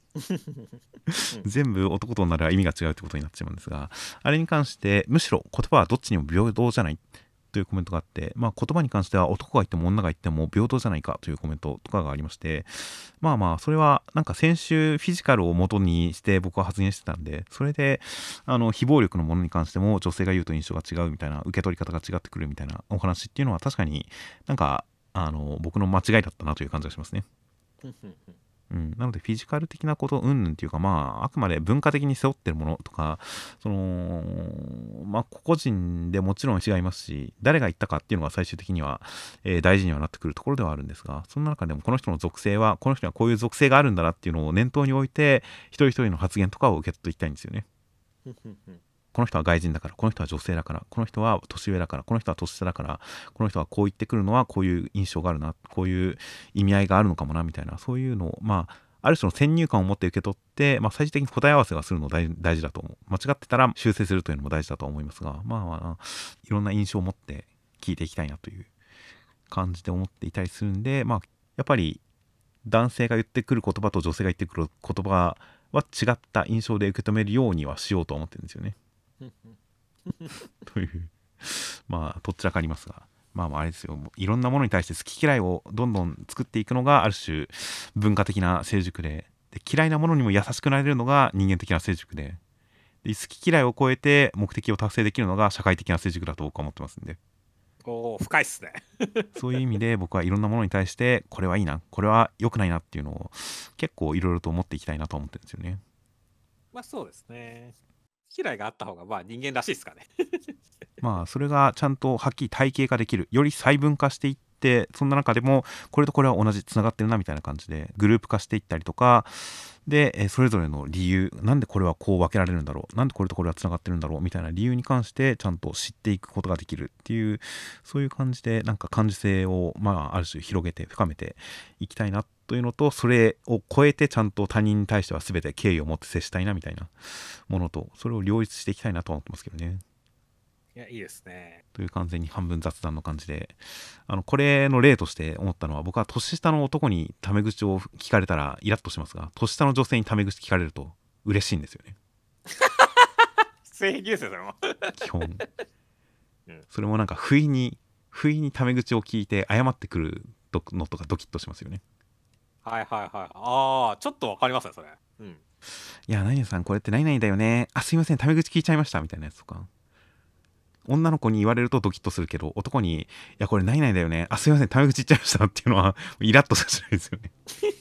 全部男と女では意味が違うってことになってしまうんですが、あれに関してむしろ言葉はどっちにも平等じゃないというコメントがあって、まあ、言葉に関しては男が言っても女が言っても平等じゃないかというコメントとかがありまして、まあまあそれはなんか先週フィジカルを元にして僕は発言してたんで、それで非暴力のものに関しても女性が言うと印象が違うみたいな、受け取り方が違ってくるみたいなお話っていうのは確かになんか僕の間違いだったなという感じがしますね。うん、なのでフィジカル的なことうんぬんっていうか、まああくまで文化的に背負ってるものとか、そのまあ個々人でもちろん違いますし、誰が言ったかっていうのが最終的には、大事にはなってくるところではあるんですが、その中でもこの人の属性はこの人にはこういう属性があるんだなっていうのを念頭に置いて、一人一人の発言とかを受け取っていきたいんですよね。 この人は外人だから、この人は女性だから、この人は年上だから、この人は年下だから、この人はこう言ってくるのはこういう印象があるな、こういう意味合いがあるのかもなみたいな、そういうのをある種の先入観を持って受け取って、最終的に答え合わせがするの大事だと思う。間違ってたら修正するというのも大事だと思いますが、いろんな印象を持って聞いていきたいなという感じで思っていたりするんで、やっぱり男性が言ってくる言葉と女性が言ってくる言葉は違った印象で受け止めるようにはしようと思ってるんですよね。というどちらかありますが、あれですよ、いろんなものに対して好き嫌いをどんどん作っていくのがある種文化的な成熟で、嫌いなものにも優しくなれるのが人間的な成熟で、好き嫌いを超えて目的を達成できるのが社会的な成熟だと僕は思ってますんで。 おー、深いっすね。 そういう意味で僕はいろんなものに対してこれはいいな、これは良くないなっていうのを結構いろいろと思っていきたいなと思ってるんですよね。 そうですね。嫌いがあった方が人間らしいですかね。 それがちゃんとはっきり体系化できる、より細分化していって、そんな中でもこれとこれは同じつながってるなみたいな感じでグループ化していったりとかで、それぞれの理由、なんでこれはこう分けられるんだろう、なんでこれとこれはつながってるんだろうみたいな理由に関してちゃんと知っていくことができるっていう、そういう感じで感受性をある種広げて深めていきたいなというのと、それを超えてちゃんと他人に対しては全て敬意を持って接したいなみたいなものと、それを両立していきたいなと思ってますけどね。 いや、いいですね。 という完全に半分雑談の感じで、これの例として思ったのは、僕は年下の男にタメ口を聞かれたらイラッとしますが、年下の女性にタメ口聞かれると嬉しいんですよね。 性癖ですよ、それも。 基本。 うん、 それも不意にタメ口を聞いて謝ってくるのとかドキッとしますよね。 はいはいはい。ああ、ちょっとわかりますね、それ。うん。 いや、何々さんこれって何々だよね。あ、すいません、タメ口聞いちゃいましたみたいなやつとか。女の子に言われるとドキッとするけど、男に、いや、これ何々だよね。あ、すいません、タメ口言っちゃいましたっていうのは、イラッとさせないですよね。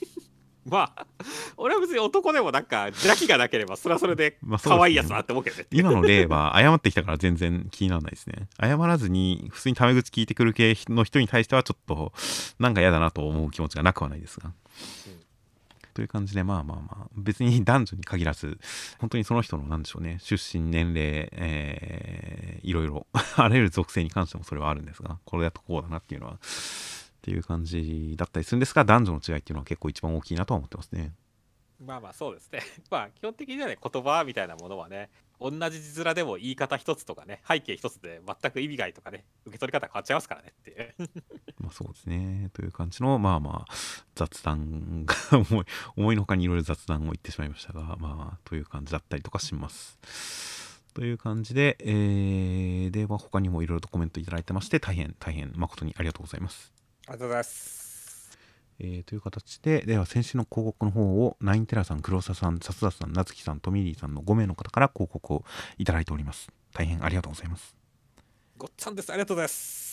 俺は別に男でも邪気がなければ、それはそれで可愛いやつだなって思うけどね。 今の例は謝ってきたから全然気にならないですね。謝らずに、普通にタメ口聞いてくる系の人に対しては、ちょっと、嫌だなと思う気持ちがなくはないですが。という感じで、別に男女に限らず、本当にその人の、なんでしょうね、出身、年齢、いろいろ、あらゆる属性に関してもそれはあるんですが、これだとこうだなっていうのは、っていう感じだったりするんですが、男女の違いっていうのは結構一番大きいなとは思ってますね。 そうですね。基本的にはね、言葉みたいなものはね、同じ字面でも言い方一つとかね、背景一つで全く意味がいとかね、受け取り方変わっちゃいますからねっていう。 そうですね。という感じの、雑談が思いのほかにいろいろ雑談を言ってしまいましたが、という感じだったりとかします。という感じで、では他にもいろいろとコメントいただいてまして、大変誠にありがとうございます。 ありがとうございます。 という形で、では先週の広告の方を、ナインテラさん、黒沢さん、笹田さん、夏樹さん、トミリーさんの5名の方から広告をいただいております。大変ありがとうございます。 ごっつぁんです。ありがとうございます。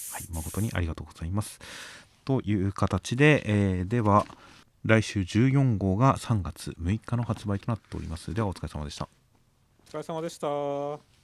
はい、誠にありがとうございます。という形で、では、来週14号が3月6日の発売となっております。では、お疲れ様でした。 お疲れ様でした。